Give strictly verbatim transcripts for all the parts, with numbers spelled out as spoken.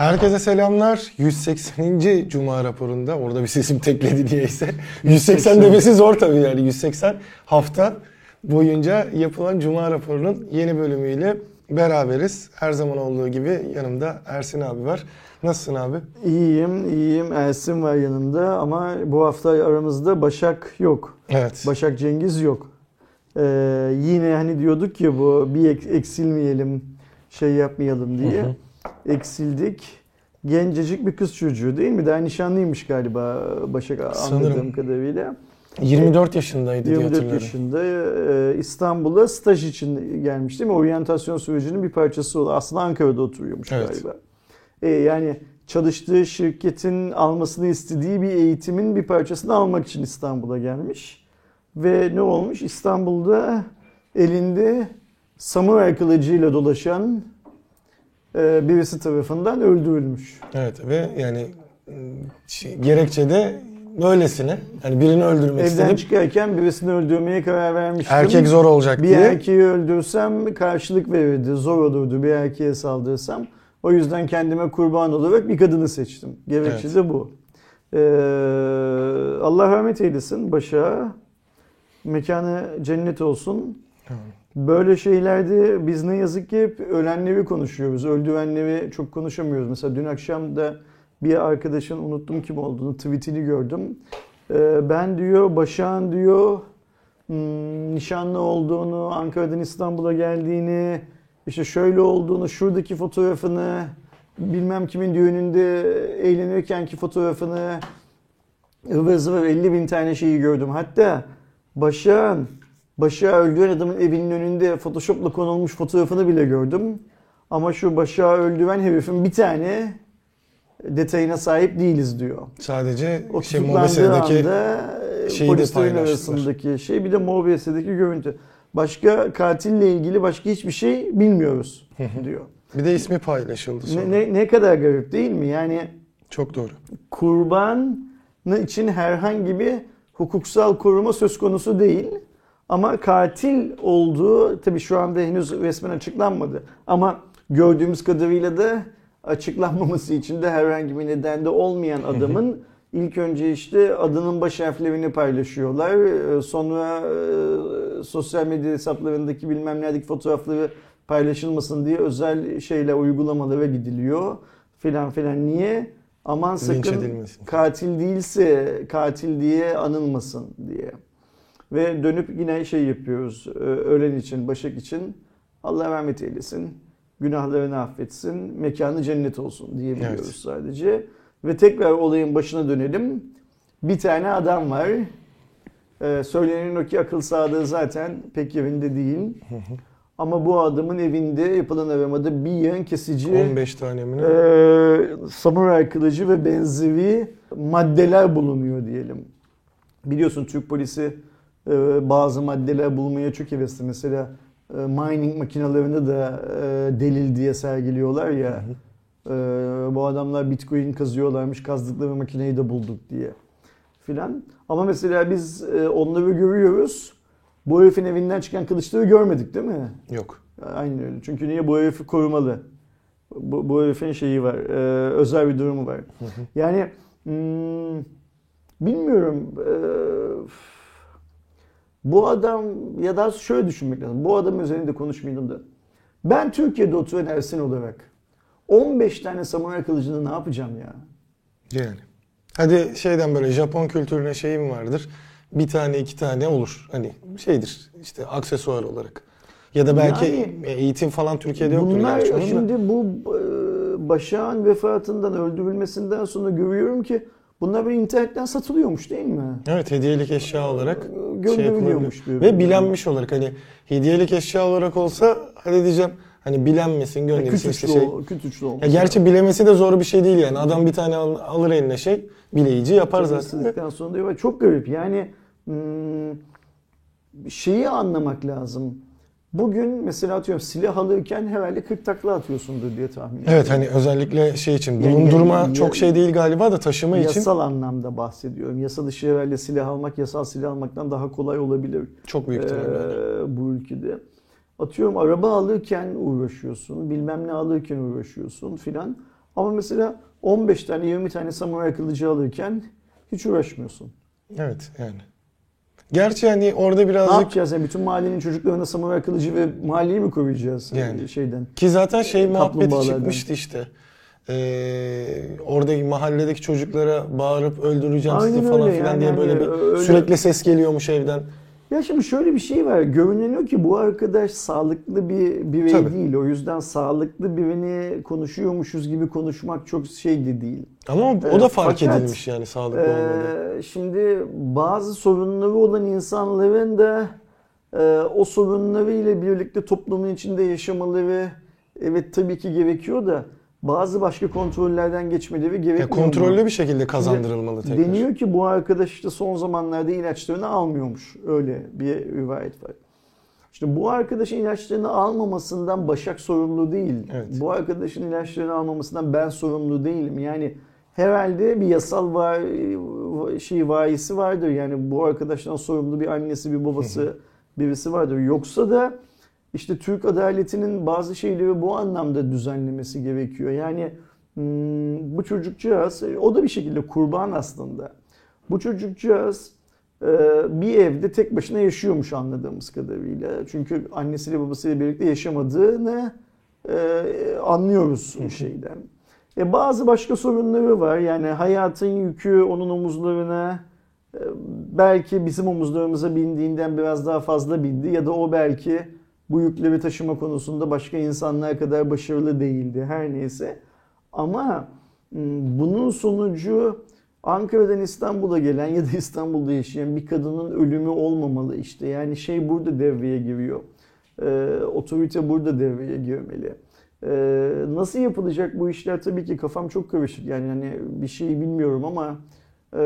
Herkese selamlar. yüz sekseninci Cuma raporunda, orada bir sesim tekledi niyeyse. yüz seksen demesi zor tabii yani. yüz seksen hafta boyunca yapılan Cuma raporunun yeni bölümüyle beraberiz. Her zaman olduğu gibi yanımda Ersin abi var. Nasılsın abi? İyiyim, iyiyim. Ersin var yanımda ama bu hafta aramızda Başak yok. Evet. Başak Cengiz yok. Ee, yine hani diyorduk ya bu bir eksilmeyelim, şey yapmayalım diye. Hı hı. Eksildik. Gencecik bir kız çocuğu değil mi? Daha nişanlıymış galiba Başak, anladığım Sanırım. kadarıyla. yirmi dört yaşındaydı diye hatırlıyorum. yirmi dört yaşında İstanbul'a staj için gelmiş değil mi? Oryantasyon sürecinin bir parçası oldu. Aslında Ankara'da oturuyormuş evet. galiba. Ee, yani çalıştığı şirketin almasını istediği bir eğitimin bir parçasını almak için İstanbul'a gelmiş. Ve ne olmuş? İstanbul'da elinde samuray kılıcıyla dolaşan birisi tarafından öldürülmüş. Evet ve yani şey, gerekçede böylesine hani birini öldürmek Evden istedim. Evden çıkarken birisini öldürmeye karar vermiştim. Erkek zor olacak bir diye. Bir erkeği öldürsem karşılık verirdi. Zor olurdu bir erkeğe saldırsam. O yüzden kendime kurban olarak bir kadını seçtim. Gerekçe evet. de bu. Ee, Allah rahmet eylesin Başak'a. Mekanı cennet olsun. Böyle şeylerde biz ne yazık ki hep ölenleri konuşuyoruz. Öldürenleri çok konuşamıyoruz. Mesela dün akşam da bir arkadaşın, unuttum kim olduğunu, tweetini gördüm. Ee, ben diyor Başak'ın diyor hmm, nişanlı olduğunu, Ankara'dan İstanbul'a geldiğini, işte şöyle olduğunu, şuradaki fotoğrafını, bilmem kimin düğününde eğlenirkenki fotoğrafını, ıvır zıvır elli bin tane şeyi gördüm. Hatta Başak'ın Başak'ı öldüren adamın evinin önünde Photoshop'la konulmuş fotoğrafını bile gördüm. Ama şu Başak'ı öldüren herifin bir tane detayına sahip değiliz diyor. Sadece o şey Mobese'deki polislerin arasındaki şey, bir de Mobese'deki görüntü. Başka katille ilgili başka hiçbir şey bilmiyoruz diyor. Bir de ismi paylaşıldı sonra. Ne, ne, ne kadar garip değil mi? Yani çok doğru. Kurbanı için herhangi bir hukuksal koruma söz konusu değil. Ama katil olduğu tabii şu anda henüz resmen açıklanmadı. Ama gördüğümüz kadarıyla da açıklanmaması için de herhangi bir nedende olmayan adamın ilk önce işte adının baş harflerini paylaşıyorlar. Sonra sosyal medya hesaplarındaki bilmem neredeki fotoğrafları paylaşılmasın diye özel şeyle uygulamalara gidiliyor filan filan. Niye? Aman sakın katil değilse katil diye anılmasın diye. Ve dönüp yine şey yapıyoruz, ölen için, Başak için Allah rahmet eylesin, günahlarını affetsin, mekanı cennet olsun diyebiliyoruz evet. sadece. Ve tekrar olayın başına dönelim. Bir tane adam var. Ee, söylenen o ki akıl sağlığı zaten pek yerinde değil. Ama bu adamın evinde yapılan aramada bir yığın kesici, on beş tane mi? E, samuray kılıcı ve benzeri maddeler bulunuyor diyelim. Biliyorsun Türk polisi bazı maddeler bulmaya çok hevesli. Mesela mining makinalarını da delil diye sergiliyorlar ya. Hı hı. Bu adamlar Bitcoin kazıyorlarmış, kazdıkları makineyi de bulduk diye filan. Ama mesela biz onları görüyoruz. Bu herifin evinden çıkan kılıçları görmedik değil mi? Yok. Aynen öyle. Çünkü niye? Bu herifi korumalı. Bu, bu herifin şeyi var. Özel bir durumu var. Hı hı. Yani hmm, bilmiyorum. Bu adam, ya da şöyle düşünmek lazım. Bu adam üzerinde konuşmayalım da. Ben Türkiye'de oturan Ersin olarak on beş tane samuray kılıcını ne yapacağım ya? Yani. Hadi şeyden böyle Japon kültürüne şeyim vardır. Bir tane iki tane olur. Hani şeydir işte aksesuar olarak. Ya da belki yani, eğitim falan Türkiye'de yoktur. Bunlar şimdi da. Bu Başak'ın vefatından, öldürülmesinden sonra görüyorum ki bunlar böyle internetten satılıyormuş değil mi? Evet, hediyelik eşya olarak şey yapılıyormuş. Ve bilenmiş olarak, hani hediyelik eşya olarak olsa hadi diyeceğim hani bilenmesin, gönderilsin işte şey. Kütüçlü olmuş. Ya gerçi yani. Bilemesi de zor bir şey değil yani. Adam bir tane alır eline şey, bileyici yapar zaten. Sonra diyor, çok garip yani şeyi anlamak lazım. Bugün mesela atıyorum silah alırken herhalde kırk takla atıyorsundur diye tahmin ediyorum. Evet, hani özellikle şey için bulundurma yani, yani, çok şey değil galiba da taşıma yasal için. Yasal anlamda bahsediyorum. Yasa dışı herhalde silah almak yasal silah almaktan daha kolay olabilir. Çok büyük ihtimalle. Ee, bu ülkede. Atıyorum araba alırken uğraşıyorsun, bilmem ne alırken uğraşıyorsun filan. Ama mesela on beş tane yirmi tane samuray kılıcı alırken hiç uğraşmıyorsun. Evet yani. Gerçi hani orada Ne birazcık yapacağız? Yani bütün mahallenin çocuklarına samuray kılıcı ve mahalleyi mi koruyacağız Yani. şeyden? ki zaten şey muhabbeti Kaplumbağalardan. çıkmıştı işte. Ee, oradaki mahalledeki çocuklara bağırıp öldüreceğim Aynen sizi falan öyle filan yani, diye böyle hani bir öyle- sürekli ses geliyormuş evden. Ya şimdi şöyle bir şey var. Görünüyor ki bu arkadaş sağlıklı bir birey Tabii. değil. O yüzden sağlıklı birini konuşuyormuşuz gibi konuşmak çok şey de değil. Ama o, o da Ee, fark fakat, edilmiş yani sağlıklı olmadığı. Ee, şimdi bazı sorunları olan insanların da e, o sorunları ile birlikte toplumun içinde yaşamaları evet tabii ki gerekiyor da bazı başka kontrollerden geçmeleri Ya gerekmiyor. kontrollü mu? bir şekilde kazandırılmalı tekrar. Deniyor ki bu arkadaş işte son zamanlarda ilaçlarını almıyormuş. Öyle bir rivayet var. İşte bu arkadaşın ilaçlarını almamasından Başak sorumlu değil. Evet. Bu arkadaşın ilaçlarını almamasından ben sorumlu değilim. Yani herhalde bir yasal var, şey vayisi vardır. Yani bu arkadaştan sorumlu bir annesi, bir babası, birisi vardır. Yoksa da işte Türk adaletinin bazı şeyleri bu anlamda düzenlemesi gerekiyor. Yani hmm, bu çocukcağız, o da bir şekilde kurban aslında. Bu çocukcağız e, bir evde tek başına yaşıyormuş anladığımız kadarıyla. Çünkü annesiyle babasıyla birlikte yaşamadığını e, anlıyoruz şeyden. E, bazı başka sorunları var. Yani hayatın yükü onun omuzlarına e, belki bizim omuzlarımıza bindiğinden biraz daha fazla bindi ya da o belki bu yükleri taşıma konusunda başka insanlar kadar başarılı değildi. Her neyse. Ama bunun sonucu Ankara'dan İstanbul'a gelen ya da İstanbul'da yaşayan bir kadının ölümü olmamalı işte. Yani şey burada devreye giriyor. Ee, otorite burada devreye girmeli. Ee, nasıl yapılacak bu işler tabii ki kafam çok karışık. Yani hani bir şey bilmiyorum ama e,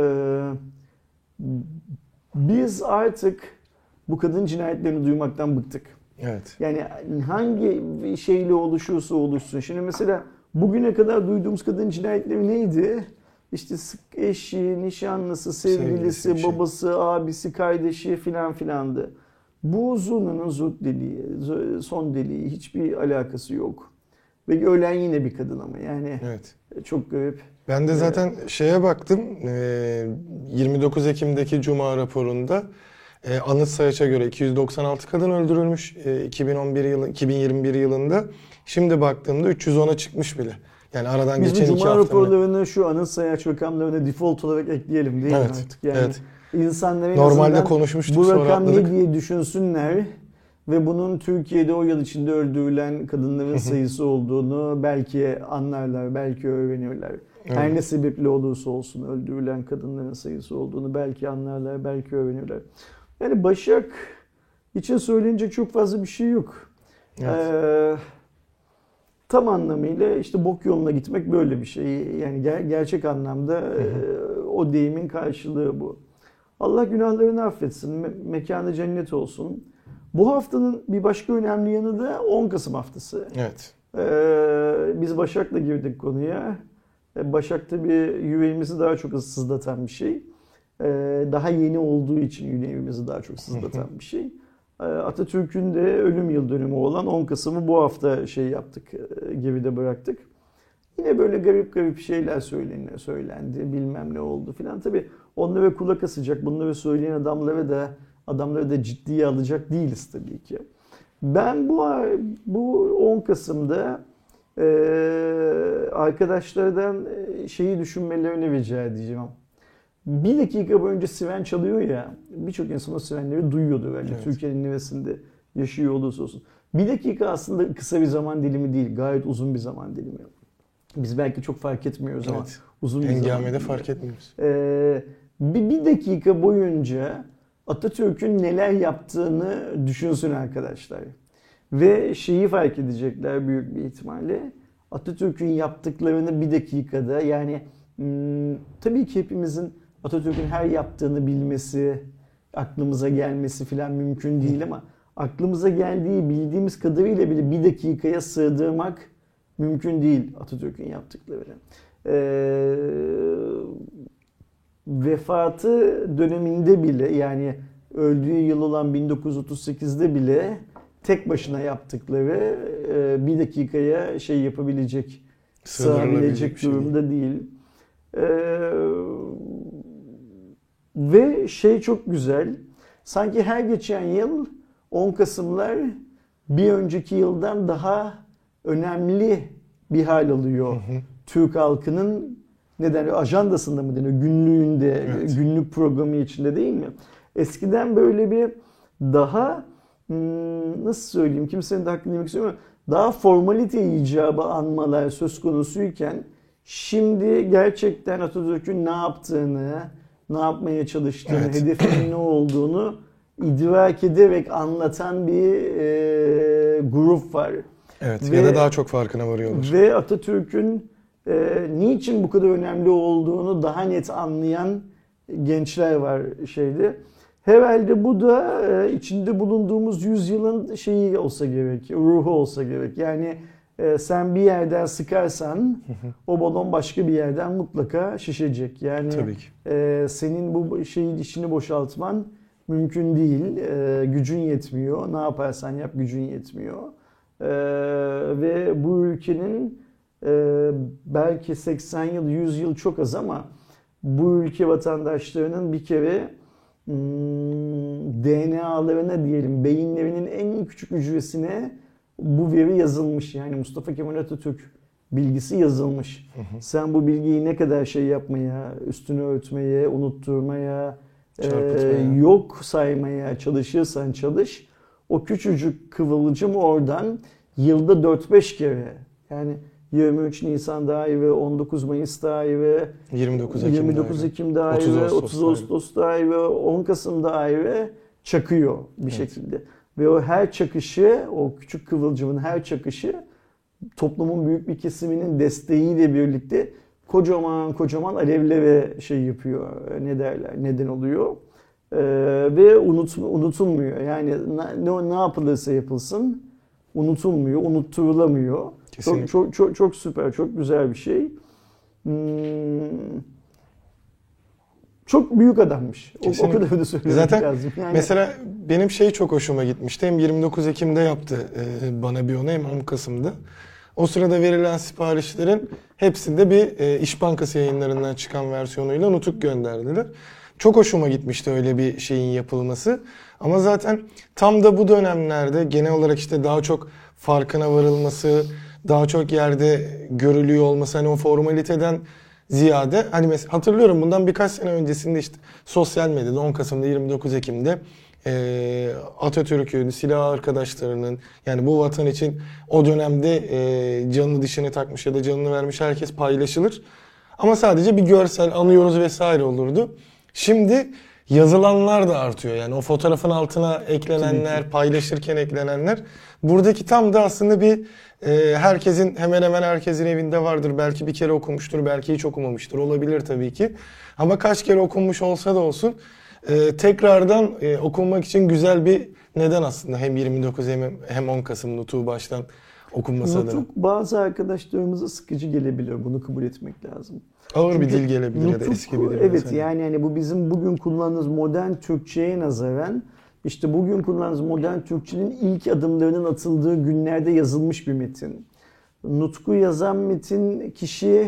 biz artık bu kadın cinayetlerini duymaktan bıktık. Evet. Yani hangi şeyle oluşursa oluşsun. Şimdi mesela bugüne kadar duyduğumuz kadın cinayetleri neydi? İşte eşi, nişanlısı, sevgilisi, Sevgilisi, şey. babası, abisi, kardeşi filan filandı. Bu Zurna'nın zurt deliği, son deliği hiçbir alakası yok. Ve ölen yine bir kadın ama yani Evet. çok garip. Ben de zaten şeye baktım. yirmi dokuz Ekim'deki Cuma raporunda Anıt Sayaç'a göre iki yüz doksan altı kadın öldürülmüş iki bin on bir yılı, iki bin yirmi bir yılında. Şimdi baktığımda üç yüz ona çıkmış bile. Yani aradan Biz bu geçen iki Cuma hafta. raporlarını şu Anıt Sayaç rakamlarına default olarak ekleyelim değil Evet, mi artık? Yani evet. insanlar en Normalde azından konuşmuştuk, bu sonra rakam ne atladık. diye düşünsünler ve bunun Türkiye'de o yıl içinde öldürülen kadınların sayısı olduğunu belki anlarlar, belki öğrenirler. Evet. Her ne sebeple olursa olsun öldürülen kadınların sayısı olduğunu belki anlarlar, belki öğrenirler. Yani Başak için söylenecek çok fazla bir şey yok. Evet. Ee, tam anlamıyla işte bok yoluna gitmek böyle bir şey. Yani ger- gerçek anlamda Hı hı. e, o deyimin karşılığı bu. Allah günahlarını affetsin, me- mekanı cennet olsun. Bu haftanın bir başka önemli yanı da on Kasım haftası. Evet. Ee, biz Başak'la girdik konuya. Ee, Başak tabii yüreğimizi daha çok sızlatan bir şey. Ee, daha yeni olduğu için yüreğimizi daha çok sızlatan bir şey. Ee, Atatürk'ün de ölüm yıl dönümü olan on Kasım'ı bu hafta şey yaptık, e, geride bıraktık. Yine böyle garip garip şeyler söylendi, söylendi, bilmem ne oldu filan. Tabii onlara kulak asacak, bunları söyleyen adamları da adamları da ciddiye alacak değiliz tabii ki. Ben bu bu on Kasım'da e, arkadaşlardan şeyi düşünmelerini rica edeceğim. Bir dakika boyunca siren çalıyor ya, birçok insan o sirenleri duyuyordu bence. Evet. Türkiye'nin neresinde yaşıyor olursa olsun. Bir dakika aslında kısa bir zaman dilimi değil, gayet uzun bir zaman dilimi. Biz belki çok fark etmiyoruz ama Evet. uzun bir zaman Hengamede dilimi. fark etmiyoruz. Ee, bir, bir dakika boyunca Atatürk'ün neler yaptığını düşünsün arkadaşlar. Ve şeyi fark edecekler büyük bir ihtimalle. Atatürk'ün yaptıklarını bir dakikada yani hmm, tabii ki hepimizin Atatürk'ün her yaptığını bilmesi, aklımıza gelmesi falan mümkün değil ama aklımıza geldiği bildiğimiz kadarıyla bile bir dakikaya sığdırmak mümkün değil Atatürk'ün yaptıklarını. Ee, vefatı döneminde bile yani öldüğü yıl olan bin dokuz yüz otuz sekizde bile tek başına yaptıkları bir dakikaya şey yapabilecek, sığabilecek şey durumda değil. Ee, ve şey çok güzel. Sanki her geçen yıl on Kasımlar bir önceki yıldan daha önemli bir hal alıyor. Hı hı. Türk halkının neden ajandasında mı deniyor? Günlüğünde, evet. Günlük programı içinde değil mi? Eskiden böyle bir daha nasıl söyleyeyim, kimsenin de hakkını yemek istemiyorum, daha formalite icabı anmalar söz konusuyken şimdi gerçekten Atatürk'ün ne yaptığını, ne yapmaya çalıştığını, evet. hedefinin ne olduğunu idrak ederek anlatan bir e, grup var. Evet, ve, ya da daha çok farkına varıyorlar. Ve Atatürk'ün e, niçin bu kadar önemli olduğunu daha net anlayan gençler var şeyde. Herhalde bu da e, içinde bulunduğumuz yüzyılın şeyi olsa gerek, ruhu olsa gerek. Yani e, sen bir yerden sıkarsan o balon başka bir yerden mutlaka şişecek. Yani tabii ki. E, senin bu şeyin içini boşaltman mümkün değil. E, gücün yetmiyor. Ne yaparsan yap gücün yetmiyor. E, ve bu ülkenin e, belki seksen yıl, yüz yıl çok az ama bu ülke vatandaşlarının bir kere D N A'larına diyelim, beyinlerinin en küçük hücresine bu veri yazılmış. Yani Mustafa Kemal Atatürk bilgisi yazılmış. Hı hı. Sen bu bilgiyi ne kadar şey yapmaya, üstünü örtmeye, unutturmaya, e, yok saymaya çalışırsan çalış, o küçücük kıvılcım oradan yılda dört beş kere, yani yirmi üç Nisan dahi, on dokuz Mayıs dahi, yirmi dokuz Ekim yirmi dokuz Ekim dahi, otuz Ağustos, otuz Ağustos dahi, on Kasım dahi çakıyor bir evet. şekilde. Ve o her çakışı, o küçük kıvılcımın her çakışı toplumun büyük bir kesiminin desteğiyle birlikte kocaman kocaman alevlere şey yapıyor, ne derler, neden oluyor. Ee, ve unut, unutulmuyor. Yani ne, ne yapılırsa yapılsın unutulmuyor, unutturulamıyor. Çok, çok çok çok süper, çok güzel bir şey. Hmm. Çok büyük adammış. O, o kadar da söylemek Zaten lazım. Yani... Mesela benim şey çok hoşuma gitmişti. Hem yirmi dokuz Ekim'de yaptı e, bana bir onu, hem on Kasım'da. O sırada verilen siparişlerin hepsinde bir e, İş Bankası yayınlarından çıkan versiyonuyla nutuk gönderdiler. Çok hoşuma gitmişti öyle bir şeyin yapılması. Ama zaten tam da bu dönemlerde genel olarak işte daha çok farkına varılması, daha çok yerde görülüyor olması, hani o formaliteden ziyade, hani mesela hatırlıyorum bundan birkaç sene öncesinde işte sosyal medyada on Kasım'da yirmi dokuz Ekim'de e, Atatürk'ün, silah arkadaşlarının, yani bu vatan için o dönemde e, canını dişine takmış ya da canını vermiş herkes paylaşılır. Ama sadece bir görsel anıyoruz vesaire olurdu. Şimdi yazılanlar da artıyor. Yani o fotoğrafın altına eklenenler, paylaşırken eklenenler. Buradaki tam da aslında bir e, herkesin, hemen hemen herkesin evinde vardır. Belki bir kere okumuştur, belki hiç okumamıştır. Olabilir tabii ki. Ama kaç kere okunmuş olsa da olsun e, tekrardan e, okunmak için güzel bir neden aslında. Hem yirmi dokuz hem, hem on Kasım nutuğu baştan okunması adına. Nutuk bazı arkadaşlarımıza sıkıcı gelebiliyor. Bunu kabul etmek lazım. Ağır Çünkü bir dil gelebilir nutuk, ya da eski bir dil. Evet mesela. yani hani bu bizim bugün kullandığımız modern Türkçe'ye nazaran, işte bugün kullandığımız modern Türkçenin ilk adımlarının atıldığı günlerde yazılmış bir metin. Nutku yazan metin kişi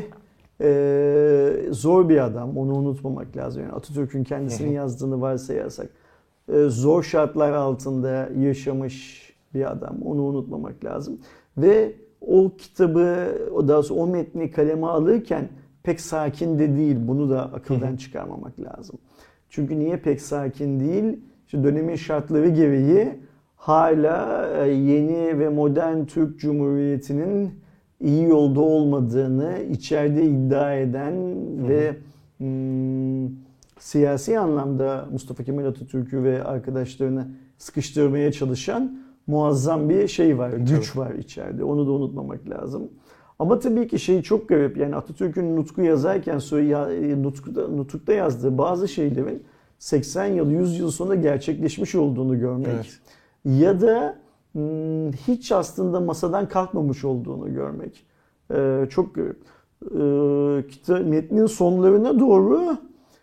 e, zor bir adam. Onu unutmamak lazım. Yani Atatürk'ün kendisinin yazdığını varsayarsak e, zor şartlar altında yaşamış bir adam. Onu unutmamak lazım. Ve o kitabı, o daha sonra o metni kaleme alırken pek sakin de değil. Bunu da akıldan çıkarmamak lazım. Çünkü niye pek sakin değil? İşte dönemin şartları gereği hala yeni ve modern Türk Cumhuriyeti'nin iyi yolda olmadığını içeride iddia eden hı hı. ve hmm, siyasi anlamda Mustafa Kemal Atatürk'ü ve arkadaşlarını sıkıştırmaya çalışan muazzam bir şey var, güç var içeride. Onu da unutmamak lazım. Ama tabii ki şey çok garip. Yani Atatürk'ün nutku yazarken, nutukta, nutukta yazdığı bazı şeylerin seksen yıl, yüz yıl sonra gerçekleşmiş olduğunu görmek. Evet. Ya da hiç aslında masadan kalkmamış olduğunu görmek. Ee, çok garip. Ee, kitap, metnin sonlarına doğru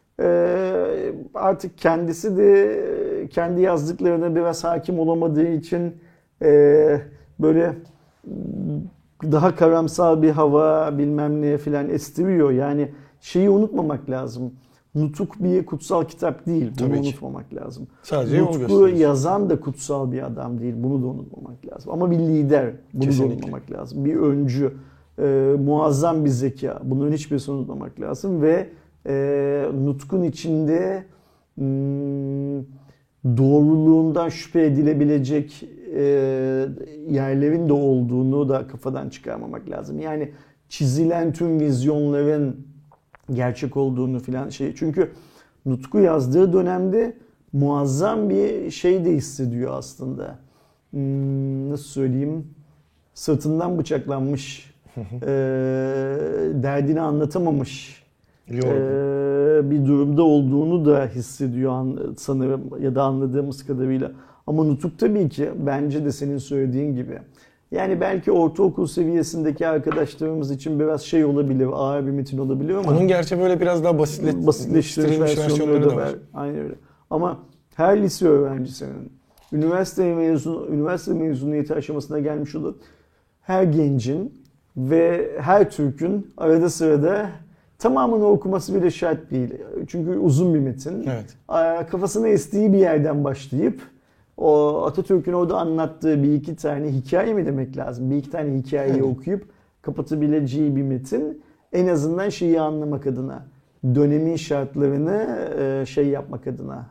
e, artık kendisi de kendi yazdıklarına biraz hakim olamadığı için e, böyle daha karamsal bir hava bilmem ne filan estiriyor. Yani şeyi unutmamak lazım. Nutuk bir kutsal kitap değil. Bunu Tabii ki. unutmamak lazım. Sadece yol Nutku gösterici. yazan da kutsal bir adam değil. Bunu da unutmamak lazım. Ama bir lider. Bunu Kesinlikle. da unutmamak lazım. Bir öncü. E, muazzam bir zeka. Bunların hiçbirisini unutmamak lazım. Ve e, Nutkun içinde hmm, doğruluğundan şüphe edilebilecek e, yerlerin de olduğunu da kafadan çıkarmamak lazım. Yani çizilen tüm vizyonların gerçek olduğunu filan şey. Çünkü Nutku yazdığı dönemde muazzam bir şey de hissediyor aslında. Hmm, nasıl söyleyeyim? Sırtından bıçaklanmış, e, derdini anlatamamış e, bir durumda olduğunu da hissediyor sanırım ya da anladığımız kadarıyla. Ama Nutuk tabii ki bence de senin söylediğin gibi. Yani belki ortaokul seviyesindeki arkadaşlarımız için biraz şey olabilir, ağır bir metin olabilir ama Onun gerçi böyle biraz daha basitle, basitleştirilmiş versiyonları da var. Aynen öyle. Ama her lise öğrencisinin üniversite mezunu, üniversite mezuniyeti aşamasına gelmiş olan her gencin ve her Türk'ün arada sırada tamamını okuması bile şart değil. Çünkü uzun bir metin. Evet. Kafasına estiği bir yerden başlayıp o Atatürk'ün orada anlattığı bir iki tane hikaye mi demek lazım? Bir iki tane hikayeyi okuyup kapatabileceği bir metin en azından şeyi anlamak adına, dönemin şartlarını şey yapmak adına,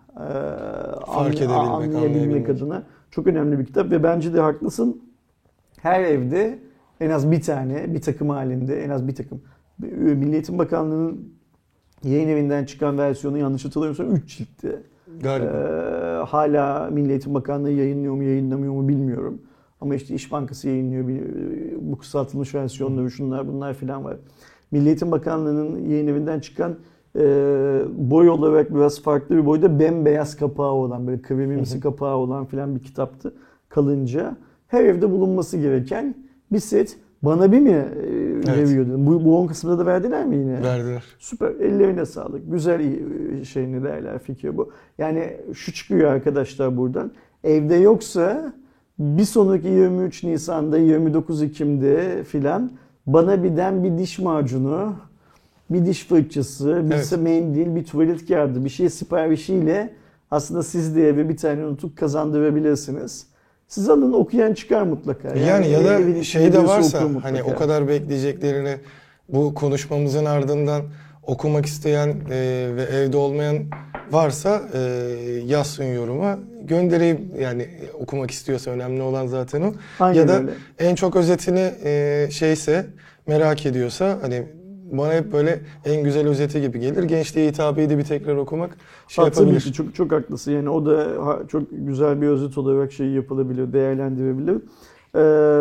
fark edebilmek, anlayabilmek adına çok önemli bir kitap ve bence de haklısın. Her evde en az bir tane, bir takım halinde en az bir takım. Milli Eğitim Bakanlığı'nın yayın evinden çıkan versiyonu yanlış hatırlamıyorsam üç ciltti. Galiba. Ee, hala Milli Eğitim Bakanlığı yayınlıyor mu yayınlamıyor mu bilmiyorum. Ama işte İş Bankası yayınlıyor. Bu kısaltılmış versiyonları şunlar bunlar filan var. Milli Eğitim Bakanlığı'nın yayın evinden çıkan e, boy olarak biraz farklı bir boyda bembeyaz kapağı olan böyle kremimsi kapağı olan filan bir kitaptı. Kalınca her evde bulunması gereken bir set. Bana bir mi e, evet. veriyordu? Bu, bu on kısımda da verdiler mi yine? Verdiler. Süper. Ellerine sağlık. Güzel şey ne derler fikir bu. Yani şu çıkıyor arkadaşlar buradan. Evde yoksa bir sonraki yirmi üç Nisan'da yirmi dokuz Ekim'de filan bana birden bir diş macunu, bir diş fırçası, bir evet. mendil, bir tuvalet kağıdı, bir şey siparişiyle aslında siz de eve bir tane unutup kazandırabilirsiniz. Siz alın okuyan çıkar mutlaka. Yani, yani ya da şey de varsa hani o kadar bekleyeceklerini bu konuşmamızın ardından okumak isteyen e, ve evde olmayan varsa e, yazsın yoruma göndereyim yani okumak istiyorsa önemli olan zaten o. Aynen ya da öyle. En çok özetini e, şeyse merak ediyorsa hani bana hep böyle en güzel özeti gibi gelir. Gençliğe hitabeyi de bir tekrar okumak şey ha, yapabilir. Tabii ki çok, çok haklısın. Yani o da çok güzel bir özet olarak şey yapılabilir, değerlendirebilir. Ee,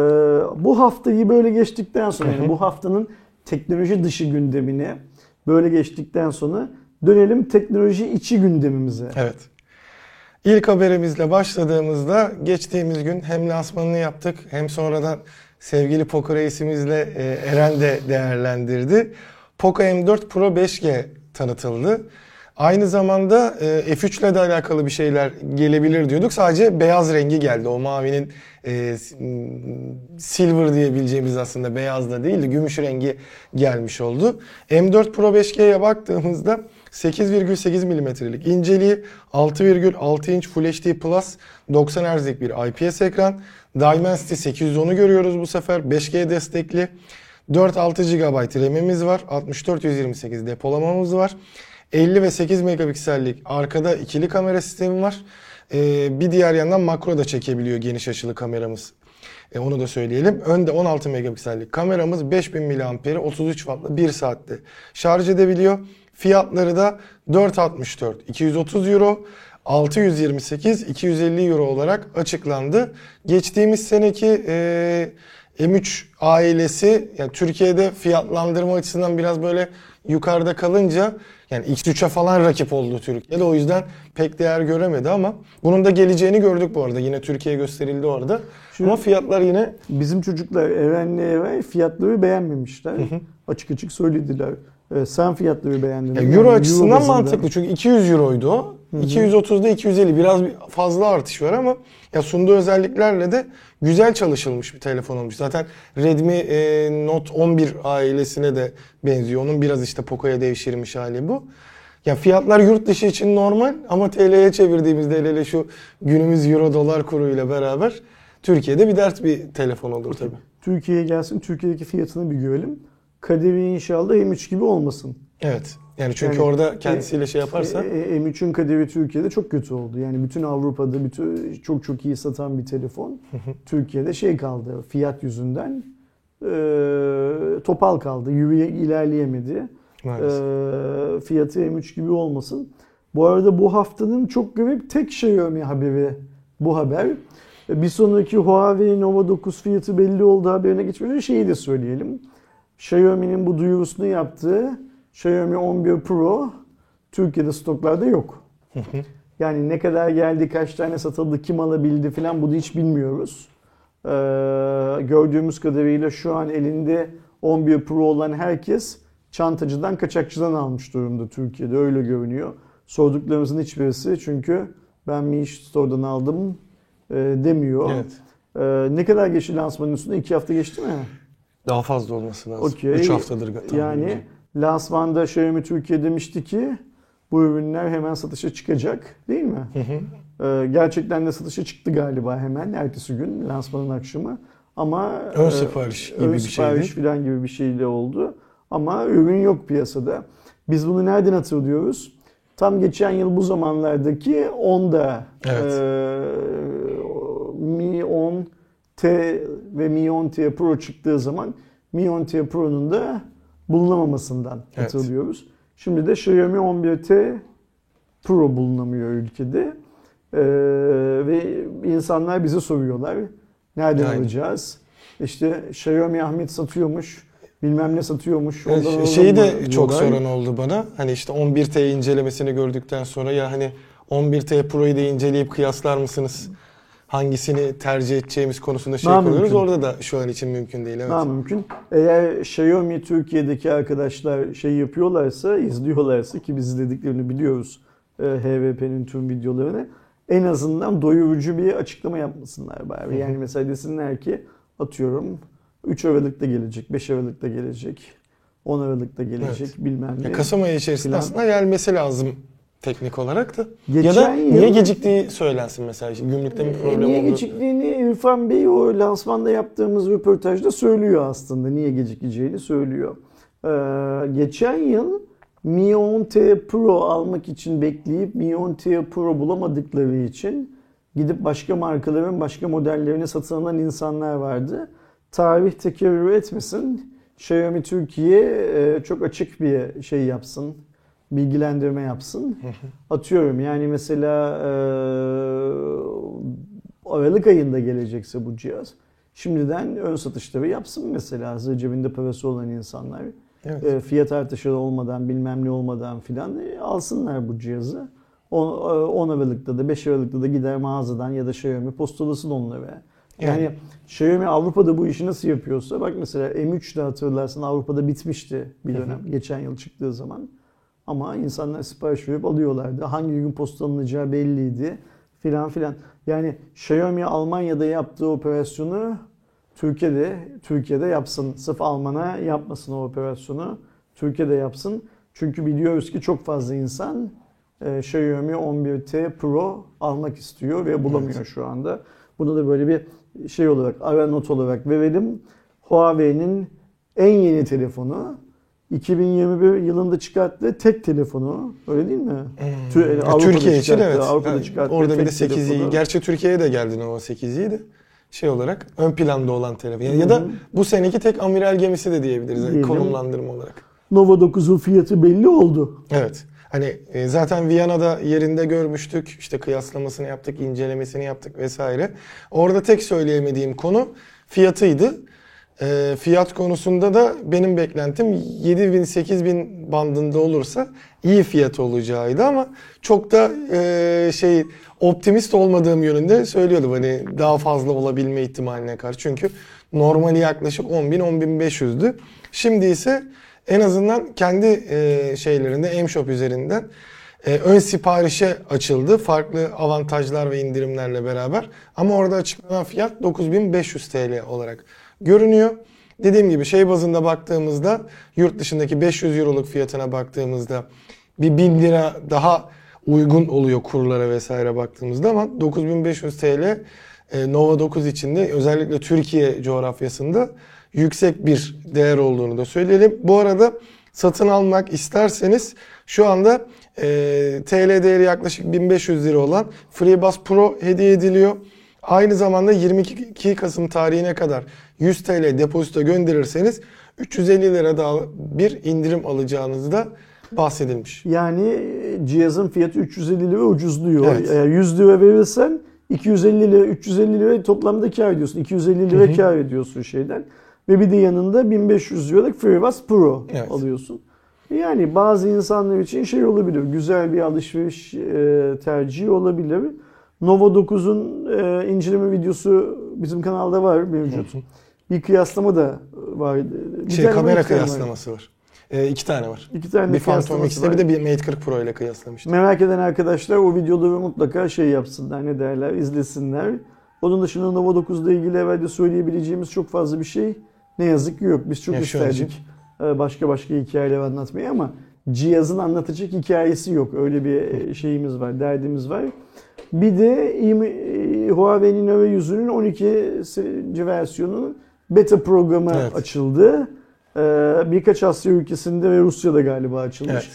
bu haftayı böyle geçtikten sonra, yani bu haftanın teknoloji dışı gündemine böyle geçtikten sonra dönelim teknoloji içi gündemimize. Evet. İlk haberimizle başladığımızda geçtiğimiz gün hem lansmanını yaptık hem sonradan sevgili Poco reisimizle Eren de değerlendirdi. Poco M dört Pro beş G tanıtıldı. Aynı zamanda F üç ile de alakalı bir şeyler gelebilir diyorduk. Sadece beyaz rengi geldi. O mavinin e, silver diyebileceğimiz aslında beyaz da değil de gümüş rengi gelmiş oldu. M dört Pro beş G'ye baktığımızda sekiz virgül sekiz milimetrelik inceliği, altı virgül altı inç Full H D Plus, doksan hertzlik bir I P S ekran, Dimensity sekiz yüz onu görüyoruz bu sefer, beş G destekli, dört virgül altı gigabayt RAM'imiz var, altmış dört yüz yirmi sekiz depolamamız var. elli ve sekiz megapiksellik arkada ikili kamera sistemi var. Ee, bir diğer yandan makro da çekebiliyor geniş açılı kameramız. Ee, onu da söyleyelim. Önde on altı megapiksellik kameramız beş bin miliamperi otuz üç wattla bir saatte şarj edebiliyor. Fiyatları da dört virgül altmış dört iki yüz otuz euro, altı yüz yirmi sekiz iki yüz elli euro olarak açıklandı. Geçtiğimiz seneki e, M üç ailesi yani Türkiye'de fiyatlandırma açısından biraz böyle yukarıda kalınca yani X üçe falan rakip oldu Türkiye'de. O yüzden pek değer göremedi ama bunun da geleceğini gördük bu arada. Yine Türkiye'ye gösterildi orada. Şu, ama fiyatlar yine... Bizim çocuklar Eren'le Eren fiyatları beğenmemişler. Hı hı. Açık açık söylediler. Ee, sen fiyatları beğendin. Ya, euro yani açısından euro mantıklı çünkü iki yüz euroydu o. iki yüz otuzda iki yüz elli biraz fazla artış var ama ya sunduğu özelliklerle de güzel çalışılmış bir telefon olmuş. Zaten Redmi e, Note on bir ailesine de benziyor. Onun biraz işte Poco'ya devşirmiş hali bu. Ya fiyatlar yurt dışı için normal ama T L'ye çevirdiğimizde hele hele şu günümüz euro dolar kuruyla beraber Türkiye'de bir dert bir telefon olur tabii. Türkiye'ye gelsin, Türkiye'deki fiyatını bir görelim. Kaderi inşallah M üç gibi olmasın. Evet. Yani çünkü Yani, orada kendisiyle şey yaparsa... E, e, M üçün kaderi Türkiye'de çok kötü oldu. Yani bütün Avrupa'da bütün çok çok iyi satan bir telefon. Türkiye'de şey kaldı, fiyat yüzünden e, topal kaldı. Yürüye ilerleyemedi. E, fiyatı M üç gibi olmasın. Bu arada bu haftanın çok garip tek Xiaomi haberi bu haber. Bir sonraki Huawei Nova dokuz fiyatı belli oldu haberine geçmeden şeyi de söyleyelim. Xiaomi'nin bu duyurusunu yaptığı Xiaomi on bir Pro Türkiye'de stoklarda yok. Yani ne kadar geldi, kaç tane satıldı, kim alabildi falan bunu hiç bilmiyoruz. Ee, gördüğümüz kadarıyla şu an elinde on bir Pro olan herkes çantacıdan, kaçakçıdan almış durumda Türkiye'de, öyle görünüyor. Sorduklarımızın hiçbirisi çünkü ben Mi Store'dan aldım e, demiyor. Evet. Ee, ne kadar geçti lansmanın üstünde? iki hafta geçti mi? Daha fazla olması lazım. Okay. üç haftadır tahmin Yani ediyorum. lansmanda Xiaomi Türkiye demişti ki bu ürünler hemen satışa çıkacak, değil mi? Hı hı. Ee, gerçekten de satışa çıktı galiba hemen ertesi gün lansmanın akşamı. Ama Ön sipariş gibi ön bir sipariş şeydi. falan gibi bir şeyle oldu. Ama ürün yok piyasada. Biz bunu nereden hatırlıyoruz? Tam geçen yıl bu zamanlardaki onda Evet. e, Mi on T ve Mi on T Pro çıktığı zaman Mi on T Pro'nun da bulunamamasından Evet. hatırlıyoruz. Şimdi de Xiaomi on bir T Pro bulunamıyor ülkede. Ee, ve insanlar bize soruyorlar. Nereden Aynen. alacağız? İşte Xiaomi Ahmet satıyormuş, bilmem ne satıyormuş. Evet, ondan şeyi oradan de mı çok diyorlar. soran oldu bana. Hani işte on bir T incelemesini gördükten sonra ya hani on bir T Pro'yu da inceleyip kıyaslar mısınız? Hangisini tercih edeceğimiz konusunda şey Daha yapıyoruz. mümkün. Orada da şu an için mümkün değil. Evet. Daha mümkün. Eğer Xiaomi Türkiye'deki arkadaşlar şey yapıyorlarsa, izliyorlarsa ki biz izlediklerini biliyoruz e, H V P'nin tüm videolarını, en azından doyurucu bir açıklama yapmasınlar bari. Yani mesela desinler ki atıyorum üç Aralık'ta gelecek, beş Aralık'ta gelecek, on Aralık'ta gelecek, Evet. bilmem ne. Ya Kasım ayı içerisinde Falan. aslında gelmesi lazım teknik olarak da. Geçen ya da yıl- niye geciktiği söylensin mesela. İşte gümrükte bir E, problem niye oldu. geciktiğini İrfan Bey o lansmanda yaptığımız röportajda söylüyor aslında. Niye gecikeceğini söylüyor. Ee, geçen yıl Mi on T Pro almak için bekleyip Mi on T Pro bulamadıkları için gidip başka markaların başka modellerini satın alan insanlar vardı. Tarih tekerrür etmesin. Xiaomi Türkiye e, çok açık bir şey yapsın. Bilgilendirme yapsın. Atıyorum yani mesela e, Aralık ayında gelecekse bu cihaz şimdiden ön satışları yapsın mesela hazır cebinde parası olan insanlar. Evet. E, fiyat artışı olmadan bilmem ne olmadan filan e, alsınlar bu cihazı. on Aralık'ta da beş Aralık'ta da gider mağazadan ya da Xiaomi postalasın onları. Yani, Yani. Xiaomi Avrupa'da bu işi nasıl yapıyorsa bak mesela M üç de hatırlarsın Avrupa'da bitmişti bir dönem geçen yıl çıktığı zaman. Ama insanlar sipariş verip alıyorlardı. Hangi gün postalanacağı belliydi filan filan. Yani Xiaomi Almanya'da yaptığı operasyonu Türkiye'de Türkiye'de yapsın. Sırf Alman'a yapmasın o operasyonu. Türkiye'de yapsın. Çünkü biliyoruz ki çok fazla insan e, Xiaomi on bir T Pro almak istiyor ve bulamıyor evet. şu anda. Bunu da böyle bir şey olarak, ara not olarak verelim. Huawei'nin en yeni telefonu. iki bin yirmi bir yılında çıkarttığı tek telefonu, öyle değil mi? Hmm. Avrupa'da Türkiye için evet. Avrupa'da Yani çıkarttığı orada bir tek de sekiz i. telefonu. Gerçi Türkiye'ye de geldi Nova sekiz i'yi de şey olarak ön planda olan telefon. Yani ya da bu seneki tek amiral gemisi de diyebiliriz yani konumlandırma olarak. Nova dokuzun fiyatı belli oldu. Evet. Hani zaten Viyana'da yerinde görmüştük. İşte kıyaslamasını yaptık, incelemesini yaptık vesaire. Orada tek söyleyemediğim konu fiyatıydı. E, fiyat konusunda da benim beklentim yedi bin sekiz bin bandında olursa iyi fiyat olacağıydı ama çok da e, şey optimist olmadığım yönünde söylüyordum. Hani daha fazla olabilme ihtimaline karşı. Çünkü normali yaklaşık on bin on bin beş yüzdü. Şimdi ise en azından kendi e, şeylerinde M-Shop üzerinden e, ön siparişe açıldı. Farklı avantajlar ve indirimlerle beraber. Ama orada açıklanan fiyat dokuz bin beş yüz T L olarak görünüyor. Dediğim gibi şey bazında baktığımızda yurt dışındaki beş yüz euroluk fiyatına baktığımızda bir bin lira daha uygun oluyor kurlara vesaire baktığımızda ama dokuz bin beş yüz T L e, Nova dokuz içinde özellikle Türkiye coğrafyasında yüksek bir değer olduğunu da söyleyelim. Bu arada satın almak isterseniz şu anda e, T L değeri yaklaşık bin beş yüz lira olan FreeBuds Pro hediye ediliyor. Aynı zamanda yirmi iki Kasım tarihine kadar yüz T L depozito gönderirseniz üç yüz elli lira daha bir indirim alacağınız da bahsedilmiş. Yani cihazın fiyatı üç yüz elli lira ucuzluyor. Evet. Eğer yüz lira verirsen iki yüz elli lira, üç yüz elli lira toplamda kar ediyorsun. iki yüz elli lira kar ediyorsun şeyden. Ve bir de yanında bin beş yüz liralık FreeBuds Pro Evet. alıyorsun. Yani bazı insanlar için şey olabilir. Güzel bir alışveriş e, tercihi olabilir. Nova dokuzun e, inceleme videosu bizim kanalda var mevcut. Bir kıyaslama da var. Bir Şey tane kamera var, iki tane var. kıyaslaması var. E, iki tane var. İki tane Bir Phantom kıyaslaması X'te var. bir de bir Mate kırk Pro ile kıyaslamıştım. Merak eden arkadaşlar o videoları mutlaka şey yapsınlar, ne derler, izlesinler. Onun dışında Nova dokuzla ilgili evvelde söyleyebileceğimiz çok fazla bir şey ne yazık ki yok. Biz çok Ya şu an isterdik başka başka hikayeler anlatmayı ama cihazın anlatacak hikayesi yok. Öyle bir şeyimiz var, derdimiz var. Bir de Huawei'nin Nova yüzünün on ikinci versiyonunun beta programı Evet. açıldı. Birkaç Asya ülkesinde ve Rusya'da galiba açılmış. Evet.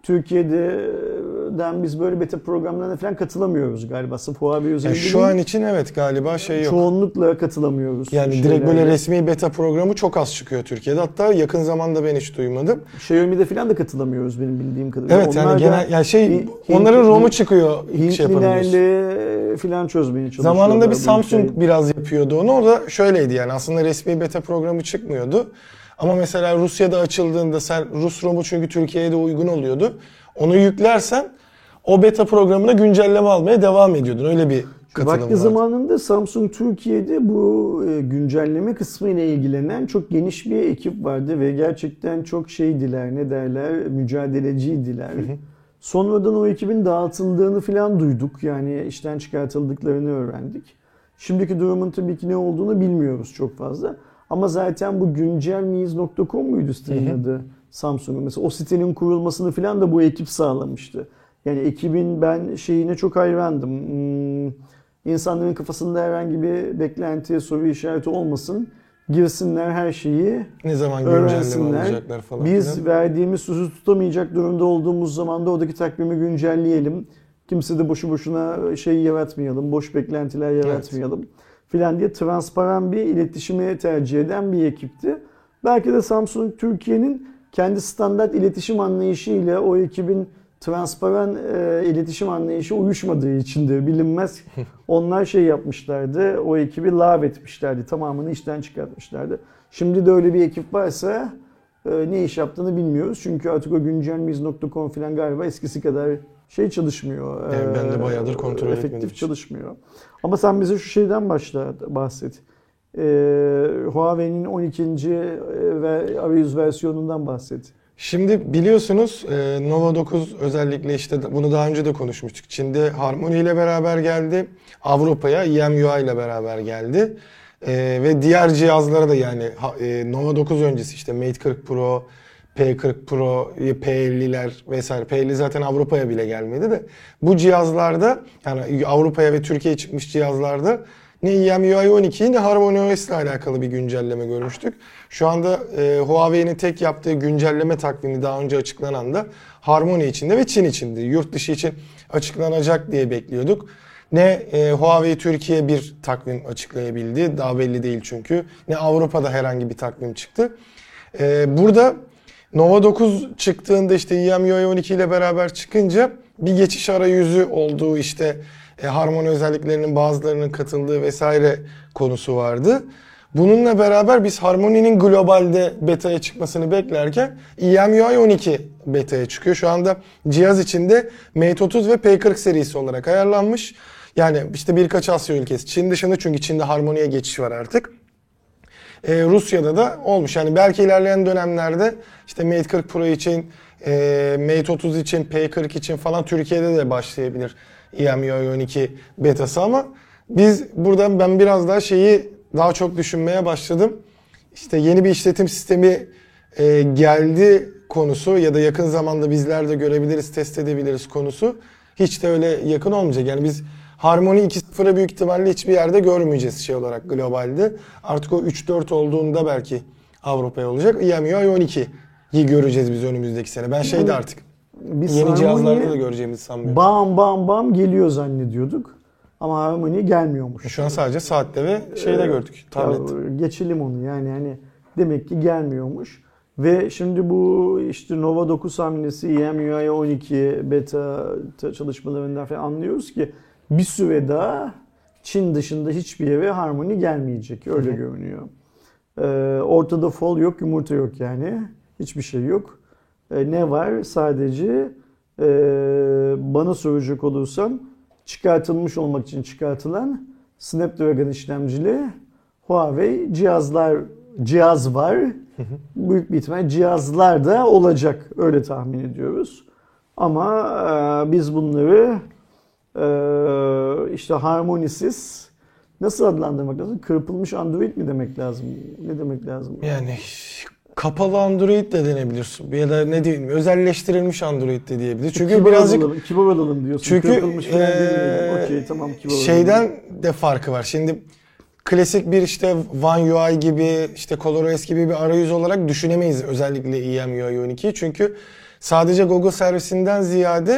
Türkiye'den biz böyle beta programlarına falan katılamıyoruz galiba. Sırf Huawei Yani üzerinde şu değil, an için evet galiba şey yok. çoğunlukla katılamıyoruz. Yani direkt şeylerle. böyle resmi beta programı çok az çıkıyor Türkiye'de. Hatta yakın zamanda ben hiç duymadım. Xiaomi'de falan da katılamıyoruz benim bildiğim kadarıyla. Evet Onlar yani da genel yani şey Hint- onların Hint- ROM'u çıkıyor şey yapabiliyorsun. Hintlilerle falan çözmeye çalışıyorlar. Zamanında bir bu Samsung hikayeyi. biraz yapıyordu onu. O da şöyleydi yani aslında resmi beta programı çıkmıyordu. Ama mesela Rusya'da açıldığında sen Rus ROM'u çünkü Türkiye'ye de uygun oluyordu. Onu yüklersen o beta programına güncelleme almaya devam ediyordun. Öyle bir katılım Vakti vardı. zamanında Samsung Türkiye'de bu e, güncelleme kısmı ile ilgilenen çok geniş bir ekip vardı ve gerçekten çok şeydiler, ne derler, mücadeleciydiler. Hı hı. Sonradan o ekibin dağıtıldığını falan duyduk. Yani işten çıkartıldıklarını öğrendik. Şimdiki durumun tabii ki ne olduğunu bilmiyoruz çok fazla. Ama zaten bu güncelmiyiz nokta com muydu sitenin adı Samsung'un? Mesela o sitenin kurulmasını falan da bu ekip sağlamıştı. Yani ekibin ben şeyine çok hayrandım. Hmm, insanların kafasında herhangi bir beklenti, soru işareti olmasın. Girsinler her şeyi Ne zaman güncelleme öğrensinler. alacaklar falan. Biz filan. verdiğimiz sözü tutamayacak durumda olduğumuz zaman da oradaki takvimi güncelleyelim. Kimse de boşu boşuna şey yaratmayalım, boş beklentiler yaratmayalım. Evet. Filan diye transparan bir iletişimi tercih eden bir ekipti. Belki de Samsung Türkiye'nin kendi standart iletişim anlayışıyla o ekibin transparan e, iletişim anlayışı uyuşmadığı içindir, bilinmez. Onlar şey yapmışlardı, o ekibi lağv etmişlerdi, tamamını işten çıkartmışlardı. Şimdi de öyle bir ekip varsa e, ne iş yaptığını bilmiyoruz. Çünkü artık o güncelmiyiz nokta com falan galiba eskisi kadar şey çalışmıyor. Yani ben de bayağıdır kontrol etmedim. Efektif çalışmıyor. Ama sen bize şu şeyden başla, bahset. Ee, Huawei'nin on ikinci ve arayüz versiyonundan bahset. Şimdi biliyorsunuz Nova dokuz özellikle işte bunu daha önce de konuşmuştuk. Çin'de Harmony ile beraber geldi. Avrupa'ya E M U I ile beraber geldi. Ee, ve diğer cihazlara da yani e, Nova dokuz öncesi işte Mate kırk Pro, P kırk Pro, P elliler vesaire. P elli zaten Avrupa'ya bile gelmedi de. Bu cihazlarda yani Avrupa'ya ve Türkiye'ye çıkmış cihazlarda ne E M U I on iki ne Harmony O S ile alakalı bir güncelleme görmüştük. Şu anda e, Huawei'nin tek yaptığı güncelleme takvimi daha önce açıklanan da Harmony içinde ve Çin içinde. Yurt dışı için açıklanacak diye bekliyorduk. Ne e, Huawei Türkiye bir takvim açıklayabildi. Daha belli değil çünkü. Ne Avrupa'da herhangi bir takvim çıktı. E, burada Nova dokuz çıktığında işte E M U I on iki ile beraber çıkınca bir geçiş arayüzü olduğu işte e, Harmony özelliklerinin bazılarının katıldığı vesaire konusu vardı. Bununla beraber biz Harmony'nin globalde beta'ya çıkmasını beklerken E M U I on iki beta'ya çıkıyor. Şu anda cihaz içinde Mate otuz ve P kırk serisi olarak ayarlanmış. Yani işte birkaç Asya ülkesi. Çin dışında çünkü Çin'de Harmony'ye geçiş var artık. Ee, Rusya'da da olmuş. Yani belki ilerleyen dönemlerde işte Mate kırk Pro için e, Mate otuz için, P kırk için falan Türkiye'de de başlayabilir E M U I on iki betası ama biz buradan ben biraz daha şeyi daha çok düşünmeye başladım. İşte yeni bir işletim sistemi e, geldi konusu ya da yakın zamanda bizler de görebiliriz, test edebiliriz konusu hiç de öyle yakın olmayacak. Yani biz Harmony iki nokta sıfırı büyük ihtimalle hiçbir yerde görmeyeceğiz şey olarak globalde. Artık o üç dört olduğunda belki Avrupa'ya olacak. E M U I on ikiyi göreceğiz biz önümüzdeki sene. Ben şeyde artık Biz yeni cihazlarda Harmony'ye da göreceğimizi sanmıyorum. bam bam bam geliyor zannediyorduk. Ama Harmony gelmiyormuş. Şu an sadece saatte ve şeyde Ee, gördük. Tablet. Ya geçelim onu yani hani demek ki gelmiyormuş. Ve şimdi bu işte Nova dokuz hamlesi E M U I on iki beta çalışmalarından falan anlıyoruz ki bir süre daha Çin dışında hiçbir yere Harmony gelmeyecek. Öyle Hı-hı. görünüyor. Ee, ortada fol yok, yumurta yok yani. Hiçbir şey yok. Ee, ne var? Sadece e, bana soracak olursan çıkartılmış olmak için çıkartılan Snapdragon işlemcili Huawei cihazlar cihaz var. Hı hı. Büyük bir ihtimal cihazlar da olacak. Öyle tahmin ediyoruz. Ama e, biz bunları e, işte harmonisiz nasıl adlandırmak lazım? Kırpılmış Android mi demek lazım? Ne demek lazım? Yani kapalı Android de denebilir. Ya da ne diyeyim, özelleştirilmiş Android de diyebilir. Çünkü kibar birazcık olalım, kibar olalım diyorsun. çünkü Kırpılmış falan ee, demeyelim. Okey tamam kibar olalım. şeyden de farkı var. Şimdi klasik bir işte One U I gibi, işte ColorOS gibi bir arayüz olarak düşünemeyiz özellikle E M U I on ikiyi. Çünkü sadece Google servisinden ziyade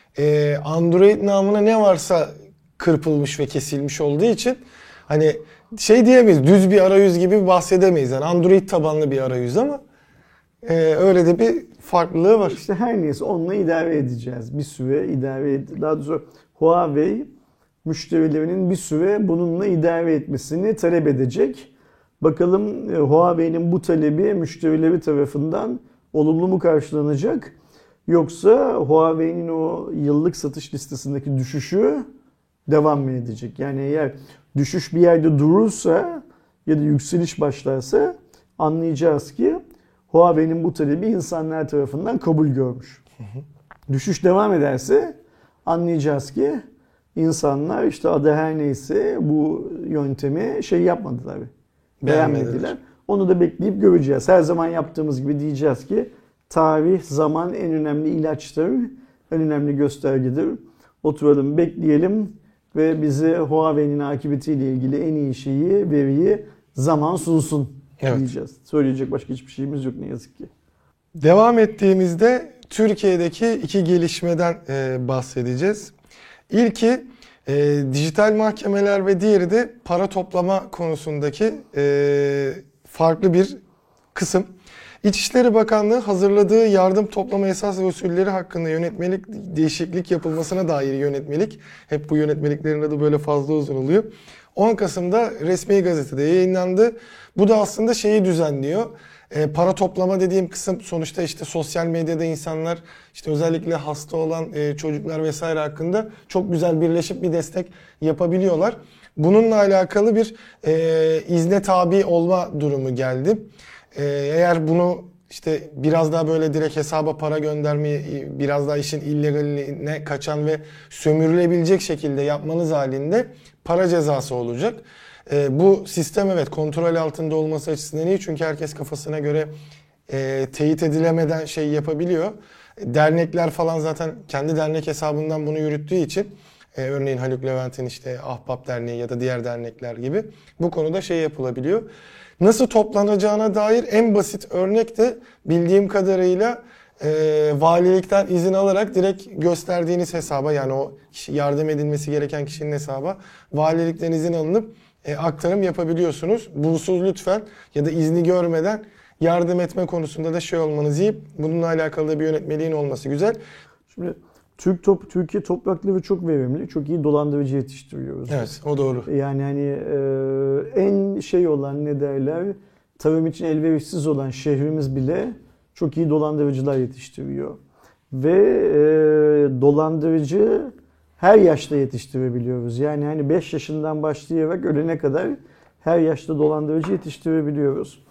e, Android namına ne varsa kırpılmış ve kesilmiş olduğu için hani şey diyemeyiz, düz bir arayüz gibi bahsedemeyiz. Yani Android tabanlı bir arayüz ama e, öyle de bir farklılığı var. İşte her neyse onunla idare edeceğiz. Bir süre idare ed Daha doğrusu Huawei müşterilerinin bir süre bununla idare etmesini talep edecek. Bakalım Huawei'nin bu talebi müşterileri tarafından olumlu mu karşılanacak? Yoksa Huawei'nin o yıllık satış listesindeki düşüşü devam mı edecek? Yani eğer düşüş bir yerde durursa ya da yükseliş başlarsa anlayacağız ki Huawei'nin bu talebi insanlar tarafından kabul görmüş. Hı hı. Düşüş devam ederse anlayacağız ki insanlar işte adı her neyse bu yöntemi şey yapmadılar. Beğenmediler. Onu da bekleyip göreceğiz. Her zaman yaptığımız gibi diyeceğiz ki tarih, zaman en önemli ilaçtır. En önemli göstergedir. Oturalım, bekleyelim ve bize Huawei'nin akıbetiyle ilgili en iyi şeyi, veriyi zaman sunsun evet. diyeceğiz. Söyleyecek başka hiçbir şeyimiz yok ne yazık ki. Devam ettiğimizde Türkiye'deki iki gelişmeden e, bahsedeceğiz. İlki e, dijital mahkemeler ve diğeri de para toplama konusundaki e, farklı bir kısım. İçişleri Bakanlığı hazırladığı yardım toplama esas ve usulleri hakkında yönetmelik değişiklik yapılmasına dair yönetmelik. Hep bu yönetmeliklerin adı böyle fazla uzun oluyor. on Kasım'da resmi gazetede yayınlandı. Bu da aslında şeyi düzenliyor. E, para toplama dediğim kısım sonuçta işte sosyal medyada insanlar işte özellikle hasta olan e, çocuklar vesaire hakkında çok güzel birleşip bir destek yapabiliyorlar. Bununla alakalı bir e, izne tabi olma durumu geldi. E, eğer bunu işte biraz daha böyle direkt hesaba para göndermeyi, biraz daha işin illegaline kaçan ve sömürülebilecek şekilde yapmanız halinde para cezası olacak. E, bu sistem evet kontrol altında olması açısından iyi çünkü herkes kafasına göre e, teyit edilemeden şey yapabiliyor. Dernekler falan zaten kendi dernek hesabından bunu yürüttüğü için e, örneğin Haluk Levent'in işte Ahbap Derneği ya da diğer dernekler gibi bu konuda şey yapılabiliyor. Nasıl toplanacağına dair en basit örnek de bildiğim kadarıyla e, valilikten izin alarak direkt gösterdiğiniz hesaba yani o kişi, yardım edilmesi gereken kişinin hesaba valilikten izin alınıp e, aktarım yapabiliyorsunuz. Bunsuz lütfen ya da izni görmeden yardım etme konusunda da şey olmanız iyi. Bununla alakalı da bir yönetmeliğin olması güzel. Şimdi Türk top, Türkiye toprakları çok verimli, çok iyi dolandırıcı yetiştiriyoruz. Evet, o doğru. Yani hani e, en şey olan ne derler, tarım için elverişsiz olan şehrimiz bile çok iyi dolandırıcılar yetiştiriyor. Ve e, dolandırıcı her yaşta yetiştirebiliyoruz. Yani hani beş yaşından başlayarak ölene kadar her yaşta dolandırıcı yetiştirebiliyoruz.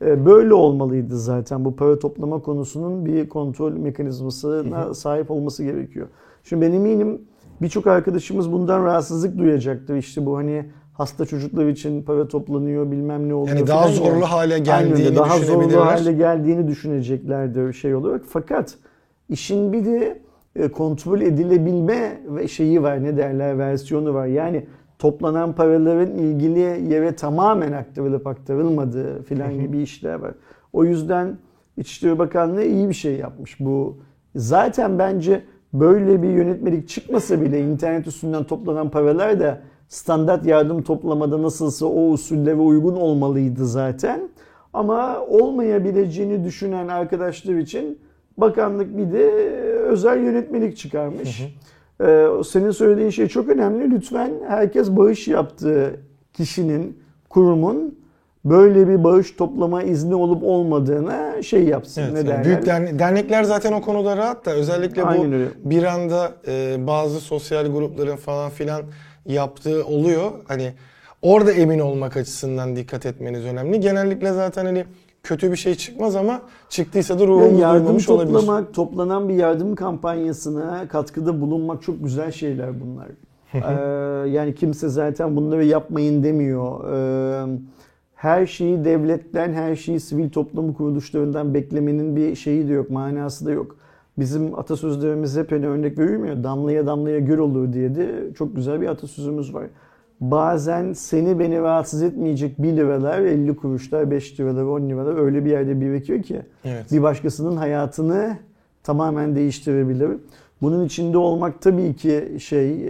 E, böyle olmalıydı zaten. Bu para toplama konusunun bir kontrol mekanizmasına hı hı. sahip olması gerekiyor. Şimdi ben eminim birçok arkadaşımız bundan rahatsızlık duyacaktır. İşte bu hani hasta çocuklar için para toplanıyor, bilmem ne oluyor. Yani daha zorlu yani. hale geldiğini Aynen, daha düşünebilirler. zorlu hale geldiğini düşüneceklerdir şey olarak. Fakat işin bir de kontrol edilebilme ve şeyi var, ne derler, versiyonu var. Yani toplanan paraların ilgili yere tamamen aktarılıp aktarılmadığı filan gibi işler var. O yüzden İçişleri Bakanlığı iyi bir şey yapmış. Bu zaten bence böyle bir yönetmelik çıkmasa bile internet üstünden toplanan paralar da standart yardım toplamada nasılsa o usullere uygun olmalıydı zaten. Ama olmayabileceğini düşünen arkadaşlar için bakanlık bir de özel yönetmelik çıkarmış. Hı hı. Ee, senin söylediğin şey çok önemli. Lütfen herkes bağış yaptığı kişinin, kurumun böyle bir bağış toplama izni olup olmadığına şey yapsın. Evet, ne yani derler? Büyük derne- dernekler zaten o konuda rahat da özellikle Aynen bu öyle. bir anda e, bazı sosyal grupların falan filan yaptığı oluyor. Hani orada emin olmak açısından dikkat etmeniz önemli. Genellikle zaten hani kötü bir şey çıkmaz ama çıktıysa da ruhumuz duymamış olabilir. Toplamak, toplanan bir yardım kampanyasına katkıda bulunmak çok güzel şeyler bunlar. ee, yani kimse zaten bunları yapmayın demiyor. Ee, her şeyi devletten, her şeyi sivil toplum kuruluşlarından beklemenin bir şeyi de yok, manası da yok. Bizim atasözlerimiz hep hani örnek veriyorum ya, damlaya damlaya göl olur diye de çok güzel bir atasözümüz var. Bazen seni beni rahatsız etmeyecek bir liralar, elli kuruşlar, beş liralar, on liralar öyle bir yerde birikiyor ki evet. bir başkasının hayatını tamamen değiştirebilir. Bunun içinde olmak tabii ki şey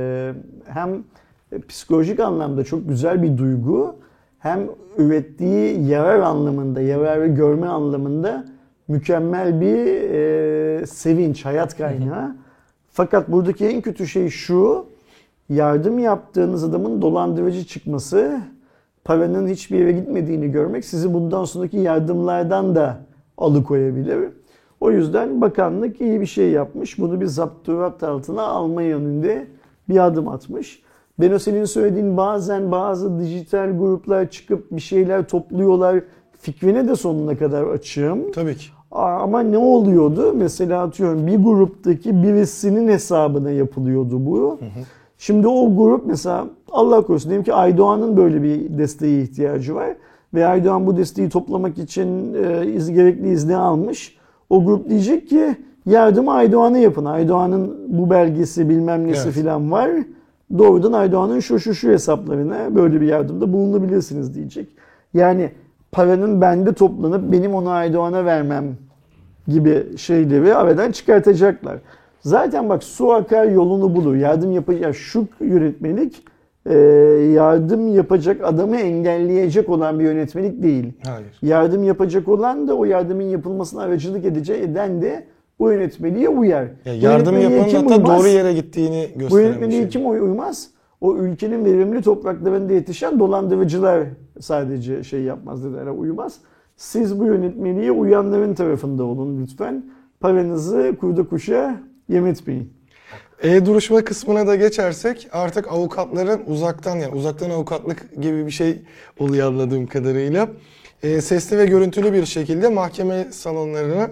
hem psikolojik anlamda çok güzel bir duygu, hem ürettiği yarar anlamında, yararı görme anlamında mükemmel bir e, sevinç, hayat kaynağı. Fakat buradaki en kötü şey şu: yardım yaptığınız adamın dolandırıcı çıkması, paranın hiçbir yere gitmediğini görmek sizi bundan sonraki yardımlardan da alıkoyabilir. O yüzden bakanlık iyi bir şey yapmış. Bunu bir zapturapt altına alma yönünde bir adım atmış. Ben o senin söylediğin bazen bazı dijital gruplar çıkıp bir şeyler topluyorlar fikrine de sonuna kadar açığım. Tabii ki. Ama ne oluyordu? Mesela atıyorum bir gruptaki birisinin hesabına yapılıyordu bu. Hı hı. Şimdi o grup mesela Allah korusun diyelim ki Aydoğan'ın böyle bir desteğe ihtiyacı var. Ve Aydoğan bu desteği toplamak için e, iz, gerekli izni almış. O grup diyecek ki yardımı Aydoğan'a yapın. Aydoğan'ın bu belgesi bilmem nesi evet. filan var. Doğrudan Aydoğan'ın şu şu şu hesaplarına böyle bir yardımda bulunabilirsiniz diyecek. Yani paranın bende toplanıp benim onu Aydoğan'a vermem gibi şeyleri aradan çıkartacaklar. Zaten bak su akar yolunu bulur. Yardım yapacak şu yönetmelik e, yardım yapacak adamı engelleyecek olan bir yönetmelik değil. Hayır. Yardım yapacak olan da o yardımın yapılmasına aracılık edecek eden de bu yönetmeliğe uyar. Ya yardım yapanın hatta doğru yere gittiğini gösteren bu yönetmeliğe bir şey. kim uymaz? O ülkenin verimli topraklarında yetişen dolandırıcılar sadece şey yapmaz dediler, uymaz. Siz bu yönetmeliğe uyanların tarafında olun lütfen. Paranızı kurda kuşa yem etmeyin. E-duruşma kısmına da geçersek artık avukatların uzaktan yani uzaktan avukatlık gibi bir şey oluyor anladığım kadarıyla. E, sesli ve görüntülü bir şekilde mahkeme salonlarına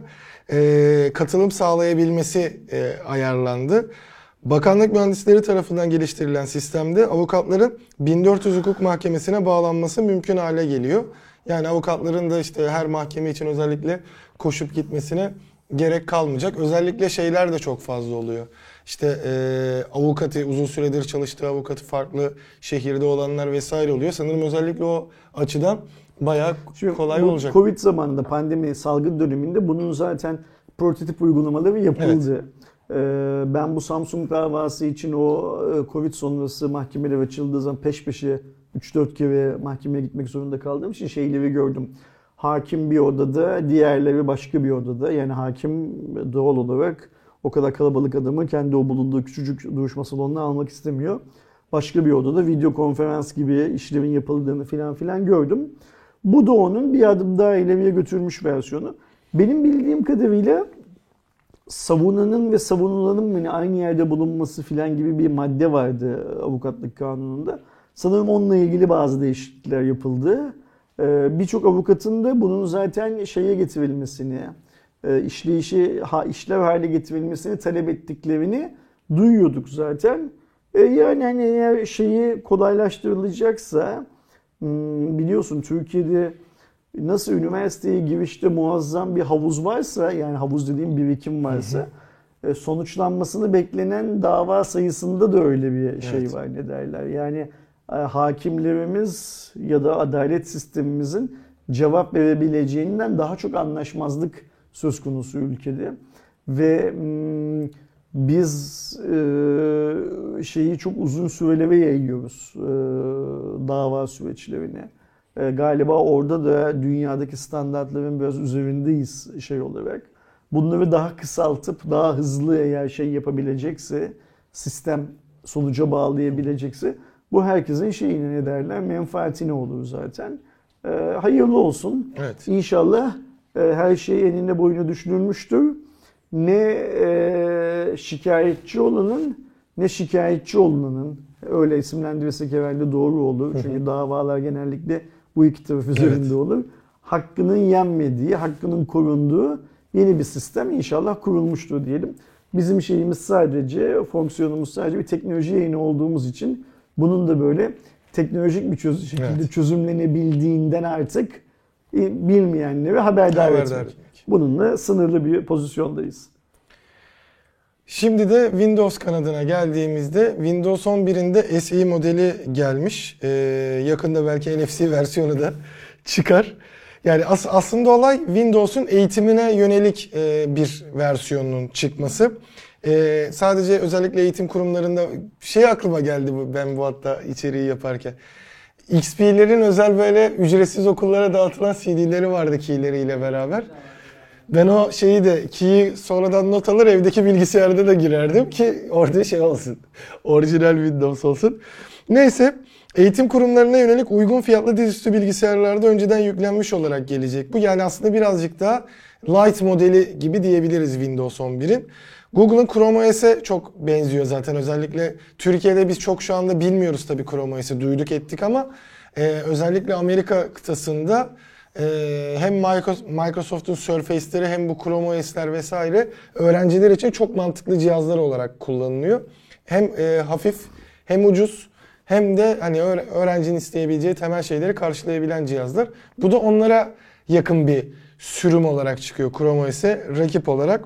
e, katılım sağlayabilmesi e, ayarlandı. Bakanlık mühendisleri tarafından geliştirilen sistemde avukatların bin dört yüz hukuk mahkemesine bağlanması mümkün hale geliyor. Yani avukatların da işte her mahkeme için özellikle koşup gitmesine gerek kalmayacak. Özellikle şeyler de çok fazla oluyor. İşte e, avukatı, uzun süredir çalıştığı avukatı farklı şehirde olanlar vesaire oluyor. Sanırım özellikle o açıdan bayağı Şimdi kolay bu olacak. Covid zamanında, pandemi, salgın döneminde bunun zaten prototip uygulamaları yapıldı. Evet. Ben bu Samsung davası için o Covid sonrası mahkemeler açıldığı zaman peş peşe üç dört kere mahkemeye gitmek zorunda kaldığım için şeyleri gördüm. Hakim bir odada, diğerleri başka bir odada. Yani hakim doğal olarak o kadar kalabalık adamı kendi o bulunduğu küçücük duruşma salonuna almak istemiyor. Başka bir odada video konferans gibi işlemin yapıldığını filan filan gördüm. Bu da onun bir adım daha ileriye götürmüş versiyonu. Benim bildiğim kadarıyla savunanın ve savunulanın aynı yerde bulunması filan gibi bir madde vardı avukatlık kanununda. Sanırım onunla ilgili bazı değişiklikler yapıldı. Ee, Birçok avukatın da bunun zaten şeye getirilmesini, e, işleyişi ha, işlev hale getirilmesini talep ettiklerini duyuyorduk zaten. E, yani hani eğer şeyi kolaylaştırılacaksa, hmm, biliyorsun Türkiye'de nasıl üniversiteye girişte muazzam bir havuz varsa, yani havuz dediğim birikim varsa, hı hı. sonuçlanmasını beklenen dava sayısında da öyle bir şey evet. var, ne derler. Yani hakimlerimiz ya da adalet sistemimizin cevap verebileceğinden daha çok anlaşmazlık söz konusu ülkede. Ve biz şeyi çok uzun sürelere yayıyoruz, dava süreçlerini. Galiba orada da dünyadaki standartların biraz üzerindeyiz şey olarak. Bunları daha kısaltıp daha hızlı eğer şey yapabilecekse, sistem sonuca bağlayabilecekse, bu herkesin şeyine ne derler, menfaatine olur zaten. Ee, hayırlı olsun. Evet. İnşallah e, her şey enine boyuna düşünülmüştür. Ne e, şikayetçi olanın ne şikayetçi olunanın, öyle isimlendirirsek herhalde doğru olur. Çünkü hı hı. davalar genellikle bu iki taraf üzerinde evet. olur. Hakkının yenmediği, hakkının korunduğu yeni bir sistem inşallah kurulmuştur diyelim. Bizim şeyimiz sadece, fonksiyonumuz sadece bir teknoloji yayını olduğumuz için bunun da böyle teknolojik bir çözüm, şekilde evet. çözümlenebildiğinden artık bilmeyenleri haberdar, haberdar etmek. Bununla sınırlı bir pozisyondayız. Şimdi de Windows kanadına geldiğimizde Windows on bir'in de S E modeli gelmiş. Ee, yakında belki N F C versiyonu da çıkar. Yani as- aslında olay Windows'un eğitimine yönelik e, bir versiyonunun çıkması. Ee, sadece özellikle eğitim kurumlarında şey aklıma geldi bu, ben bu hatta içeriği yaparken. X P'lerin özel böyle ücretsiz okullara dağıtılan C D'leri vardı keyleriyle beraber. Ben o şeyi de key'i sonradan not alır evdeki bilgisayarda da girerdim ki orada şey olsun. Orijinal Windows olsun. Neyse, eğitim kurumlarına yönelik uygun fiyatlı dizüstü bilgisayarlarda önceden yüklenmiş olarak gelecek bu. Yani aslında birazcık daha light modeli gibi diyebiliriz Windows on bir'in. Google'ın Chrome O S'e çok benziyor zaten. Özellikle Türkiye'de biz çok şu anda bilmiyoruz tabii Chrome O S'i, duyduk ettik ama e, özellikle Amerika kıtasında e, hem Microsoft'un Surface'leri hem bu Chrome O S'ler vesaire öğrenciler için çok mantıklı cihazlar olarak kullanılıyor. Hem e, hafif hem ucuz hem de hani öğrencinin isteyebileceği temel şeyleri karşılayabilen cihazlar. Bu da onlara yakın bir sürüm olarak çıkıyor Chrome O S'e rakip olarak.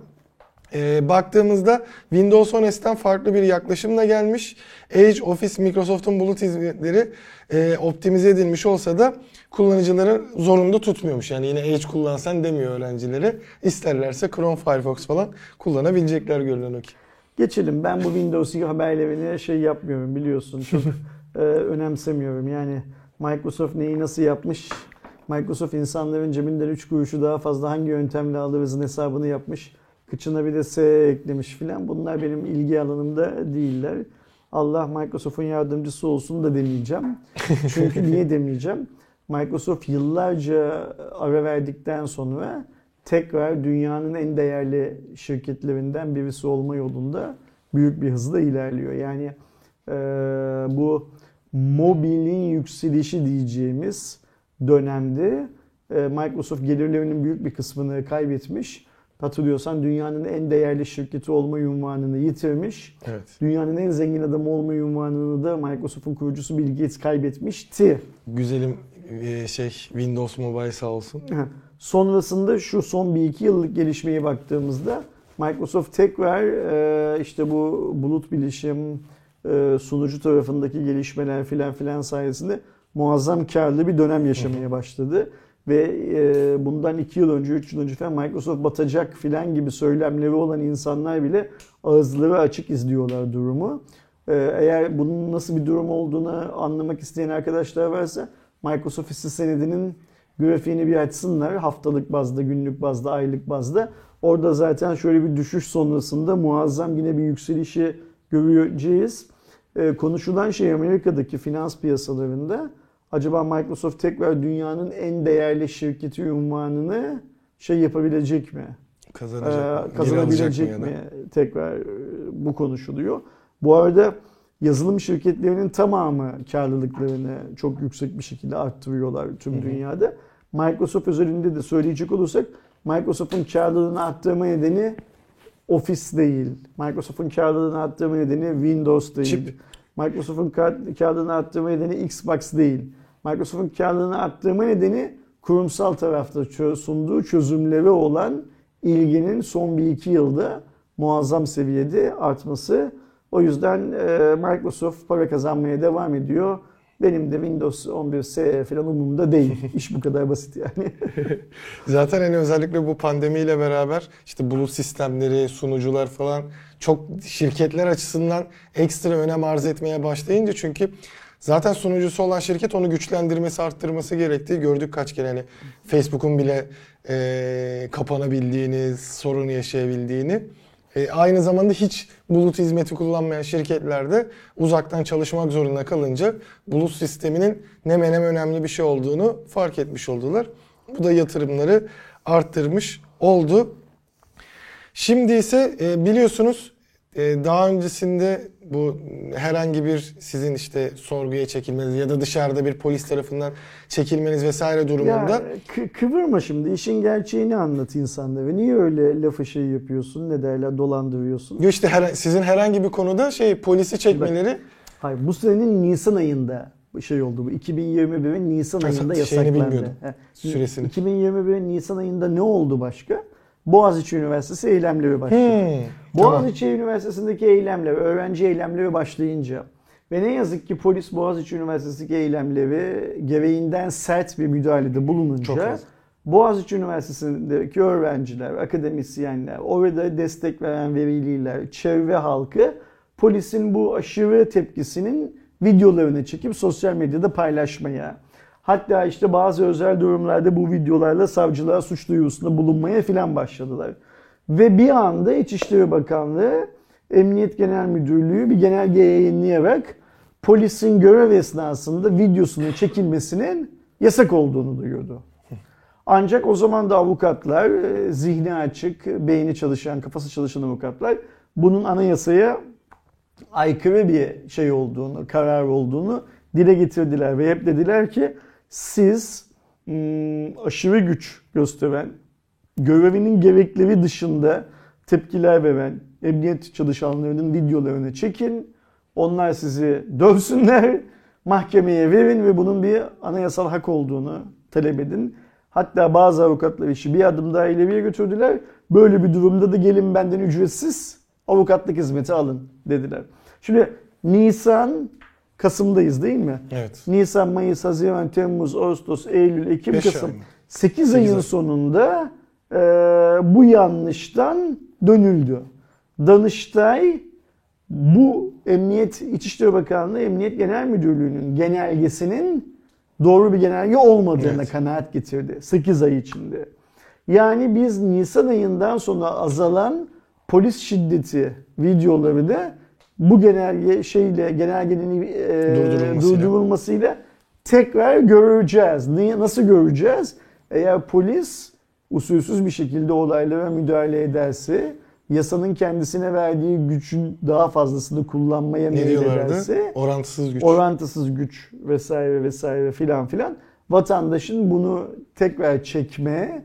Ee, baktığımızda Windows on S'ten farklı bir yaklaşımla gelmiş. Edge, Office, Microsoft'un bulut hizmetleri e, optimize edilmiş olsa da kullanıcıları zorunda tutmuyormuş. Yani yine Edge kullansan demiyor öğrencilere. İsterlerse Chrome, Firefox falan kullanabilecekler görünen o ki. Geçelim. Ben bu Windows haberlerini şey yapmıyorum, biliyorsun. Çok e, önemsemiyorum. Yani Microsoft neyi nasıl yapmış? Microsoft insanların cebinden üç kuruşu daha fazla hangi yöntemle alırızın hesabını yapmış. Kıçına bir de S eklemiş filan. Bunlar benim ilgi alanımda değiller. Allah Microsoft'un yardımcısı olsun da demeyeceğim. Çünkü niye demeyeceğim? Microsoft yıllarca ara verdikten sonra tekrar dünyanın en değerli şirketlerinden birisi olma yolunda büyük bir hızla ilerliyor. Yani e, bu mobilin yükselişi diyeceğimiz dönemde e, Microsoft gelirlerinin büyük bir kısmını kaybetmiş. Hatırlıyorsan dünyanın en değerli şirketi olma unvanını yitirmiş. Evet. Dünyanın en zengin adamı olma unvanını da Microsoft'un kurucusu Bill Gates kaybetmişti. Güzelim şey Windows Mobile sağ olsun. Sonrasında şu son bir iki yıllık gelişmeye baktığımızda Microsoft tekrar işte bu bulut bilişim, sunucu tarafındaki gelişmeler filan filan sayesinde muazzam karlı bir dönem yaşamaya başladı. Ve bundan iki yıl önce, üç yıl önce falan Microsoft batacak filan gibi söylemleri olan insanlar bile ağızları açık izliyorlar durumu. Eğer bunun nasıl bir durum olduğunu anlamak isteyen arkadaşlar varsa Microsoft hisse senedinin grafiğini bir açsınlar. Haftalık bazda, günlük bazda, aylık bazda. Orada zaten şöyle bir düşüş sonrasında muazzam yine bir yükselişi göreceğiz. Konuşulan şey Amerika'daki finans piyasalarında acaba Microsoft tekrar dünyanın en değerli şirketi unvanını şey yapabilecek mi? Kazanacak ee, kazanabilecek mi? mi? Tekrar bu konuşuluyor. Bu arada yazılım şirketlerinin tamamı karlılıklarını çok yüksek bir şekilde arttırıyorlar tüm Hı hı. dünyada. Microsoft özelinde de söyleyecek olursak Microsoft'un karlılığını arttırma nedeni Office değil. Microsoft'un karlılığını arttırma nedeni Windows değil. Chip. Microsoft'un kar- karlılığını arttırma nedeni Xbox değil. Microsoft'un karlılığını arttırma nedeni kurumsal tarafta çö- sunduğu çözümlere olan ilginin son bir iki yılda muazzam seviyede artması. O yüzden e, Microsoft para kazanmaya devam ediyor. Benim de Windows on bir S falan umurumda değil. İş bu kadar basit yani. Zaten hani özellikle bu pandemiyle beraber işte bulut sistemleri, sunucular falan çok şirketler açısından ekstra önem arz etmeye başlayınca, çünkü zaten sunucusu olan şirket onu güçlendirmesi, arttırması gerektiği gördük kaç kere. Hani Facebook'un bile e, kapanabildiğini, sorun yaşayabildiğini. E, aynı zamanda hiç bulut hizmeti kullanmayan şirketlerde uzaktan çalışmak zorunda kalınca bulut sisteminin ne menem önemli bir şey olduğunu fark etmiş oldular. Bu da yatırımları arttırmış oldu. Şimdi ise e, biliyorsunuz e, daha öncesinde bu herhangi bir sizin işte sorguya çekilmeniz ya da dışarıda bir polis tarafından çekilmeniz vesaire durumunda. Ya kı- kıvırma şimdi, işin gerçeğini anlat insanlara. Niye öyle lafı şey yapıyorsun, ne derler, dolandırıyorsun? Yo işte her, sizin herhangi bir konuda şey polisi çekmeleri. Hayır, bu senenin Nisan ayında şey oldu bu. iki bin yirmi birin Nisan Ha, ayında şeyini yasaklandı. bilmiyordum, He. süresini. iki bin yirmi birin Nisan ayında ne oldu başka? Boğaziçi Üniversitesi eylemleri başladı. Hmm, tamam. Boğaziçi Üniversitesi'ndeki eylemler, öğrenci eylemleri başlayınca ve ne yazık ki polis Boğaziçi Üniversitesi'ndeki eylemleri gereğinden sert bir müdahalede Çok bulununca fazla. Boğaziçi Üniversitesi'ndeki öğrenciler, akademisyenler, orada destek veren veliler, çevre halkı polisin bu aşırı tepkisinin videolarını çekip sosyal medyada paylaşmaya, hatta işte bazı özel durumlarda bu videolarla savcılığa suç duyurusunda bulunmaya filan başladılar. Ve bir anda İçişleri Bakanlığı, Emniyet Genel Müdürlüğü bir genelge yayınlayarak polisin görev esnasında videosunun çekilmesinin yasak olduğunu duyurdu. Ancak o zaman da avukatlar, zihni açık, beyni çalışan, kafası çalışan avukatlar bunun anayasaya aykırı bir şey olduğunu, karar olduğunu dile getirdiler ve hep dediler ki siz aşırı güç gösteren, görevinin gerekleri dışında tepkiler veren emniyet çalışanlarının videolarını çekin, onlar sizi dövsünler, mahkemeye verin ve bunun bir anayasal hak olduğunu talep edin. Hatta bazı avukatlar işi bir adım daha ileriye götürdüler. Böyle bir durumda da gelin benden ücretsiz avukatlık hizmeti alın dediler. Şimdi Nisan, Kasım'dayız değil mi? Evet. Nisan, Mayıs, Haziran, Temmuz, Ağustos, Eylül, Ekim, Beş Kasım. ay mı? sekiz Sekiz ayın ay. sonunda e, bu yanlıştan dönüldü. Danıştay bu Emniyet İçişleri Bakanlığı Emniyet Genel Müdürlüğü'nün genelgesinin doğru bir genelge olmadığına Evet. kanaat getirdi sekiz ay içinde. Yani biz Nisan ayından sonra azalan polis şiddeti videoları da bu genelge şeyle genelgenin e, Durdurulmasıyla. durdurulmasıyla tekrar göreceğiz. Niye, nasıl göreceğiz? Eğer polis usulsüz bir şekilde olaylara müdahale ederse, yasanın kendisine verdiği gücün daha fazlasını kullanmaya Ne meyil diyorlardı? ederse, Orantısız güç. orantısız güç vesaire vesaire filan filan, vatandaşın bunu tekrar çekme,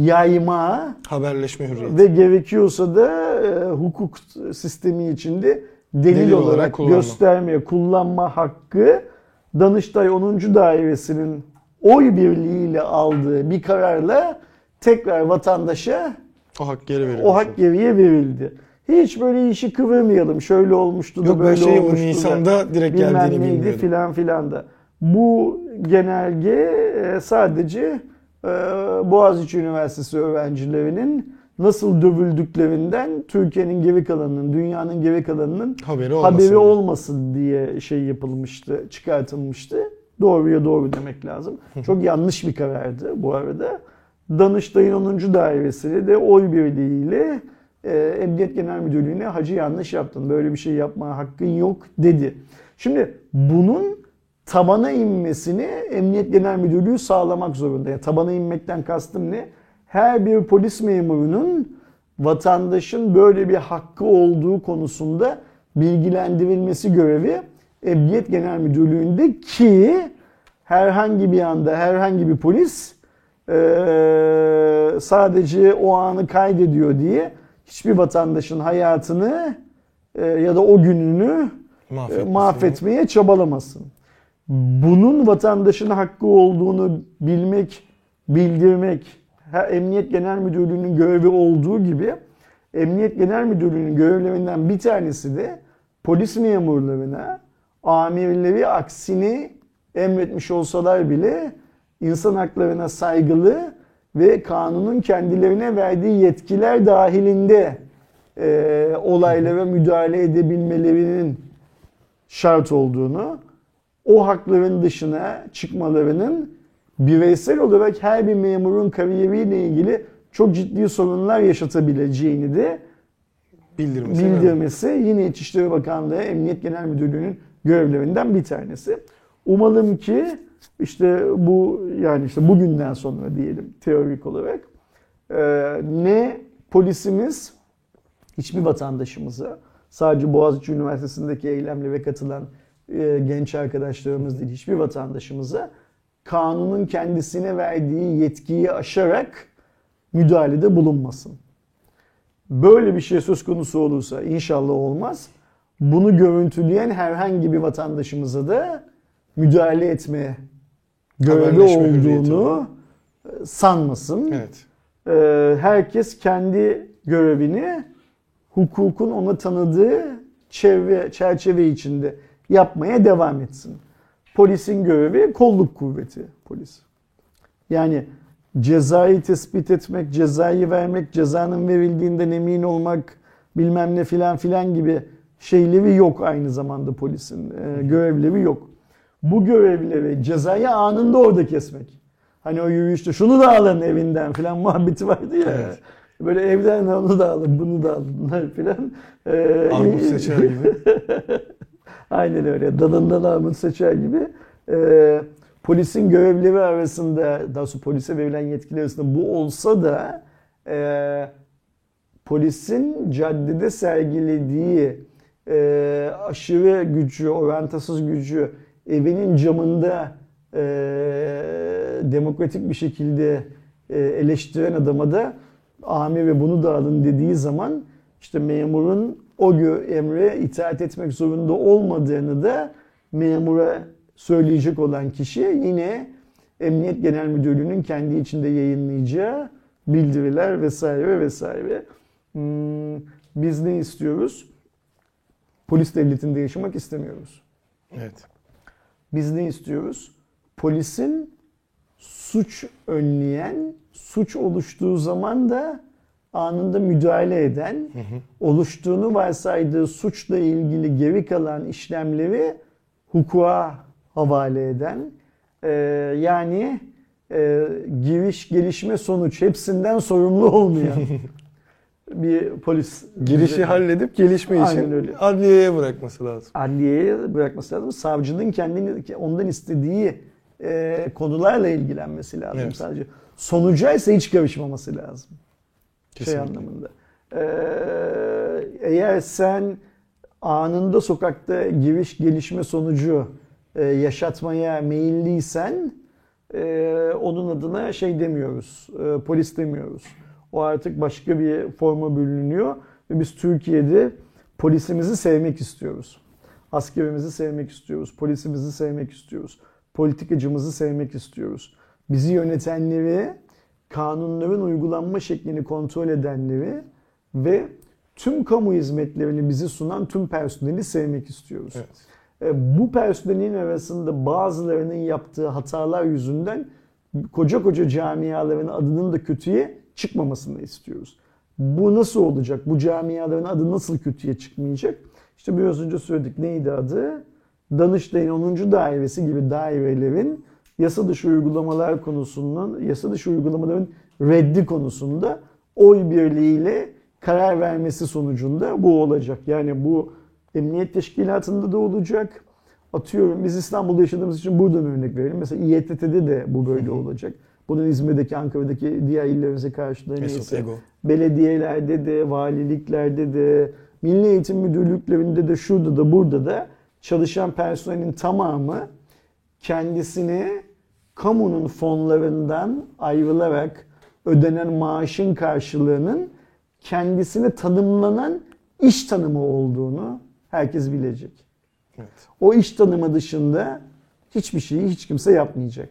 yayma Haberleşme hürriyeti. ve gerekiyorsa da e, hukuk sistemi içinde delil, Delil olarak olarak kullanma. göstermeye, kullanma hakkı Danıştay onuncu Dairesi'nin oy birliğiyle aldığı bir kararla tekrar vatandaşa O hak geri verilmiş. o hak geriye verildi. Hiç böyle işi kıvırmayalım. Şöyle olmuştu da Yok ben böyle şeyi o olmuştu da. Nisan'da direkt Bilmem geldiğini neydi bilmiyordum. filan filan da. Bu genelge e, sadece e, Boğaziçi Üniversitesi öğrencilerinin nasıl dövüldüklerinden Türkiye'nin geri kalanının, dünyanın geri kalanının Haberi olmasın. haberi olmasın diye şey yapılmıştı, çıkartılmıştı. Doğruya doğru demek lazım. Çok yanlış bir karardı bu arada. Danıştay'ın onuncu Dairesi de oy birliğiyle e, Emniyet Genel Müdürlüğü'ne hacı yanlış yaptın, böyle bir şey yapmaya hakkın yok dedi. Şimdi bunun tabana inmesini Emniyet Genel Müdürlüğü sağlamak zorunda. Yani tabana inmekten kastım ne? Her bir polis memurunun vatandaşın böyle bir hakkı olduğu konusunda bilgilendirilmesi görevi Emniyet Genel Müdürlüğü'nde ki herhangi bir anda herhangi bir polis sadece o anı kaydediyor diye hiçbir vatandaşın hayatını ya da o gününü Mahvetmesin. mahvetmeye çabalamasın. Bunun vatandaşın hakkı olduğunu bilmek, bildirmek, Emniyet Genel Müdürlüğü'nün görevi olduğu gibi Emniyet Genel Müdürlüğü'nün görevlerinden bir tanesi de polis memurlarına amirleri aksini emretmiş olsalar bile insan haklarına saygılı ve kanunun kendilerine verdiği yetkiler dahilinde e, olaylara müdahale edebilmelerinin şart olduğunu, o hakların dışına çıkmalarının bireysel olarak her bir memurun kariyeriyle ilgili çok ciddi sorunlar yaşatabileceğini de bildirmesi, bildirmesi yine İçişleri Bakanlığı Emniyet Genel Müdürlüğü'nün görevlerinden bir tanesi. Umalım ki işte bu yani işte bugünden sonra diyelim teorik olarak ne polisimiz hiçbir vatandaşımıza sadece Boğaziçi Üniversitesi'ndeki eylemlere katılan genç arkadaşlarımız değil hiçbir vatandaşımıza kanunun kendisine verdiği yetkiyi aşarak müdahalede bulunmasın. Böyle bir şey söz konusu olursa inşallah olmaz. Bunu görüntüleyen herhangi bir vatandaşımıza da müdahale etmeye görevi olduğunu sanmasın. Evet. Herkes kendi görevini hukukun ona tanıdığı çevre, çerçeve içinde yapmaya devam etsin. Polisin görevi kolluk kuvveti polis. Yani cezayı tespit etmek, cezayı vermek, cezanın verildiğinden emin olmak, bilmem ne filan filan gibi şeyleri yok aynı zamanda polisin. E, görevleri yok. Bu görevleri cezayı anında orada kesmek. Hani o yürüyüşte şunu da alın evinden filan muhabbeti vardı ya. Evet. Böyle evden onu da alın, bunu da alın filan. E, armut seçer gibi. Aynen öyle. Dalından armut seçer gibi. E, polisin görevleri arasında, daha doğrusu polise verilen yetkiler arasında bu olsa da e, polisin caddede sergilediği e, aşırı gücü, orantısız gücü evinin camında e, demokratik bir şekilde e, eleştiren adama da amir ve bunu da alın dediği zaman işte memurun o emre itaat etmek zorunda olmadığını da memura söyleyecek olan kişi yine Emniyet Genel Müdürlüğü'nün kendi içinde yayınlayacağı bildiriler vesaire vesaire. Hmm, biz ne istiyoruz? Polis devletinde yaşamak istemiyoruz. Evet. Biz ne istiyoruz? Polisin suç önleyen, suç oluştuğu zaman da anında müdahale eden, hı hı. oluştuğunu varsaydığı suçla ilgili geri kalan işlemleri hukuka havale eden, e, yani e, giriş, gelişme, sonuç hepsinden sorumlu olmayan bir polis. Girişi bize halledip gelişme için öyle. Adliyeye bırakması lazım. Adliyeye bırakması lazım. Savcının kendini ondan istediği e, konularla ilgilenmesi lazım. Evet. Sadece sonuca ise hiç karışmaması lazım. Kesinlikle. Şey anlamında. Ee, eğer sen anında sokakta giriş gelişme sonucu e, yaşatmaya meyilliysen e, onun adına şey demiyoruz, e, polis demiyoruz. O artık başka bir forma bürünüyor ve biz Türkiye'de polisimizi sevmek istiyoruz. Askerimizi sevmek istiyoruz, polisimizi sevmek istiyoruz, politikacımızı sevmek istiyoruz. Bizi yönetenleri, kanunların uygulanma şeklini kontrol edenleri ve tüm kamu hizmetlerini bize sunan tüm personeli sevmek istiyoruz. Evet. Bu personelin arasında bazılarının yaptığı hatalar yüzünden koca koca camiaların adının da kötüye çıkmamasını istiyoruz. Bu nasıl olacak? Bu camiaların adı nasıl kötüye çıkmayacak? İşte biraz önce söyledik. Neydi adı? Danıştay'ın onuncu dairesi gibi dairelerin yasa dışı uygulamalar konusunun, yasa dışı uygulamaların reddi konusunda oy birliğiyle karar vermesi sonucunda bu olacak. Yani bu emniyet teşkilatında da olacak. Atıyorum biz İstanbul'da yaşadığımız için buradan örnek verelim. Mesela İ E T T'de de bu böyle olacak. Bunun İzmir'deki, Ankara'daki diğer illerimize karşılığı neyse. Belediyelerde de, valiliklerde de, Milli Eğitim Müdürlüklerinde de şurada da burada da çalışan personelin tamamı kendisini kamunun fonlarından ayrılarak ödenen maaşın karşılığının kendisine tanımlanan iş tanımı olduğunu herkes bilecek. Evet. O iş tanımı dışında hiçbir şeyi hiç kimse yapmayacak.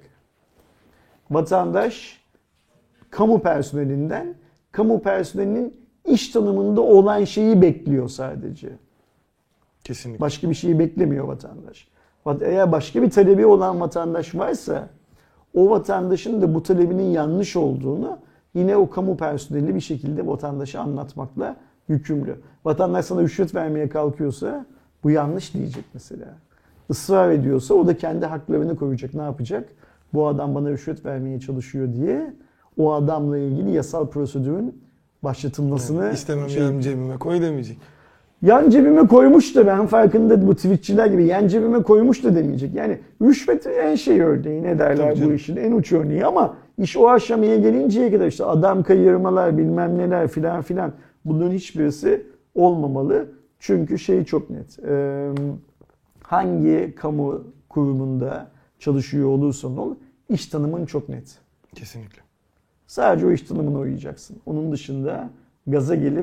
Vatandaş kamu personelinden kamu personelinin iş tanımında olan şeyi bekliyor sadece. Kesinlikle. Başka bir şeyi beklemiyor vatandaş. Eğer başka bir talebi olan vatandaş varsa o vatandaşın da bu talebinin yanlış olduğunu yine o kamu personeli bir şekilde vatandaşa anlatmakla yükümlü. Vatandaş sana rüşvet vermeye kalkıyorsa bu yanlış diyecek mesela. Israr ediyorsa o da kendi haklarını koyacak. Ne yapacak? Bu adam bana rüşvet vermeye çalışıyor diye o adamla ilgili yasal prosedürün başlatılmasını... Yani istemem şey, yan cebime koy demeyecek. Yan cebime koymuş da ben farkında bu tweetçiler gibi yan cebime koymuş da demeyecek. Yani rüşvet en şey örneği ne derler bu işin en uç örneği ama iş o aşamaya gelinceye kadar işte adam kayırmalar bilmem neler filan filan bunların hiçbirisi olmamalı. Çünkü şey çok net. Hangi kamu kurumunda çalışıyor olursan ol iş tanımın çok net. Kesinlikle. Sadece o iş tanımına uyacaksın. Onun dışında gaza gelip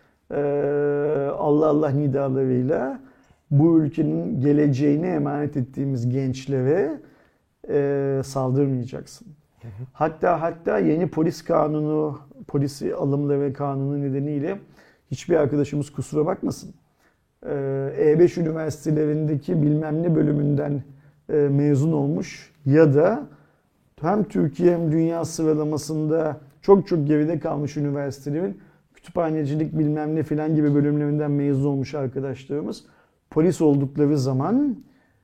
Allah Allah nidalarıyla bu ülkenin geleceğine emanet ettiğimiz gençlere saldırmayacaksın. Hı hı. Hatta hatta yeni polis kanunu, polisi alımları kanunu nedeniyle hiçbir arkadaşımız kusura bakmasın. E beş üniversitelerindeki bilmem ne bölümünden mezun olmuş ya da hem Türkiye hem dünya sıralamasında çok çok geride kalmış üniversitelerin kütüphanecilik bilmem ne filan gibi bölümlerinden mezun olmuş arkadaşlarımız polis oldukları zaman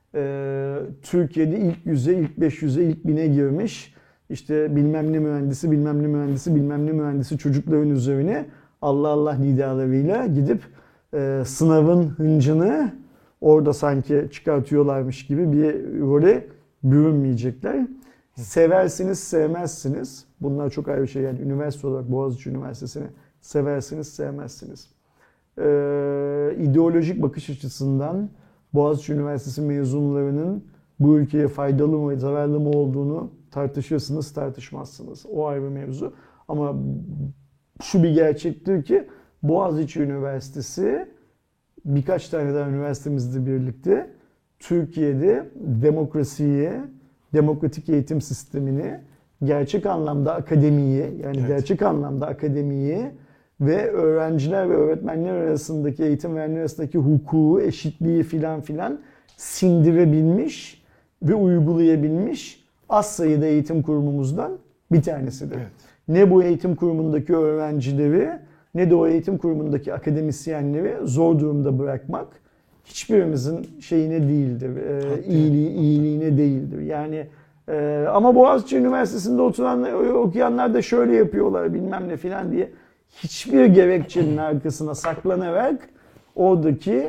e, Türkiye'de ilk yüze, ilk beş yüze, ilk bine girmiş işte bilmem ne mühendisi, bilmem ne mühendisi, bilmem ne mühendisi çocukların üzerine Allah Allah nidalarıyla gidip e, sınavın hıncını orada sanki çıkartıyorlarmış gibi bir role bürünmeyecekler. Seversiniz, sevmezsiniz. Bunlar çok ayrı bir şey. Yani üniversite olarak Boğaziçi Üniversitesi'ni seversiniz, sevmezsiniz. Ee, ideolojik bakış açısından Boğaziçi Üniversitesi mezunlarının bu ülkeye faydalı mı, zararlı mı olduğunu tartışırsınız, tartışmazsınız. O ayrı mevzu. Ama şu bir gerçektir ki Boğaziçi Üniversitesi birkaç tane daha üniversitemizle birlikte Türkiye'de demokrasiyi, demokratik eğitim sistemini, gerçek anlamda akademiyi, yani evet. gerçek anlamda akademiyi ve öğrenciler ve öğretmenler arasındaki, eğitim verenler arasındaki hukuku, eşitliği filan filan sindirebilmiş ve uygulayabilmiş az sayıda eğitim kurumumuzdan bir tanesidir. Evet. Ne bu eğitim kurumundaki öğrencileri ne de o eğitim kurumundaki akademisyenleri zor durumda bırakmak hiçbirimizin şeyine değildir, e, iyiliği, iyiliğine değildir. Yani e, ama Boğaziçi Üniversitesi'nde oturanlar, okuyanlar da şöyle yapıyorlar bilmem ne filan diye hiçbir gerekçenin arkasına saklanarak oradaki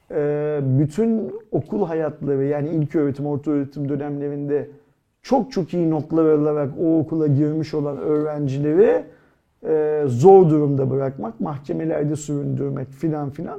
e, bütün okul hayatları yani ilköğretim, ortaöğretim dönemlerinde çok çok iyi notlar alarak o okula girmiş olan öğrencileri e, zor durumda bırakmak, mahkemelerde süründürmek filan filan.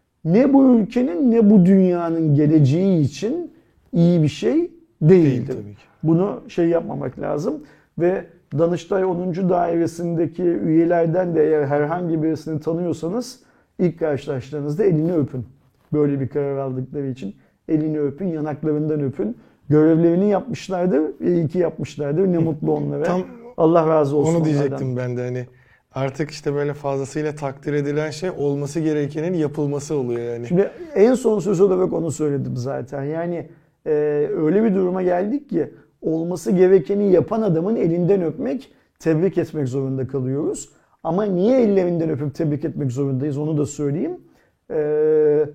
Ne bu ülkenin ne bu dünyanın geleceği için iyi bir şey değildir. Değil, bunu şey yapmamak lazım ve Danıştay onuncu dairesindeki üyelerden de eğer herhangi birisini tanıyorsanız ilk karşılaştığınızda elini öpün. Böyle bir karar aldıkları için elini öpün, yanaklarından öpün. Görevlerini yapmışlardır, iyi ki yapmışlardır. Ne mutlu onlara. Tam Allah razı olsun. Onu diyecektim onlardan. Ben de hani artık işte böyle fazlasıyla takdir edilen şey olması gerekenin yapılması oluyor yani. Şimdi en son söz olarak onu söyledim zaten. Yani e, öyle bir duruma geldik ki olması gerekeni yapan adamın elinden öpmek, tebrik etmek zorunda kalıyoruz. Ama niye ellerinden öpüp tebrik etmek zorundayız onu da söyleyeyim. E,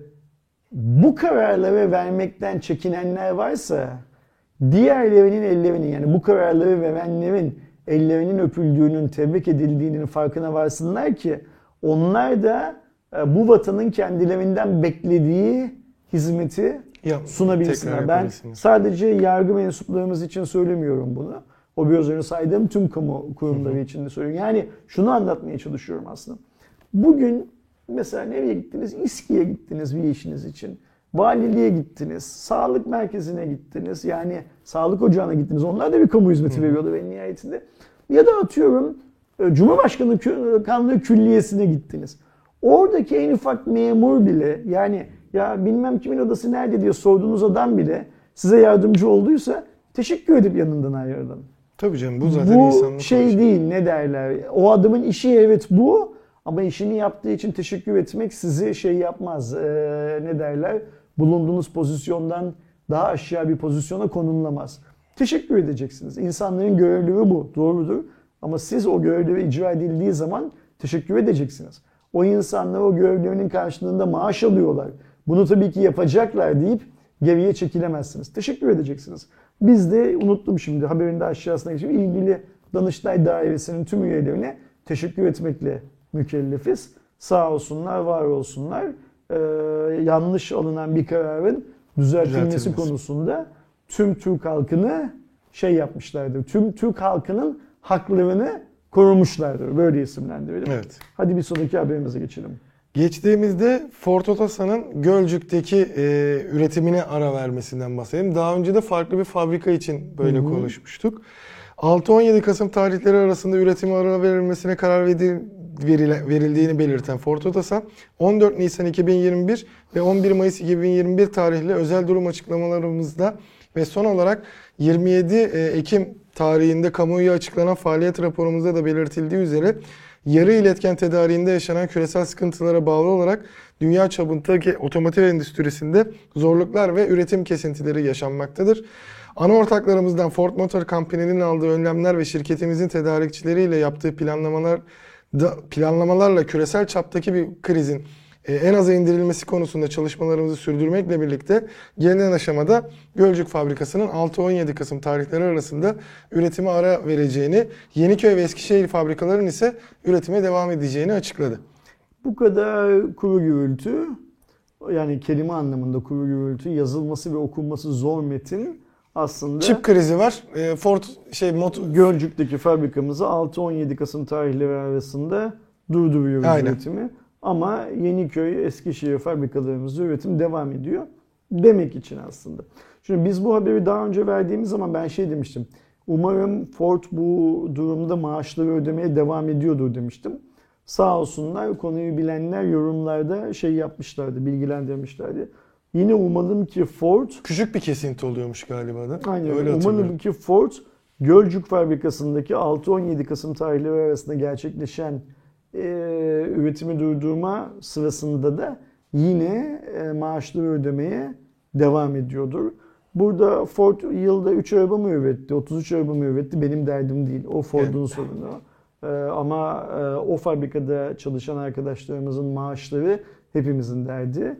bu kararları vermekten çekinenler varsa diğerlerinin ellerinin yani bu kararları verenlerin ellerinin öpüldüğünün, tebrik edildiğinin farkına varsınlar ki onlar da bu vatanın kendilerinden beklediği hizmeti ya, sunabilsinler. Ben sadece yargı mensuplarımız için söylemiyorum bunu. O biraz önce saydığım tüm kamu kurumları hı hı. için de söylüyorum. Yani şunu anlatmaya çalışıyorum aslında. Bugün mesela nereye gittiniz? İSKİ'ye gittiniz bir işiniz için. Valiliğe gittiniz. Sağlık merkezine gittiniz. Yani sağlık ocağına gittiniz. Onlar da bir kamu hizmeti veriyordu en nihayetinde. Ya da atıyorum Cumhurbaşkanlığı Külliyesi'ne gittiniz. Oradaki en ufak memur bile, yani ya bilmem kimin odası nerede diye sorduğunuz adam bile size yardımcı olduysa teşekkür edip yanından ayrılın. Tabii canım, bu zaten bu insanlık şey oluşu. değil, ne derler. O adamın işi evet bu, ama işini yaptığı için teşekkür etmek sizi şey yapmaz. Ee, ne derler? Bulunduğunuz pozisyondan daha aşağı bir pozisyona konumlamaz. Teşekkür edeceksiniz. İnsanların görevleri bu. Doğrudur. Ama siz o görevleri icra edildiği zaman teşekkür edeceksiniz. O insanlar o görevlerinin karşılığında maaş alıyorlar. Bunu tabii ki yapacaklar deyip geriye çekilemezsiniz. Teşekkür edeceksiniz. Biz de, unuttum şimdi, haberin de aşağısına geçip ilgili Danıştay Dairesi'nin tüm üyelerine teşekkür etmekle mükellefiz. Sağ olsunlar, var olsunlar. Ee, yanlış alınan bir kararın düzeltilmesi Düzeltilmesi. konusunda tüm Türk halkını şey yapmışlardır. Tüm Türk halkının haklarını korumuşlardır. Böyle isimlendirelim. Evet. Hadi bir sonraki haberimize geçelim. Geçtiğimizde Ford Otosan'ın Gölcük'teki e, üretimine ara vermesinden bahsedelim. Daha önce de farklı bir fabrika için böyle Hı hı. konuşmuştuk. altı on yedi Kasım tarihleri arasında üretime ara verilmesine karar veril- verile- verildiğini belirten Ford Otosan, on dört Nisan iki bin yirmi bir ve on bir Mayıs iki bin yirmi bir tarihli özel durum açıklamalarımızda ve son olarak yirmi yedi Ekim tarihinde kamuoyu açıklanan faaliyet raporumuzda da belirtildiği üzere yarı iletken tedariğinde yaşanan küresel sıkıntılara bağlı olarak dünya çapındaki otomotiv endüstrisinde zorluklar ve üretim kesintileri yaşanmaktadır. Ana ortaklarımızdan Ford Motor Company'nin aldığı önlemler ve şirketimizin tedarikçileriyle yaptığı planlamalar planlamalarla küresel çaptaki bir krizin en aza indirilmesi konusunda çalışmalarımızı sürdürmekle birlikte gelinen aşamada Gölcük fabrikasının altı on yedi Kasım tarihleri arasında üretime ara vereceğini, Yeniköy ve Eskişehir fabrikalarının ise üretime devam edeceğini açıkladı. Bu kadar kuru gürültü, yani kelime anlamında kuru gürültü, yazılması ve okunması zor metin aslında Çip krizi var. Ford şey motor Gölcük'teki fabrikamızı altı on yedi Kasım tarihleri arasında durduruyoruz Aynen. üretimi. Ama Yeniköy, Eskişehir fabrikalarımızda üretim devam ediyor demek için aslında. Şimdi biz bu haberi daha önce verdiğimiz zaman ben şey demiştim. Umarım Ford bu durumda maaşları ödemeye devam ediyordur demiştim. Sağ olsunlar, konuyu bilenler yorumlarda şey yapmışlardı, bilgilendirmişlerdi. Yine umalım ki Ford... Küçük bir kesinti oluyormuş galiba da. Aynen. Öyle Umalım ki Ford Gölcük fabrikasındaki altı on yedi Kasım tarihleri arasında gerçekleşen e, üretimi durdurma sırasında da yine e, maaşları ödemeye devam ediyordur. Burada Ford yılda üç araba mı üretti, otuz üç araba mı üretti benim derdim değil. O Ford'un evet. sorunu. E, ama e, o fabrikada çalışan arkadaşlarımızın maaşları hepimizin derdi.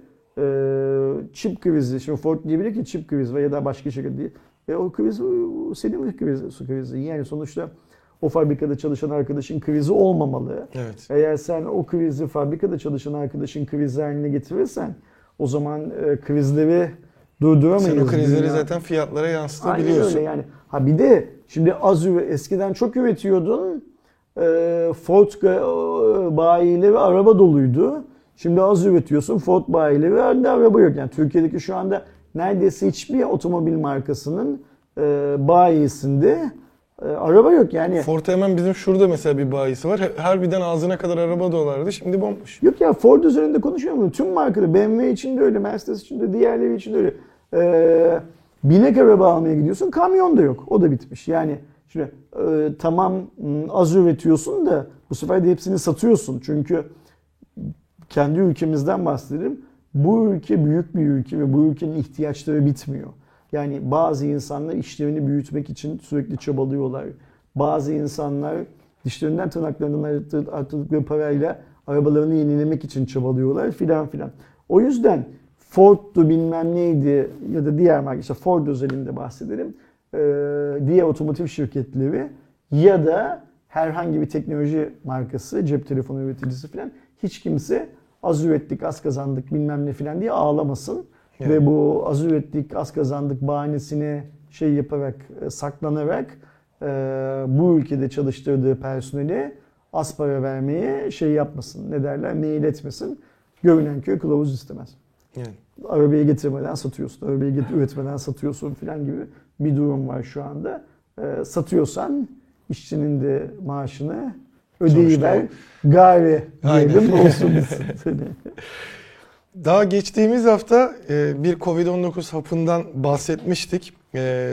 Çip krizi, şimdi Ford diyebilir ki çip krizi var ya da başka şekilde değil. E o kriz senin krizi, su krizi. Yani sonuçta o fabrikada çalışan arkadaşın krizi olmamalı. Evet. Eğer sen o krizi fabrikada çalışan arkadaşın krizi haline getirirsen o zaman e, krizleri durduramayız. Sen o krizleri dünya. zaten fiyatlara yansıtabiliyorsun. Aynen öyle yani. Ha bir de şimdi az eskiden çok üretiyordun. E, Ford bayileri araba doluydu. Şimdi az üretiyorsun, Ford bayileri ve araba yok. Yani Türkiye'deki şu anda neredeyse hiçbir otomobil markasının e, bayisinde e, araba yok. Yani Ford hemen bizim şurada mesela bir bayisi var. Harbiden ağzına kadar araba dolardı. Şimdi bomboş. Yok ya, Ford üzerinde konuşuyorum. Tüm markaları, B M W için de öyle, Mercedes için de, diğerleri için de öyle. E, binek araba almaya gidiyorsun, kamyon da yok. O da bitmiş. Yani şimdi e, tamam az üretiyorsun da bu sefer de hepsini satıyorsun. Çünkü kendi ülkemizden bahsedelim. Bu ülke büyük bir ülke ve bu ülkenin ihtiyaçları bitmiyor. Yani bazı insanlar işlerini büyütmek için sürekli çabalıyorlar. Bazı insanlar dişlerinden tırnaklarından arttırdıkları parayla arabalarını yenilemek için çabalıyorlar filan filan. O yüzden Ford'du bilmem neydi ya da diğer marka, işte Ford özelinde bahsedelim. Ee, diğer otomotiv şirketleri ya da herhangi bir teknoloji markası, cep telefonu üreticisi filan, hiç kimse az ürettik, az kazandık bilmem ne filan diye ağlamasın. Yani. Ve bu az ürettik, az kazandık bahanesine şey yaparak, saklanarak e, bu ülkede çalıştırdığı personeli az para vermeye şey yapmasın, ne derler, meyil etmesin. Görünen köy kılavuz istemez. Yani. Arabaya getirmeden satıyorsun, arabaya get- üretmeden satıyorsun filan gibi bir durum var şu anda. Ee, satıyorsan işçinin de maaşını ödeyiver, gari diyelim olsun bitsin. Daha geçtiğimiz hafta e, bir kovid on dokuz hapından bahsetmiştik. E,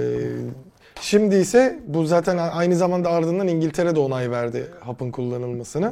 şimdi ise bu zaten aynı zamanda ardından İngiltere de onay verdi hapın kullanılmasına.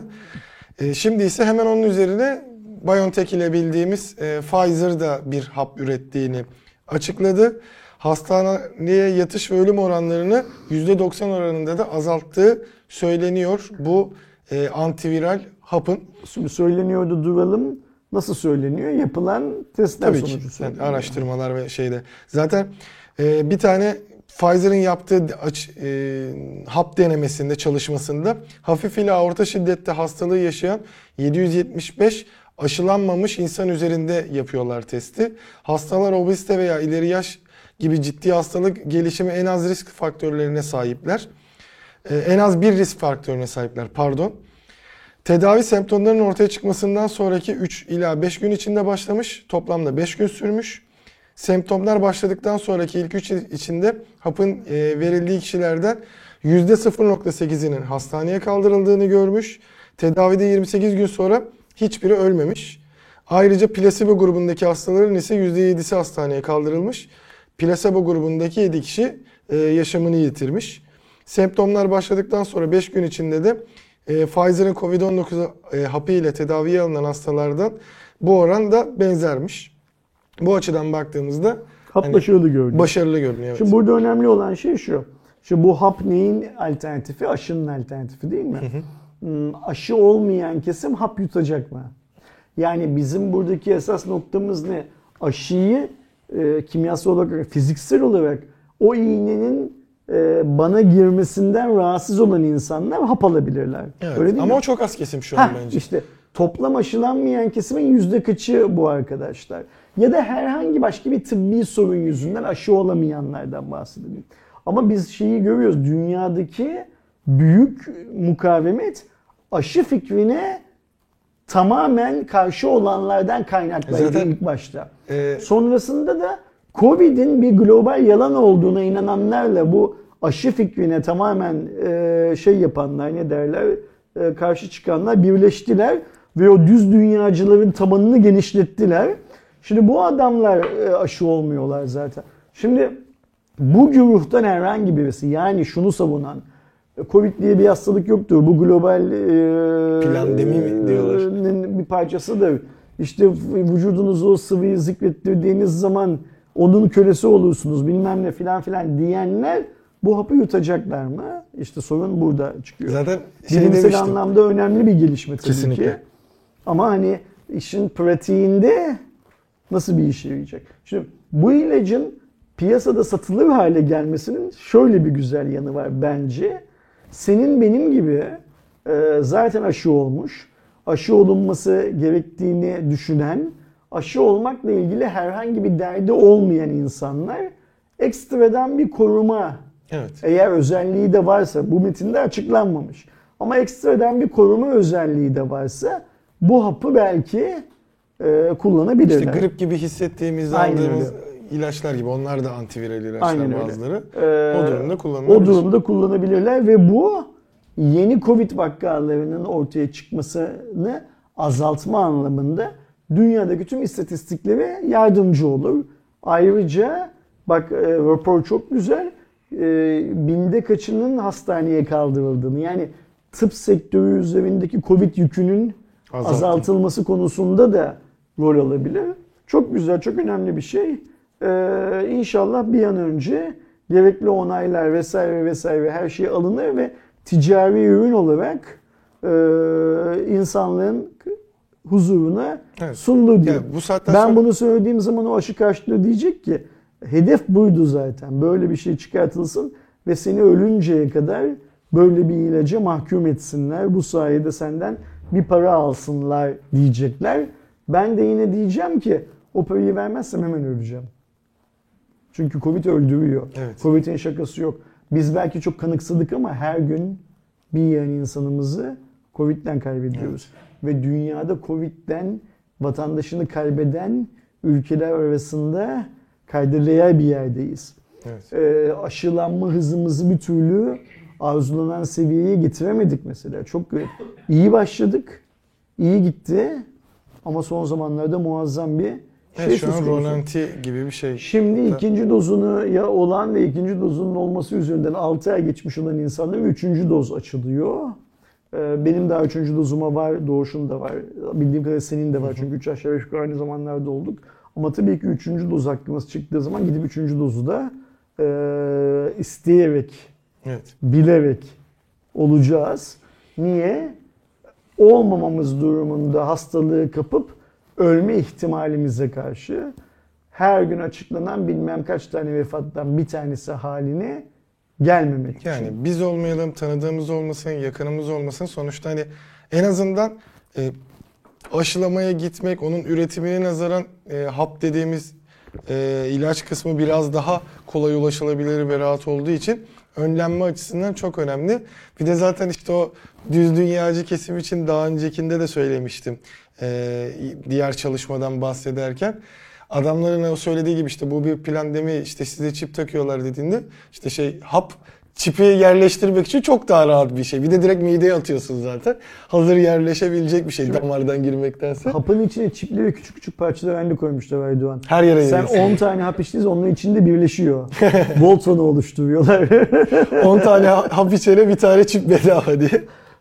E, şimdi ise hemen onun üzerine BioNTech ile bildiğimiz e, Pfizer da bir hap ürettiğini açıkladı. Hastaneye yatış ve ölüm oranlarını yüzde doksan oranında da azalttığı söyleniyor bu e, antiviral hapın. Şimdi söyleniyordu, duralım. Nasıl söyleniyor? Yapılan testler Tabii sonucu ki. söyleniyor. Yani araştırmalar ve şeyde. Zaten e, bir tane Pfizer'ın yaptığı aç, e, hap denemesinde, çalışmasında hafif ile orta şiddette hastalığı yaşayan yedi yüz yetmiş beş aşılanmamış insan üzerinde yapıyorlar testi. Hastalar obezite veya ileri yaş gibi ciddi hastalık gelişimi en az risk faktörlerine sahipler. E, en az bir risk faktörüne sahipler, pardon. Tedavi semptomlarının ortaya çıkmasından sonraki üç ila beş gün içinde başlamış. Toplamda beş gün sürmüş. Semptomlar başladıktan sonraki ilk üç içinde hapın e, verildiği kişilerden yüzde sıfır nokta sekizinin hastaneye kaldırıldığını görmüş. Tedavide yirmi sekiz gün sonra hiçbiri ölmemiş. Ayrıca plasebo grubundaki hastaların ise yüzde yedisi hastaneye kaldırılmış. Plasebo grubundaki yedi kişi e, yaşamını yitirmiş. Semptomlar başladıktan sonra beş gün içinde de e, Pfizer'ın kovid on dokuz e, hapı ile tedaviye alınan hastalardan bu oran da benzermiş. Bu açıdan baktığımızda hap hani, başarılı görünüyor. Başarılı görünüyor. Evet. Şimdi burada önemli olan şey şu. Şimdi bu hap neyin alternatifi? Aşının alternatifi değil mi? Hı hı. Hmm, aşı olmayan kesim hap yutacak mı? Yani bizim buradaki esas noktamız ne? Aşıyı e, kimyasal olarak, fiziksel olarak o iğnenin e, bana girmesinden rahatsız olan insanlar hap alabilirler. Evet. Öyle değil Ama mi? o çok az kesim şu an Heh, bence. İşte toplam aşılanmayan kesimin yüzde kaçı bu arkadaşlar? Ya da herhangi başka bir tıbbi sorun yüzünden aşı olamayanlardan bahsedelim. Ama biz şeyi görüyoruz. Dünyadaki büyük mukavemet aşı fikrine tamamen karşı olanlardan kaynaklıydı Zaten, ilk başta. E, Sonrasında da Covid'in bir global yalan olduğuna inananlarla bu aşı fikrine tamamen e, şey yapanlar, ne derler, e, karşı çıkanlar birleştiler ve o düz dünyacıların tabanını genişlettiler. Şimdi bu adamlar e, aşı olmuyorlar zaten. Şimdi bu güruhtan herhangi birisi, yani şunu savunan, Covid diye bir hastalık yoktur, bu global e, plandemi mi diyorlar, bir parçasıdır. İşte vücudunuzu o sıvıyı zikrettirdiğiniz zaman onun kölesi olursunuz bilmem ne filan filan diyenler bu hapı yutacaklar mı? İşte sorun burada çıkıyor. Zaten şey bilimsel demiştim. anlamda önemli bir gelişme tabii Kesinlikle. ki. Ama hani işin pratiğinde nasıl bir işe yarayacak? Şimdi bu ilacın piyasada satılır hale gelmesinin şöyle bir güzel yanı var bence. Senin benim gibi e, zaten aşı olmuş, aşı olunması gerektiğini düşünen, aşı olmakla ilgili herhangi bir derdi olmayan insanlar ekstradan bir koruma, Evet. eğer özelliği de varsa, bu metinde açıklanmamış, ama ekstradan bir koruma özelliği de varsa bu hapı belki e, kullanabilirler. İşte grip gibi hissettiğimizde Aynen aldığımız öyle. ilaçlar gibi, onlar da antiviral ilaçlar Aynen öyle. bazıları. Ee, o durumda kullanılabilir. O durumda kullanabilirler ve bu yeni Covid vakalarının ortaya çıkmasını azaltma anlamında dünyadaki tüm istatistiklere yardımcı olur. Ayrıca bak e, rapor çok güzel. E, binde kaçının hastaneye kaldırıldığını, yani tıp sektörü üzerindeki Covid yükünün Azaltın. azaltılması konusunda da rol alabilir. Çok güzel, çok önemli bir şey. Ee, İnşallah bir an önce gerekli onaylar vesaire vesaire her şey alınır ve ticari ürün olarak e, insanlığın huzuruna Evet. sunulur diye. Yani bu saatten Ben sonra... bunu söylediğim zaman o aşı karşılığı diyecek ki hedef buydu zaten. Böyle bir şey çıkartılsın ve seni ölünceye kadar böyle bir ilaca mahkum etsinler. Bu sayede senden bir para alsınlar diyecekler. Ben de yine diyeceğim ki o parayı vermezsem hemen öleceğim. Çünkü Covid öldürüyor. Evet. Covid'in şakası yok. Biz belki çok kanıksadık ama her gün bir yiyen insanımızı Covid'den kaybediyoruz. Evet. Ve dünyada Covid'den vatandaşını kaybeden ülkeler arasında kayda değer bir yerdeyiz. Evet. Ee, aşılanma hızımızı bir türlü arzulanan seviyeye getiremedik mesela. Çok iyi başladık, iyi gitti ama son zamanlarda muazzam bir şey evet, şu söz an konusu. rolanti gibi bir şey. Şimdi da. ikinci dozunu ya olan ve ikinci dozunun olması üzerinden altı ay geçmiş olan insanların üçüncü doz açılıyor. Ee, benim daha üçüncü dozuma var, Doğuş'un da var. Bildiğim kadarıyla senin de var çünkü üç aşağı beş yukarı aynı zamanlarda olduk. Ama tabii ki üçüncü doz hakkımız çıktığı zaman gidip üçüncü dozu da e, isteyerek, evet. bilerek olacağız. Niye? Olmamamız durumunda hastalığı kapıp ölme ihtimalimize karşı her gün açıklanan bilmem kaç tane vefattan bir tanesi haline gelmemek yani için. Biz olmayalım, tanıdığımız olmasın, yakınımız olmasın. Sonuçta hani en azından e, aşılamaya gitmek, onun üretimine nazaran e, hap dediğimiz e, ilaç kısmı biraz daha kolay ulaşılabilir ve rahat olduğu için önlenme açısından çok önemli. Bir de zaten işte o düz dünyacı kesim için daha öncekinde de söylemiştim. E, diğer çalışmadan bahsederken. Adamların o söylediği gibi işte bu bir plandemi, işte size çip takıyorlar dediğinde işte şey hap çipi yerleştirmek için çok daha rahat bir şey. Bir de direkt mideye atıyorsun zaten. Hazır yerleşebilecek bir şey Şimdi, damardan girmektense. Hapın içine çipleri küçük küçük parçalar halinde koymuşlar Aydoğan. Her yere Sen yersin. on tane hap içtiğiniz onun içinde birleşiyor. Voltron'u oluşturuyorlar. on tane hap içene bir tane çip bedava diye.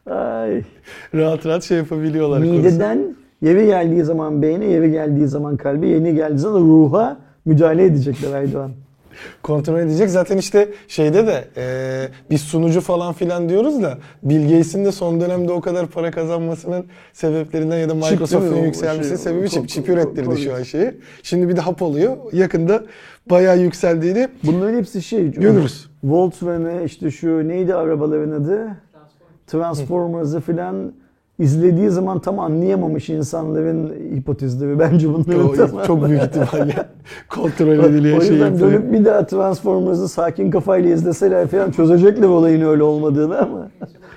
Ay. Rahat rahat şey yapabiliyorlar. Mideden konusu. Yeri geldiği zaman beyne, yeri geldiği zaman kalbe, yeni geldiği zaman ruha müdahale edecekler Aydoğan. Kontrol edecek. Zaten işte şeyde de e, biz sunucu falan filan diyoruz da Bill Gates'in de son dönemde o kadar para kazanmasının sebeplerinden ya da Microsoft'un yükselmesinin şey, sebebi çip. Çip ürettirdi şu an şeyi. Şimdi bir de hap oluyor. Yakında bayağı yükseldiğini bunların hepsi şey. Görürüz. Volkswagen işte şu neydi arabaların adı? Transformers'ı filan izlediği zaman tam anlayamamış insanların hipotezleri. Bence bunları o, tam çok büyük ihtimalle kontrol ediliyor şey yapıyor. O yüzden yapıyor. dönüp bir daha Transformers'ı sakin kafayla izleseler falan çözecekler olayın öyle olmadığını ama.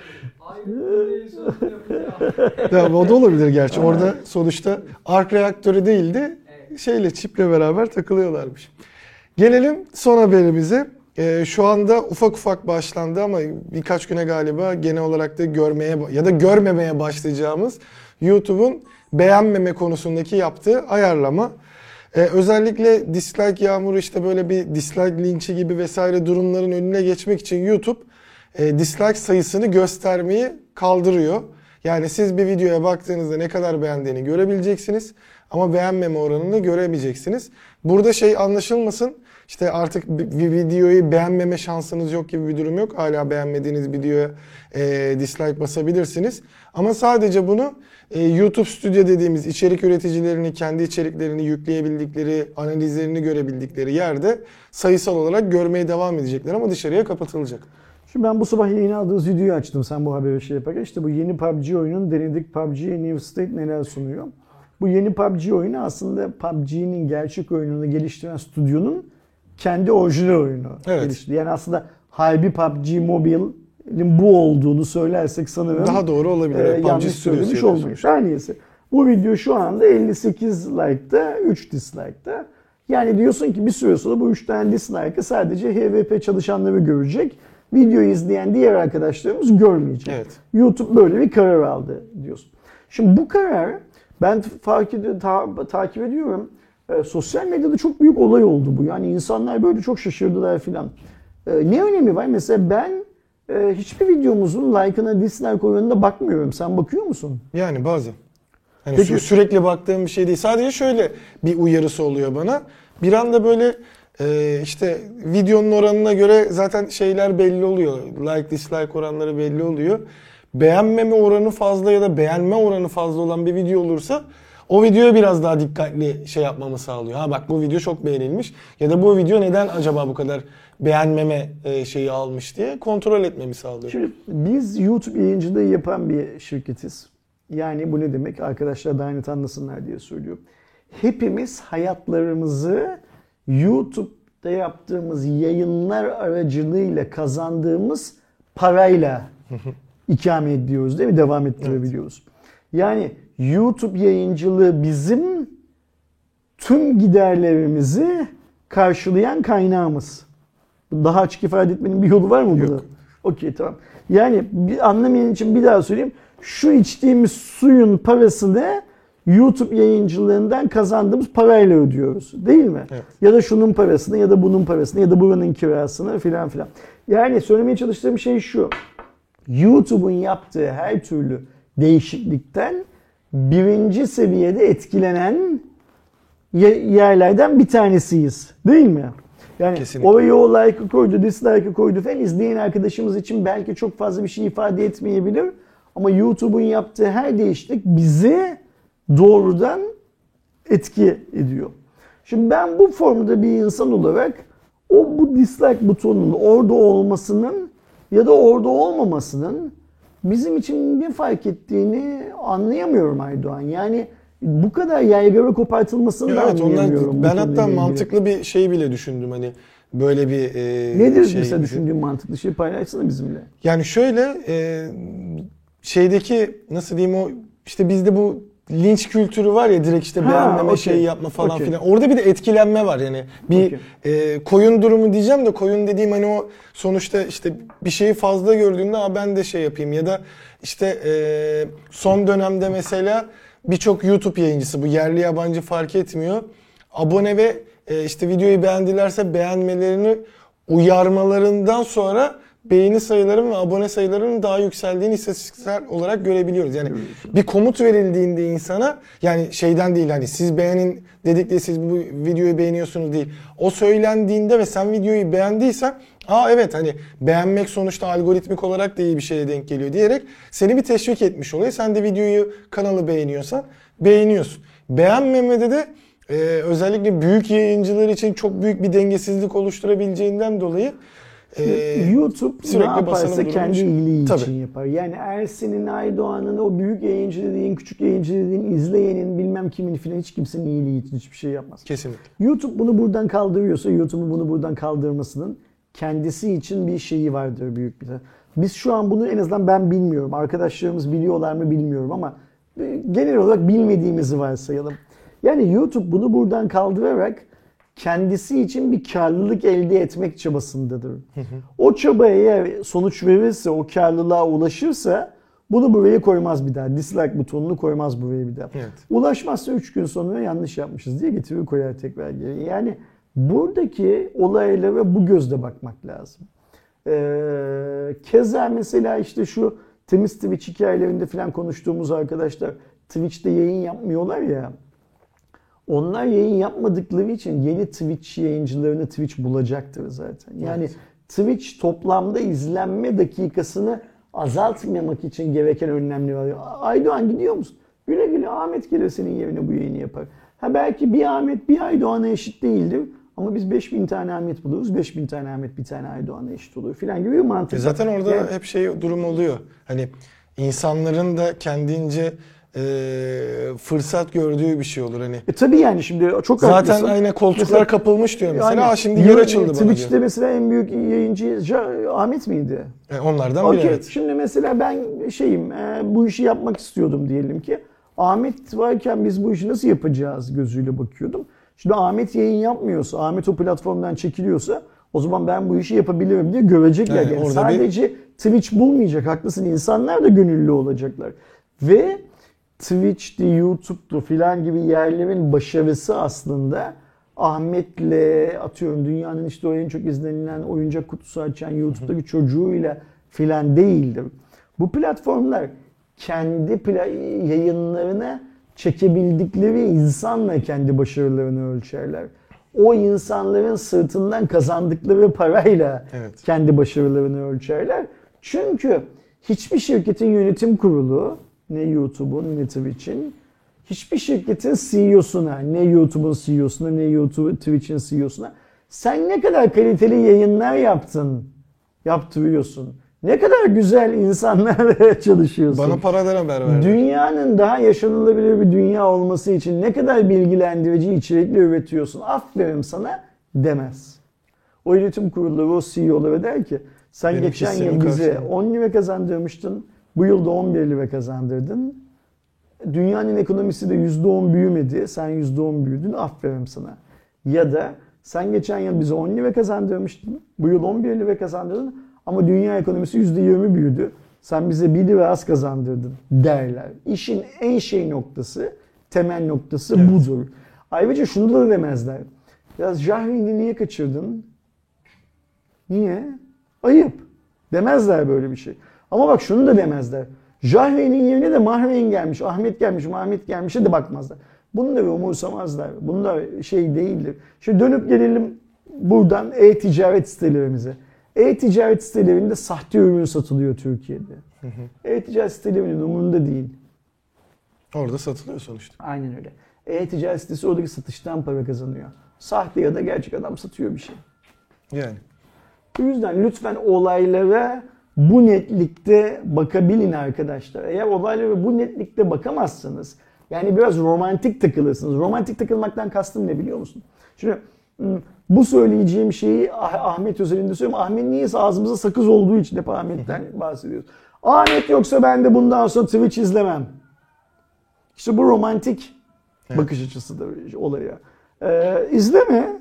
Ya, o da olabilir gerçi. Orada sonuçta ark reaktörü değil de şeyle çiple beraber takılıyorlarmış. Gelelim son haberimize. Ee, şu anda ufak ufak başlandı ama birkaç güne galiba genel olarak da görmeye ya da görmemeye başlayacağımız YouTube'un beğenmeme konusundaki yaptığı ayarlama. Ee, özellikle dislike yağmuru işte böyle bir dislike linçi gibi vesaire durumların önüne geçmek için YouTube e, dislike sayısını göstermeyi kaldırıyor. Yani siz bir videoya baktığınızda ne kadar beğendiğini görebileceksiniz ama beğenmeme oranını göremeyeceksiniz. Burada şey anlaşılmasın. İşte artık bir videoyu beğenmeme şansınız yok gibi bir durum yok. Hala beğenmediğiniz videoya e, dislike basabilirsiniz. Ama sadece bunu e, YouTube Studio dediğimiz içerik üreticilerini, kendi içeriklerini yükleyebildikleri, analizlerini görebildikleri yerde sayısal olarak görmeye devam edecekler ama dışarıya kapatılacak. Şimdi ben bu sabah yeni aldığınız videoyu açtım sen bu haberi şey yaparken. İşte bu yeni P U B G oyunun denedik P U B G New State neler sunuyor. Bu yeni P U B G oyunu aslında P U B G'nin gerçek oyununu geliştiren stüdyonun kendi orijinal oyunu evet. gelişti. Yani aslında harbi P U B G Mobile'in bu olduğunu söylersek sanırım daha doğru olabilir. E, yanlış söylemiş olmayız. Her neyse. Bu video şu anda elli sekiz like'ta, üç dislike'ta. Yani diyorsun ki bir süre sonra bu üç tane dislike'ı sadece H V P çalışanları görecek. Videoyu izleyen diğer arkadaşlarımız görmeyecek. Evet. YouTube böyle bir karar aldı diyorsun. Şimdi bu karar ben fark ed- ta- takip ediyorum. E, sosyal medyada çok büyük olay oldu bu. Yani insanlar böyle çok şaşırdılar filan. E, ne önemi var? Mesela ben e, hiçbir videomuzun like'ına, dislike oranına bakmıyorum. Sen bakıyor musun? Yani bazen. Yani Peki, sü- sürekli baktığım bir şey değil. Sadece şöyle bir uyarısı oluyor bana. Bir anda böyle e, işte videonun oranına göre zaten şeyler belli oluyor. Like, dislike oranları belli oluyor. Beğenmeme oranı fazla ya da beğenme oranı fazla olan bir video olursa o videoya biraz daha dikkatli şey yapmamı sağlıyor. Ha bak bu video çok beğenilmiş ya da bu video neden acaba bu kadar beğenmeme şeyi almış diye kontrol etmemi sağlıyor. Şimdi biz YouTube yayıncılığı yapan bir şirketiz. Yani bu ne demek? Arkadaşlar daha net anlasınlar diye söylüyorum. Hepimiz hayatlarımızı YouTube'da yaptığımız yayınlar aracılığıyla kazandığımız parayla ikame ediyoruz değil mi? Devam ettirebiliyoruz. Evet. Yani YouTube yayıncılığı bizim tüm giderlerimizi karşılayan kaynağımız. Daha açık ifade etmenin bir yolu var mı burada? Yok. Okey, tamam. Yani bir anlamayan için bir daha söyleyeyim. Şu içtiğimiz suyun parasını YouTube yayıncılığından kazandığımız parayla ödüyoruz. Değil mi? Evet. Ya da şunun parasını ya da bunun parasını ya da buranın kirasını filan filan. Yani söylemeye çalıştığım şey şu. YouTube'un yaptığı her türlü değişiklikten birinci seviyede etkilenen yerlerden bir tanesiyiz. Değil mi? Yani kesinlikle. Oraya o like'ı koydu, dislike'ı koydu falan, izleyen arkadaşımız için belki çok fazla bir şey ifade etmeyebilir. Ama YouTube'un yaptığı her değişiklik bizi doğrudan etki ediyor. Şimdi ben bu formda bir insan olarak o bu dislike butonunun orada olmasının ya da orada olmamasının bizim için ne fark ettiğini anlayamıyorum Aydoğan. Yani bu kadar yaygara kopartılmasını da evet, anlayamıyorum. Ondan, ben hatta mantıklı bir şey bile düşündüm, hani böyle bir e, nedir şey. mesela düşündüğün mantıklı şey, paylaşsana bizimle. Yani şöyle e, şeydeki nasıl diyeyim, o işte bizde bu linç kültürü var ya, direkt işte Ha, beğenmeme okay. şeyi yapma falan Okay. filan. Orada bir de etkilenme var yani. Bir Okay. e, koyun durumu diyeceğim de, koyun dediğim hani o sonuçta işte bir şeyi fazla gördüğünde "Aa, ben de şey yapayım" ya da işte e, son dönemde mesela birçok YouTube yayıncısı, bu yerli yabancı fark etmiyor, abone ve e, işte videoyu beğendilerse beğenmelerini uyarmalarından sonra beğeni sayılarının ve abone sayılarının daha yükseldiğini istatistiksel olarak görebiliyoruz. Yani bir komut verildiğinde insana, yani şeyden değil, hani siz beğenin dedik diye siz bu videoyu beğeniyorsunuz değil. O söylendiğinde ve sen videoyu beğendiysen, aa evet, hani beğenmek sonuçta algoritmik olarak da iyi bir şeye denk geliyor diyerek seni bir teşvik etmiş oluyor. Sen de videoyu, kanalı beğeniyorsan beğeniyorsun. Beğenmemede de Ee, özellikle büyük yayıncılar için çok büyük bir dengesizlik oluşturabileceğinden dolayı e, YouTube sürekli ne yaparsa kendi iyiliği Tabii. için yapar. Yani Ersin'in, Aydoğan'ın, o büyük yayıncı dediğin, küçük yayıncı dediğin, izleyenin, bilmem kimin filan, hiç kimsenin iyiliği için hiçbir şey yapmaz. Kesinlikle. YouTube bunu buradan kaldırıyorsa, YouTube'un bunu buradan kaldırmasının kendisi için bir şeyi vardır büyük bir de. Biz şu an bunu, en azından ben bilmiyorum. Arkadaşlarımız biliyorlar mı bilmiyorum ama genel olarak bilmediğimizi varsayalım. Yani YouTube bunu buradan kaldırarak kendisi için bir karlılık elde etmek çabasındadır. Hı hı. O çabaya eğer sonuç verirse, o karlılığa ulaşırsa bunu buraya koymaz bir daha. Dislike butonunu koymaz buraya bir daha. Evet. Ulaşmazsa üç gün sonra yanlış yapmışız diye getirir koyar tekrar geri. Yani buradaki olaylara bu gözle bakmak lazım. Ee, keza mesela işte şu temiz Twitch hikayelerinde falan konuştuğumuz arkadaşlar Twitch'te yayın yapmıyorlar ya. Onlar yayın yapmadıkları için yeni Twitch yayıncılarını Twitch bulacaktır zaten. Yani evet. Twitch toplamda izlenme dakikasını azaltmamak için gereken önlemleri alıyor. Aydoğan gidiyor musun? Güle güle, Ahmet gelir senin yerine bu yayını yapar. Ha belki bir Ahmet bir Aydoğan'a eşit değildir. Ama biz beş bin tane Ahmet buluruz. beş bin tane Ahmet bir tane Aydoğan'a eşit olur filan gibi bir mantık. E zaten orada yani, hep şey durum oluyor. Hani insanların da kendince e, fırsat gördüğü bir şey olur hani. E tabii yani şimdi çok zaten haklısın. aynen koltuklar mesela, kapılmış diyor mesela. Yani, şimdi yer açıldı bana diyor. Twitch'te mesela en büyük yayıncı Ahmet miydi? E, onlardan okay. biri, evet. Şimdi mesela ben şeyim, e, bu işi yapmak istiyordum diyelim ki. Ahmet varken biz bu işi nasıl yapacağız gözüyle bakıyordum. Şimdi Ahmet yayın yapmıyorsa, Ahmet o platformdan çekiliyorsa o zaman ben bu işi yapabilirim diye görecekler. Yani yani sadece bir... Twitch bulmayacak, haklısın. İnsanlar da gönüllü olacaklar. Ve Twitch'ti, YouTube'tu filan gibi yerlerin başarısı aslında Ahmet'le, atıyorum dünyanın işte o en çok izlenilen oyuncak kutusu açan YouTube'daki çocuğuyla filan değildir. Bu platformlar kendi pla- yayınlarına çekebildikleri insanla kendi başarılarını ölçerler. O insanların sırtından kazandıkları parayla evet. kendi başarılarını ölçerler. Çünkü hiçbir şirketin yönetim kurulu, ne YouTube'un ne Twitch'in, hiçbir şirketin C E O'suna, ne YouTube'un C E O'suna ne YouTube, Twitch'in C E O'suna sen ne kadar kaliteli yayınlar yaptın, yaptırıyorsun. Ne kadar güzel insanlarla çalışıyorsun. Bana paradan haber ver. Dünyanın daha yaşanılabilir bir dünya olması için ne kadar bilgilendirici içerikler üretiyorsun. Aferin sana demez. O yönetim kurulları, o C E O'ları der ki sen benim geçen yıl bize on lira kazandırmıştın. Bu yıl da on bir lira kazandırdın. Dünyanın ekonomisi de yüzde on büyümedi. Sen yüzde on büyüdün. Aferin sana. Ya da sen geçen yıl bize on lira kazandırmıştın. Bu yıl on bir lira kazandırdın. Ama dünya ekonomisi yüzde yirmi büyüdü. Sen bize bir lira az kazandırdın derler. İşin en şey noktası, temel noktası evet. budur. Ayrıca şunu da demezler. Ya Jahreyn'i niye kaçırdın? Niye? Ayıp. Demezler böyle bir şey. Ama bak şunu da demezler. Jahreyn'in yerine de Mahreyn gelmiş, Ahmet gelmiş, Mahmet gelmişe de bakmazlar. Bunları umursamazlar. Bunlar şey değildir. Şimdi dönüp gelelim buradan e-ticaret sitelerimize. E-ticaret sitelerinde sahte ürün satılıyor Türkiye'de. Hı hı. E-ticaret sitelerinin umurunda değil. Orada satılıyor sonuçta. Aynen öyle. E-ticaret sitesi oradaki satıştan para kazanıyor. Sahte ya da gerçek adam satıyor bir şey. Yani. O yüzden lütfen olaylara bu netlikte bakabilin arkadaşlar. Eğer olaylara bu netlikte bakamazsanız, yani biraz romantik takılırsınız. Romantik takılmaktan kastım ne biliyor musun? Şimdi bu söyleyeceğim şeyi Ahmet özelinde söylüyorum. Ahmet niyeyse ağzımıza sakız olduğu için hep Ahmet'ten bahsediyoruz. Ahmet yoksa ben de bundan sonra Twitch izlemem. İşte bu romantik evet. bakış açısıdır olaya. Ee, izleme.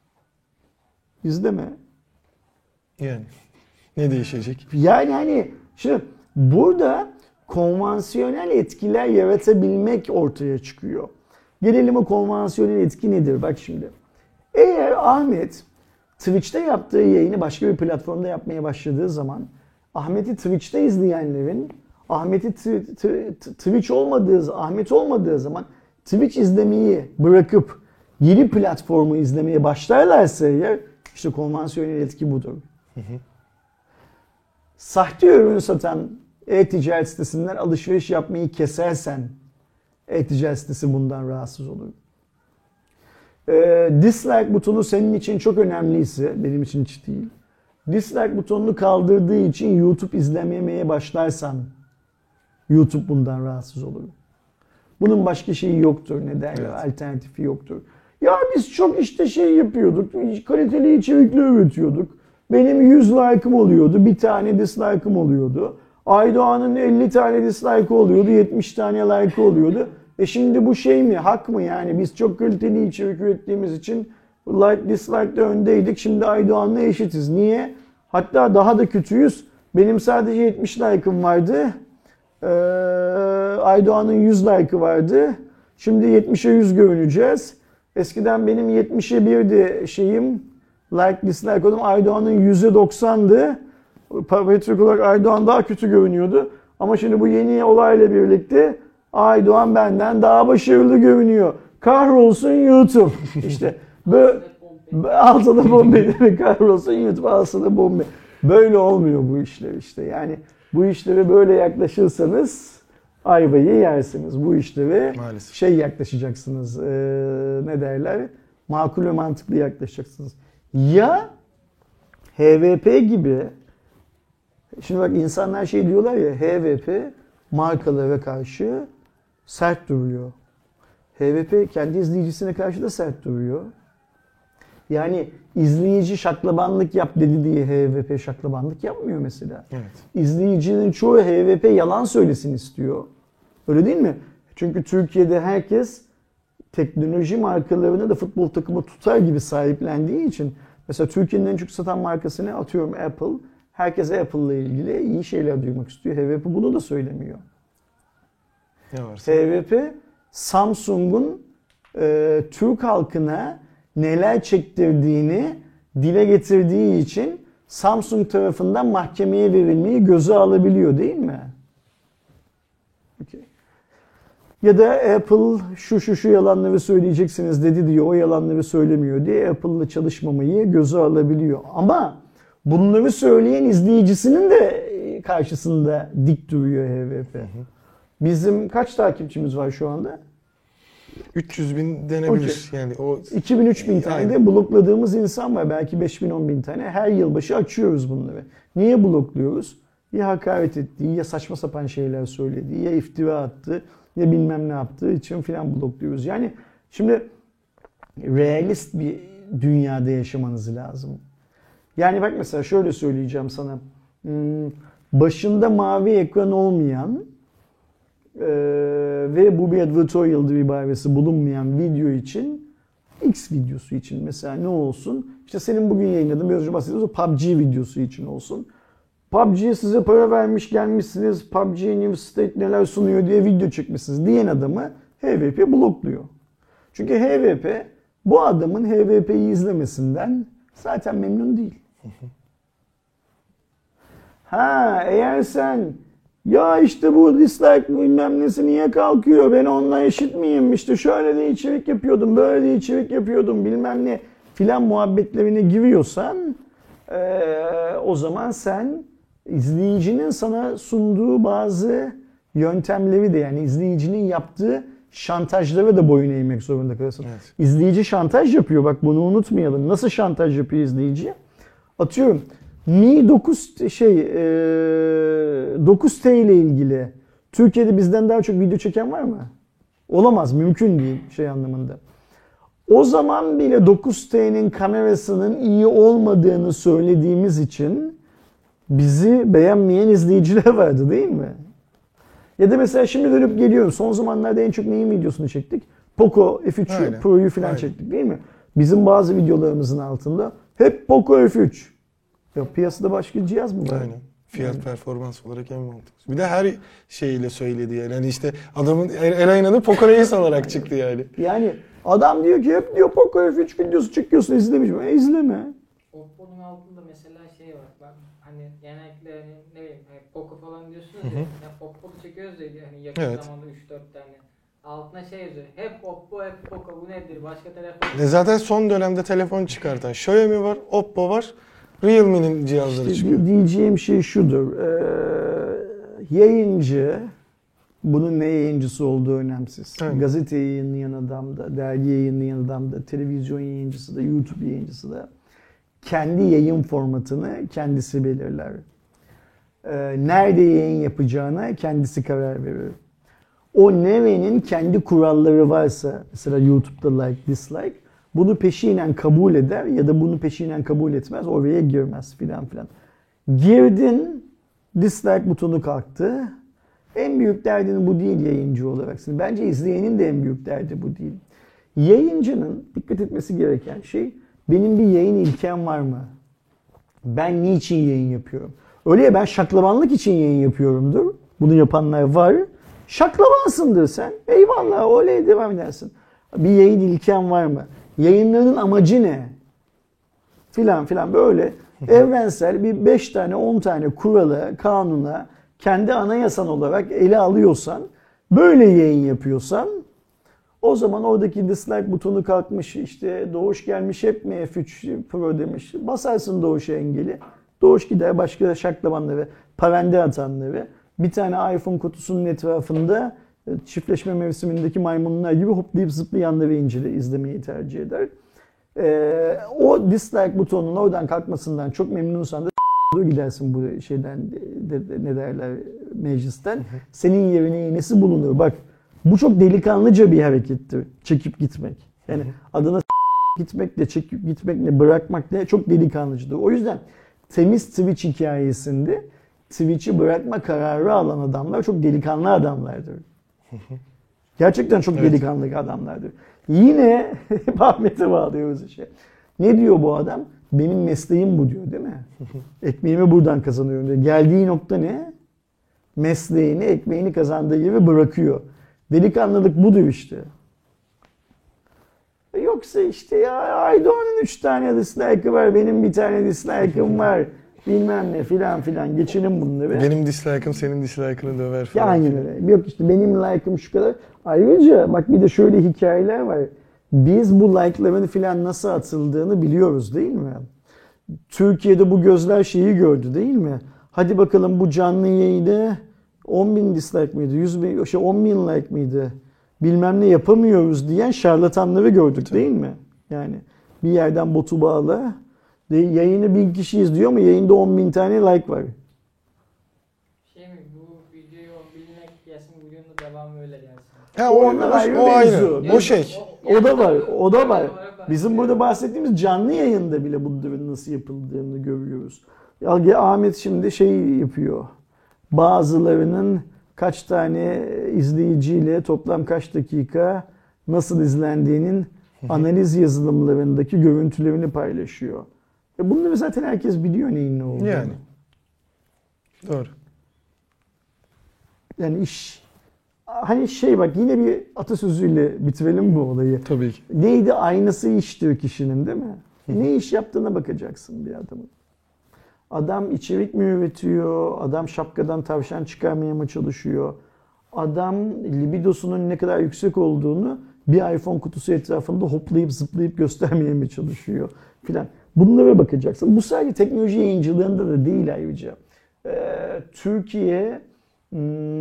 İzleme. Yani ne değişecek? Yani hani şimdi burada konvansiyonel etkiler yaratabilmek ortaya çıkıyor. Gelelim o konvansiyonel etki nedir? Bak şimdi. Eğer Ahmet Twitch'te yaptığı yayını başka bir platformda yapmaya başladığı zaman Ahmet'i Twitch'te izleyenlerin Ahmet'i Twitch olmadığı, Ahmet olmadığı zaman Twitch izlemeyi bırakıp yeni platformu izlemeye başlarlarsa eğer işte konvansiyonel etki budur. Hı hı. Sahte ürün satan e-ticaret sitesinden alışveriş yapmayı kesersen e-ticaret sitesi bundan rahatsız olur. Ee, dislike butonu senin için çok önemliyse, benim için hiç değil. Dislike butonunu kaldırdığı için YouTube izlememeye başlarsan YouTube bundan rahatsız olur. Bunun başka şeyi yoktur. Ne derler? Evet. Alternatifi yoktur. Ya biz çok işte şey yapıyorduk. Kaliteli içerikler üretiyorduk. Benim yüz like'ım oluyordu. Bir tane dislike'ım oluyordu. Aydoğan'ın elli tane dislike'ı oluyordu. yetmiş tane like'ı oluyordu. E şimdi bu şey mi? Hak mı yani? Biz çok kaliteli içerik ürettiğimiz için like dislike'da öndeydik. Şimdi Aydoğan'la eşitiz. Niye? Hatta daha da kötüyüz. Benim sadece yetmiş like'ım vardı. Ee, Aydoğan'ın yüz like'ı vardı. Şimdi yetmişe yüz görüneceğiz. Eskiden benim yetmişe birdi şeyim. Like dislike oldum. Aydoğan'ın yüzde doksandı. Parametrik olarak Aydoğan daha kötü görünüyordu. Ama şimdi bu yeni olayla birlikte Aydoğan benden daha başarılı görünüyor. Kahrolsun YouTube. İşte böyle altına bombe demek, kahrolsun YouTube, altına bombe. Böyle olmuyor bu işler işte. Yani bu işlere böyle yaklaşırsanız ayvayı yersiniz. Bu işlere maalesef şey yaklaşacaksınız. Ee, ne derler? Makul ve mantıklı yaklaşacaksınız. Ya H V P gibi, şimdi bak insanlar şey diyorlar ya, H V P markalara karşı sert duruyor. H V P kendi izleyicisine karşı da sert duruyor. Yani izleyici şaklabanlık yap dedi diye H V P şaklabanlık yapmıyor mesela. Evet. İzleyicinin çoğu H V P yalan söylesin istiyor. Öyle değil mi? Çünkü Türkiye'de herkes teknoloji markalarını da futbol takımı tutar gibi sahiplendiği için, mesela Türkiye'nin en çok satan markası ne? Atıyorum Apple. Herkes Apple'la ilgili iyi şeyler duymak istiyor. H V P bunu da söylemiyor. Ne varsa. H V P Samsung'un e, Türk halkına neler çektirdiğini dile getirdiği için Samsung tarafından mahkemeye verilmeyi göze alabiliyor değil mi? Okay. Ya da Apple şu şu şu yalanları söyleyeceksiniz dedi diyor, o yalanları söylemiyor diye Apple'la çalışmamayı göze alabiliyor. Ama bunları söyleyen izleyicisinin de karşısında dik duruyor H V P. Hı hı. Bizim kaç takipçimiz var şu anda? üç yüz bin denebilir. Okay. Yani o iki bin üç bin tane de blokladığımız insan var. Belki beş bin on bin tane. Her yılbaşı açıyoruz bunları. Niye blokluyoruz? Ya hakaret ettiği, ya saçma sapan şeyler söylediği, ya iftira attı, ya bilmem ne yaptığı için filan blokluyoruz. Yani şimdi realist bir dünyada yaşamanız lazım. Yani bak mesela şöyle söyleyeceğim sana. başında mavi ekran olmayan e, ve bu bir advertorial'dır ibaresi bulunmayan video için, X videosu için mesela ne olsun? İşte senin bugün yayınladığın, biraz önce bahsediyoruz, P U B G videosu için olsun. P U B G'ye size para vermiş gelmişsiniz, P U B G New State neler sunuyor diye video çekmişsiniz diyen adamı H V P blokluyor. Çünkü H V P bu adamın H V P'yi izlemesinden zaten memnun değil. Ha eğer sen ya işte bu dislike bilmem nesi niye kalkıyor, ben onunla eşit miyim, işte şöyle de içerik yapıyordum, böyle de içerik yapıyordum bilmem ne filan muhabbetlerine giriyorsan ee, o zaman sen izleyicinin sana sunduğu bazı yöntemleri de, yani izleyicinin yaptığı şantajlara da boyun eğmek zorunda kalırsın. Evet. İzleyici şantaj yapıyor, bak bunu unutmayalım. Nasıl şantaj yapıyor izleyici? Atıyorum Mi dokuz şey e, dokuz T ile ilgili Türkiye'de bizden daha çok video çeken var mı? Olamaz, mümkün değil şey anlamında. O zaman bile dokuz T'nin kamerasının iyi olmadığını söylediğimiz için bizi beğenmeyen izleyiciler vardı değil mi? Ya da mesela şimdi dönüp geliyorum. Son zamanlarda en çok neyin videosunu çektik? Poco F üç Aynen. Pro'yu falan Aynen. çektik değil mi? Bizim bazı videolarımızın altında hep Poco F üç. Ya piyasada başka cihaz mı var? Aynen. Fiyat performans olarak en mantıklısı. Bir de her şeyiyle söyledi yani. Hani işte adamın Eray'ın adı Poco Reis olarak çıktı yani. Yani adam diyor ki hep diyor Poco F üç videosu çekiyorsun, izlemiş mi? E izleme. Oppo'nun altında mesela şey var. Ben hani genellikle hani ne bileyim hani Poco falan diyorsunuz ya. Yani Oppo'da çekiyoruz ya hani yakın Evet. zamanda üç dört tane. Altına şey yazıyor. Hep Oppo, hep Poco. Bu nedir? Başka telefon. E zaten son dönemde telefon çıkartan Xiaomi var, Oppo var, Realme'nin cihazları İşte çıkıyor. diyeceğim şey şudur. Ee, yayıncı, bunun ne yayıncısı olduğu önemsiz. Aynen. Gazete yayınlayan adam da, dergi yayınlayan adam da, televizyon yayıncısı da, YouTube yayıncısı da kendi yayın formatını kendisi belirler. Ee, nerede yayın yapacağına kendisi karar verir. O nerenin kendi kuralları varsa, mesela YouTube'da like, dislike, bunu peşinen kabul eder ya da bunu peşinen kabul etmez, oraya girmez filan filan. Girdin, dislike butonu kalktı. En büyük derdin bu değil yayıncı olarak. Bence izleyenin de en büyük derdi bu değil. Yayıncının dikkat etmesi gereken şey, benim bir yayın ilkem var mı? Ben niçin yayın yapıyorum? Öyle ya, ben şaklabanlık için yayın yapıyorumdur. Bunu yapanlar var. Şaklabansındır sen. Eyvallah, oley devam edersin. Bir yayın ilkem var mı? Yayınların amacı ne? Filan filan böyle evrensel bir beş tane on tane kurala, kanuna kendi anayasan olarak ele alıyorsan, böyle yayın yapıyorsan, o zaman oradaki dislike butonu kalkmış, işte Doğuş gelmiş hep mi F üç Pro demiş. Basarsın Doğuş'a engeli. Doğuş gider başka şaklabanları, parende atanları, bir tane iPhone kutusunun etrafında çiftleşme mevsimindeki maymunlar gibi hoplayıp zıplayanları inceler, izlemeyi tercih eder. Ee, o dislike butonunun oradan kalkmasından çok memnunsan da gidersin bu şeyden, de, de, ne derler, meclisten. Hı hı. Senin yerine yenisi bulunur. Bak, bu çok delikanlıca bir harekettir. Çekip gitmek. Yani hı hı. adına gitmekle, çekip gitmekle, bırakmakla çok delikanlıcıdır. O yüzden temiz Twitch hikayesinde Twitch'i bırakma kararı alan adamlar çok delikanlı adamlardır. Gerçekten çok evet. delikanlı adamlardır. Yine Ahmet'e bağlıyoruz işe. Ne diyor bu adam? Benim mesleğim bu diyor değil mi? Ekmeğimi buradan kazanıyorum diyor. Geldiği nokta ne? Mesleğini, ekmeğini kazandığı yeri bırakıyor. Delikanlılık budur işte. Yoksa işte ya Aydoğan'ın üç tane dislike'ı var, benim bir tane dislike'ım var. Bilmem ne filan filan, geçinin bunları. Benim dislike'ım senin dislike'ını döver falan. Ya aynen öyle. Yok işte benim like'ım şu kadar. Ayrıca bak bir de şöyle hikayeler var. Biz bu like'ların filan nasıl atıldığını biliyoruz değil mi? Türkiye'de bu gözler şeyi gördü değil mi? Hadi bakalım bu canlı yayında on bin dislike miydi? yüz bin, şey on bin like miydi? Bilmem ne yapamıyoruz diyen şarlatanları gördük değil mi? Yani bir yerden botu bağla. Yayını bin kişi izliyor ama yayında on bin tane like var. Şey mi, bu videoyu on binlik gelsin, videonun devamı öyle gelsin. Ha, o, Onlar o, ayrı o ayrı. mevzu. O şey. O, o da var, o da var. Bizim burada bahsettiğimiz canlı yayında bile bunların nasıl yapıldığını görüyoruz. Ahmet şimdi şey yapıyor. bazılarının kaç tane izleyiciyle toplam kaç dakika nasıl izlendiğinin analiz yazılımlarındaki görüntülerini paylaşıyor. E bunları zaten herkes biliyor neyin ne olduğunu. Yani. Doğru. Yani iş hani şey bak yine bir atasözüyle bitirelim bu olayı. Tabii ki. Neydi? Aynası iştir kişinin değil mi? Ne iş yaptığına bakacaksın bir adamın. Adam içerik mi üretiyor? Adam şapkadan tavşan çıkarmaya mı çalışıyor? Adam libidosunun ne kadar yüksek olduğunu bir iPhone kutusu etrafında hoplayıp zıplayıp göstermeye mi çalışıyor filan. Bunlara bakacaksın. Bu sadece teknoloji yayıncılığında da değil ayrıca. Ee, Türkiye hmm,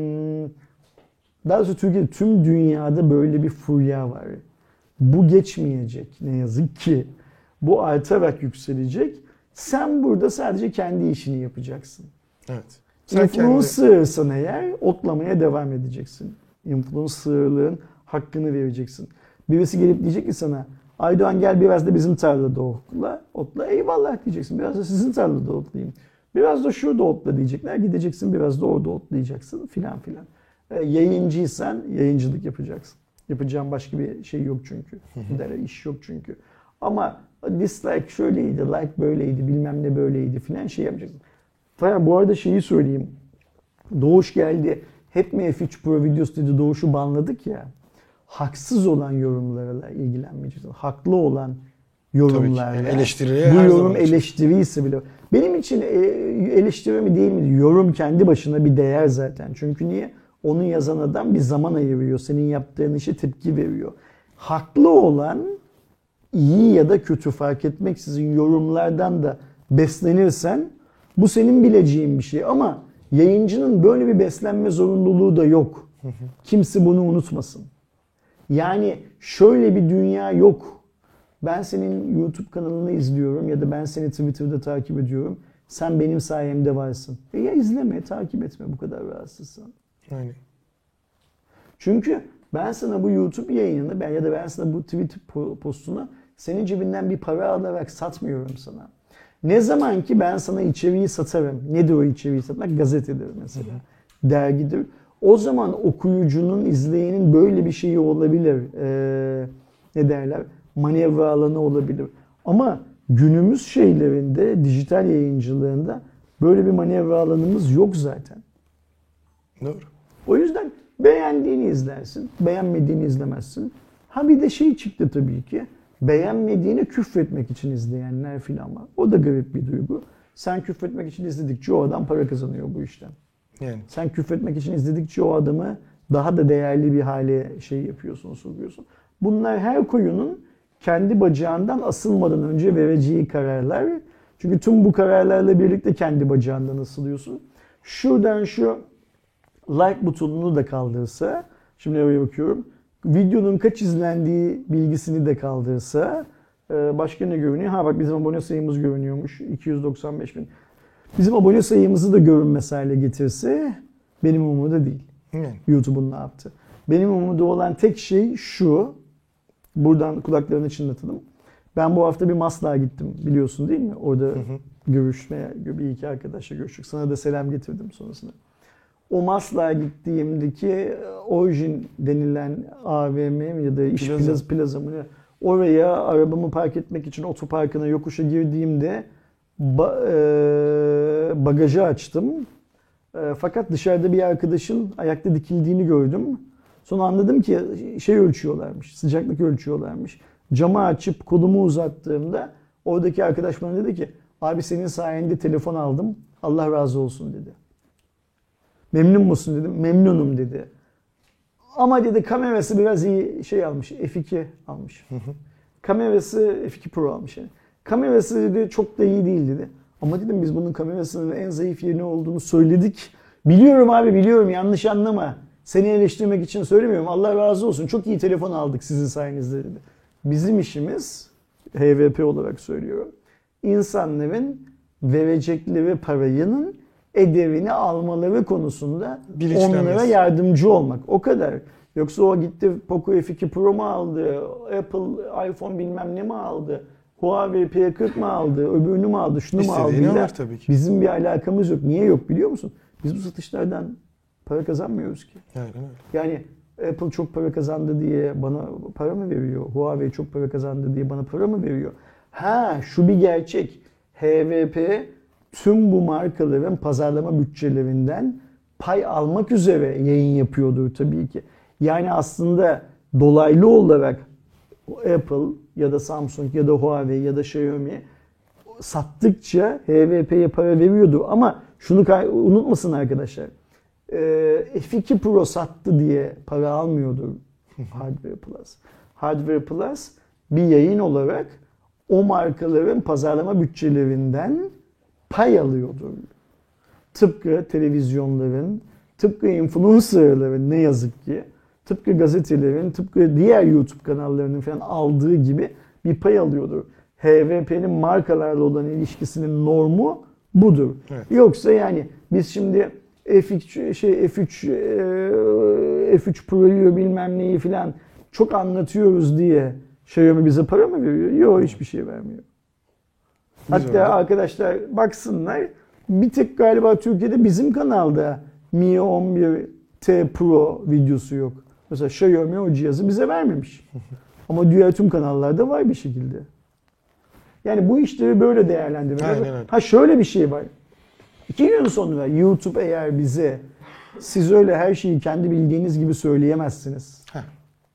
daha doğrusu Türkiye tüm dünyada böyle bir furya var. Bu geçmeyecek ne yazık ki. Bu artarak yükselecek. Sen burada sadece kendi işini yapacaksın. Evet. Sen Influencer'san eğer otlamaya devam edeceksin. Influencer'lığın hakkını vereceksin. Birisi gelip diyecek ki sana Aydoğan gel biraz da bizim tarlada otla. Otla eyvallah diyeceksin. Biraz da sizin tarlada otlayayım. Biraz da şurada otla diyecekler. Gideceksin biraz da orada otlayacaksın filan filan. E, yayıncıysan yayıncılık yapacaksın. Yapacağın başka bir şey yok çünkü. Derler, iş yok çünkü. Ama dislike şöyleydi, like böyleydi, bilmem ne böyleydi filan şey yapacaksın. Falan bu arada şeyi söyleyeyim. Doğuş geldi. Hep mi F üç Pro videosu dedi Doğuş'u banladık ya. Haksız olan yorumlarla ilgilenmeyeceksin. Haklı olan yorumlarla. Yani eleştiriye bu her yorum zaman için. eleştiriyse bile. Benim için eleştiri mi değil mi? Yorum kendi başına bir değer zaten. Çünkü niye? Onu yazan adam bir zaman ayırıyor. Senin yaptığın işe tepki veriyor. Haklı olan iyi ya da kötü fark etmeksizin yorumlardan da beslenirsen bu senin bileceğin bir şey. Ama yayıncının böyle bir beslenme zorunluluğu da yok. Kimse bunu unutmasın. Yani şöyle bir dünya yok. Ben senin YouTube kanalını izliyorum ya da ben seni Twitter'da takip ediyorum. Sen benim sayemde varsın. E ya izleme, takip etme bu kadar rahatsızsan. Aynen. Çünkü ben sana bu YouTube yayınını ben ya da ben sana bu Twitter postunu senin cebinden bir para alarak satmıyorum sana. Ne zaman ki ben sana içeriği satarım. Nedir o içeriği satmak? Gazetedir mesela. Hı hı. Dergidir. O zaman okuyucunun, izleyenin böyle bir şeyi olabilir. Ee, ne derler? Manevra alanı olabilir. Ama günümüz şeylerinde, dijital yayıncılığında böyle bir manevra alanımız yok zaten. Doğru. O yüzden beğendiğini izlersin, beğenmediğini izlemezsin. Ha bir de şey çıktı tabii ki. Beğenmediğini küfretmek için izleyenler filan var. O da garip bir duygu. Sen küfretmek için izledikçe o adam para kazanıyor bu işten. Yani. Sen küfretmek için izledikçe o adamı daha da değerli bir hale şey yapıyorsun, sokuyorsun. Bunlar her koyunun kendi bacağından asılmadan önce vereceği kararlar. Çünkü tüm bu kararlarla birlikte kendi bacağından asılıyorsun. Şuradan şu like butonunu da kaldırsa, şimdi oraya bakıyorum. Videonun kaç izlendiği bilgisini de kaldırsa başka ne görünüyor? Ha bak bizim abone sayımız görünüyormuş. iki yüz doksan beş bin. Bizim abone sayımızı da görünmez hale getirse benim umurumda değil. Yani. YouTube'un ne yaptı? Benim umurumda olan tek şey şu. Buradan kulaklarını çınlatalım. Ben bu hafta bir Maslak'a gittim biliyorsun değil mi? Orada hı hı. görüşmeye, bir iki arkadaşla görüştük. Sana da selam getirdim sonrasında. O Maslak'a gittiğimdeki Origin denilen A V M ya da iş plaza, plaza, plaza mı? Oraya arabamı park etmek için otoparkına yokuşa girdiğimde ba, e, bagajı açtım. E, fakat dışarıda bir arkadaşın ayakta dikildiğini gördüm. Sonra anladım ki şey ölçüyorlarmış, sıcaklık ölçüyorlarmış. Camı açıp kolumu uzattığımda oradaki arkadaş bana dedi ki abi senin sayende telefon aldım, Allah razı olsun dedi. Memnun musun dedim, memnunum dedi. Ama dedi kamerası biraz iyi şey almış, F iki almış. Hı hı. Kamerası F iki Pro almış yani. Kamerası dedi çok da iyi değil dedi. Ama dedim biz bunun kamerasının en zayıf yeri olduğunu söyledik. Biliyorum abi biliyorum yanlış anlama. Seni eleştirmek için söylemiyorum. Allah razı olsun. Çok iyi telefon aldık sizin sayenizde dedi. Bizim işimiz H V P olarak söylüyorum. İnsanların verecekleri parayının edevini almaları konusunda onlara yardımcı olmak. O kadar. Yoksa o gitti Poco F iki Pro mu aldı? Apple iPhone bilmem ne mi aldı? Huawei P kırk mı aldı? Öbürünü mü aldı? Şunu mu aldı? İstediğini alır tabii ki. Bizim bir alakamız yok. Niye yok biliyor musun? Biz bu satışlardan para kazanmıyoruz ki. Aynen öyle. Yani Apple çok para kazandı diye bana para mı veriyor? Huawei çok para kazandı diye bana para mı veriyor? Ha, şu bir gerçek. H V P tüm bu markaların pazarlama bütçelerinden pay almak üzere yayın yapıyordur tabii ki. Yani aslında dolaylı olarak Apple ya da Samsung ya da Huawei ya da Xiaomi sattıkça H V P'ye para veriyordu. Ama şunu unutmasın arkadaşlar. F iki Pro sattı diye para almıyordu Hardware Plus. Hardware Plus bir yayın olarak o markaların pazarlama bütçelerinden pay alıyordu. Tıpkı televizyonların, tıpkı influencerların ne yazık ki, tıpkı gazetelerin, tıpkı diğer YouTube kanallarının falan aldığı gibi bir pay alıyordu. H V P'nin markalarla olan ilişkisinin normu budur. Evet. Yoksa yani biz şimdi F üç şey F üç F üç Pro'yu bilmem neyi filan çok anlatıyoruz diye Xiaomi bize para mı veriyor? Yok, hiçbir şey vermiyor. Hatta Güzel. Arkadaşlar baksınlar, bir tek galiba Türkiye'de bizim kanalda Mi on bir T Pro videosu yok. Mesela Xiaomi o cihazı bize vermemiş. Ama diğer tüm kanallarda var bir şekilde. Yani bu işleri böyle değerlendirmek. Ha, şöyle bir şey var. İki gün sonra YouTube eğer bize siz öyle her şeyi kendi bildiğiniz gibi söyleyemezsiniz. Heh.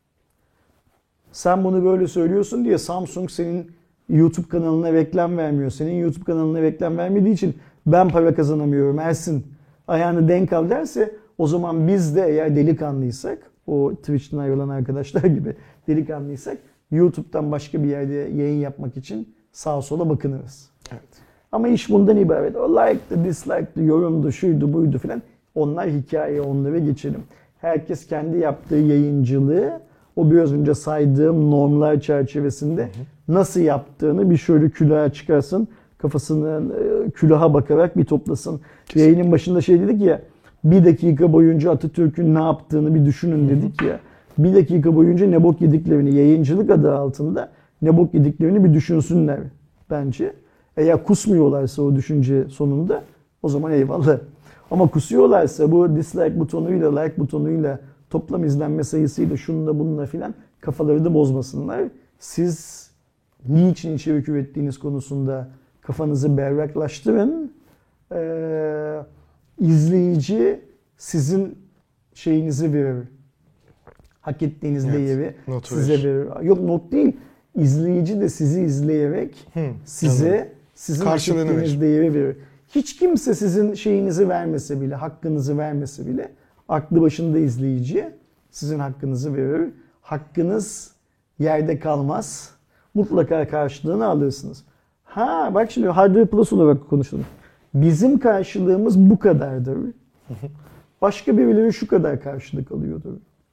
Sen bunu böyle söylüyorsun diye Samsung senin YouTube kanalına reklam vermiyor. Senin YouTube kanalına reklam vermediği için ben para kazanamıyorum Ersin, ayağını denk al derse, o zaman biz de eğer delikanlıysak, o Twitch'ten ayrılan arkadaşlar gibi delikanlıysak YouTube'dan başka bir yerde yayın yapmak için sağa sola bakınırız. Evet. Ama iş bundan ibaret. O like'dı, dislike'dı, yorumdu, şuydu, buydu filan. Onlar hikaye, onlara geçelim. Herkes kendi yaptığı yayıncılığı o biraz önce saydığım normlar çerçevesinde hı hı. nasıl yaptığını bir şöyle külaha çıkarsın. Kafasını külaha bakarak bir toplasın. Kesinlikle. Yayının başında şey dedik ya, bir dakika boyunca Atatürk'ün ne yaptığını bir düşünün dedik ya. Bir dakika boyunca ne bok yediklerini, yayıncılık adı altında ne bok yediklerini bir düşünsünler bence. Eğer kusmuyorlarsa o düşünce sonunda o zaman eyvallah. Ama kusuyorlarsa bu dislike butonuyla, like butonuyla, toplam izlenme sayısıyla, şununla bununla filan kafaları da bozmasınlar. Siz niçin içerik ürettiğiniz konusunda kafanızı berraklaştırın. Ee, izleyici sizin şeyinizi verir. Hak ettiğiniz evet, değeri size verir. Yok, not değil. İzleyici de sizi izleyerek hmm, size anladım. Sizin hak ettiğiniz değeri verir. Hiç kimse sizin şeyinizi vermese bile, hakkınızı vermese bile aklı başında izleyici sizin hakkınızı verir. Hakkınız yerde kalmaz. Mutlaka karşılığını alırsınız. Ha bak şimdi Hardware Plus olarak konuşalım. Bizim karşılığımız bu kadardır. Başka birileri şu kadar karşılık alıyordur.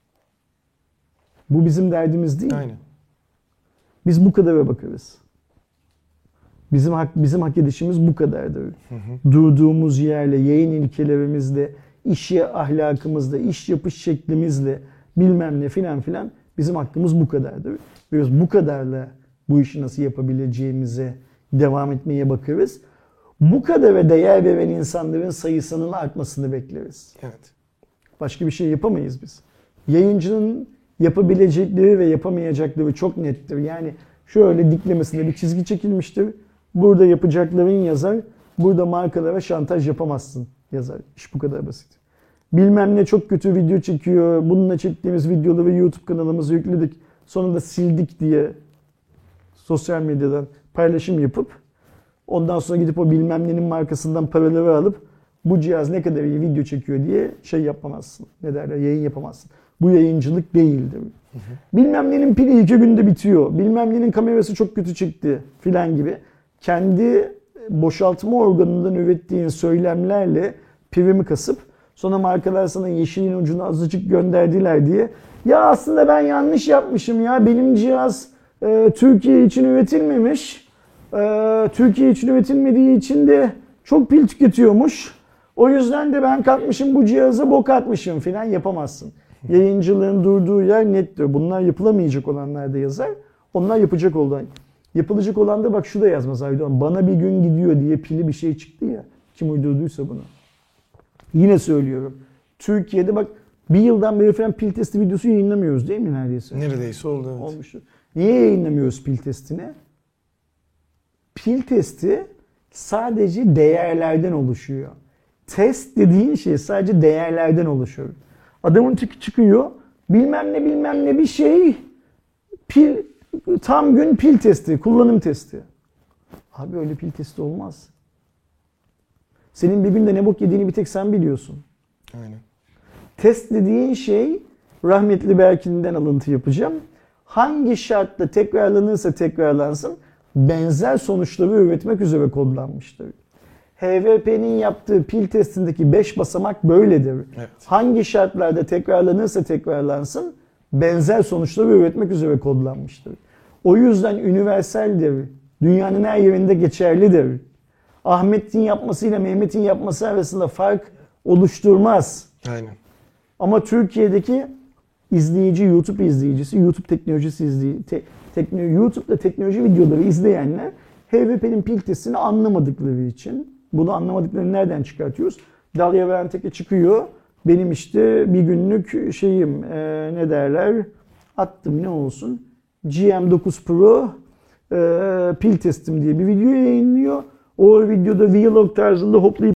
Bu bizim derdimiz değil. Aynen. Biz bu kadara bakarız. Bizim hak, bizim hak edişimiz bu kadardır. Hı hı. Durduğumuz yerle, yayın ilkelerimizle, işe ahlakımızla, iş yapış şeklimizle, bilmem ne filan filan bizim hakkımız bu kadardır. Biz bu kadarla bu işi nasıl yapabileceğimize devam etmeye bakarız. Bu kadara değer veren insanların sayısının artmasını bekleriz. Evet. Başka bir şey yapamayız biz. Yayıncının yapabilecekleri ve yapamayacakları çok nettir. Yani şöyle diklemesinde bir çizgi çekilmiştir. Burada yapacakların yazar. Burada markalara şantaj yapamazsın yazar. İş bu kadar basit. Bilmem ne çok kötü video çekiyor. Bununla çektiğimiz videoları YouTube kanalımıza yükledik. Sonra da sildik diye sosyal medyadan paylaşım yapıp ondan sonra gidip o bilmem nenin markasından paraları alıp bu cihaz ne kadar iyi video çekiyor diye şey yapamazsın. Ne derler? Yayın yapamazsın. Bu yayıncılık değildir. Hı hı. Bilmem nenin pili iki günde bitiyor. Bilmem nenin kamerası çok kötü çıktı filan gibi. Kendi boşaltma organından ürettiğin söylemlerle primi kasıp sonra markalar sana yeşilin ucunu azıcık gönderdiler diye ya aslında ben yanlış yapmışım ya, benim cihaz e, Türkiye için üretilmemiş. E, Türkiye için üretilmediği için de çok pil tüketiyormuş. O yüzden de ben kalkmışım bu cihaza bok atmışım filan yapamazsın. Yayıncılığın durduğu yer nettir. Bunlar yapılamayacak olanlar da yazar. Onlar yapacak olan. Yapılacak olan da bak şu da yazmaz Aydoğan. Bana bir gün gidiyor diye pili bir şey çıktı ya. Kim uydurduysa bunu. Yine söylüyorum. Türkiye'de bak bir yıldan beri falan pil testi videosu yayınlamıyoruz değil mi neredeyse? Neredeyse oldu, evet. Olmuştu. Niye yayınlamıyoruz pil testini? Pil testi sadece değerlerden oluşuyor. Test dediğin şey sadece değerlerden oluşuyor. Adamın tiki çıkıyor, bilmem ne bilmem ne bir şey, pil tam gün pil testi, kullanım testi. Abi öyle pil testi olmaz. Senin bir günde ne bok yediğini bir tek sen biliyorsun. Aynen. Test dediğin şey, rahmetli Berkin'den alıntı yapacağım. Hangi şartta tekrarlanırsa tekrarlansın benzer sonuçları üretmek üzere kodlanmıştır. H V P'nin yaptığı pil testindeki beş basamak böyledir. Evet. Hangi şartlarda tekrarlanırsa tekrarlansın benzer sonuçları üretmek üzere kodlanmıştır. O yüzden universaldir. Dünyanın her yerinde geçerlidir. Ahmet'in yapmasıyla Mehmet'in yapması arasında fark oluşturmaz. Aynen. Ama Türkiye'deki izleyici, YouTube izleyicisi, YouTube teknolojisi izleyici, te, tekno, YouTube'da teknoloji videoları izleyenler H V P'nin pil testini anlamadıkları için, bunu anlamadıklarını nereden çıkartıyoruz? Dalya Ventek'e çıkıyor. Benim işte bir günlük şeyim, e, ne derler, attım ne olsun, G M dokuz Pro e, pil testim diye bir video yayınlıyor. O videoda vlog tarzında hoplayıp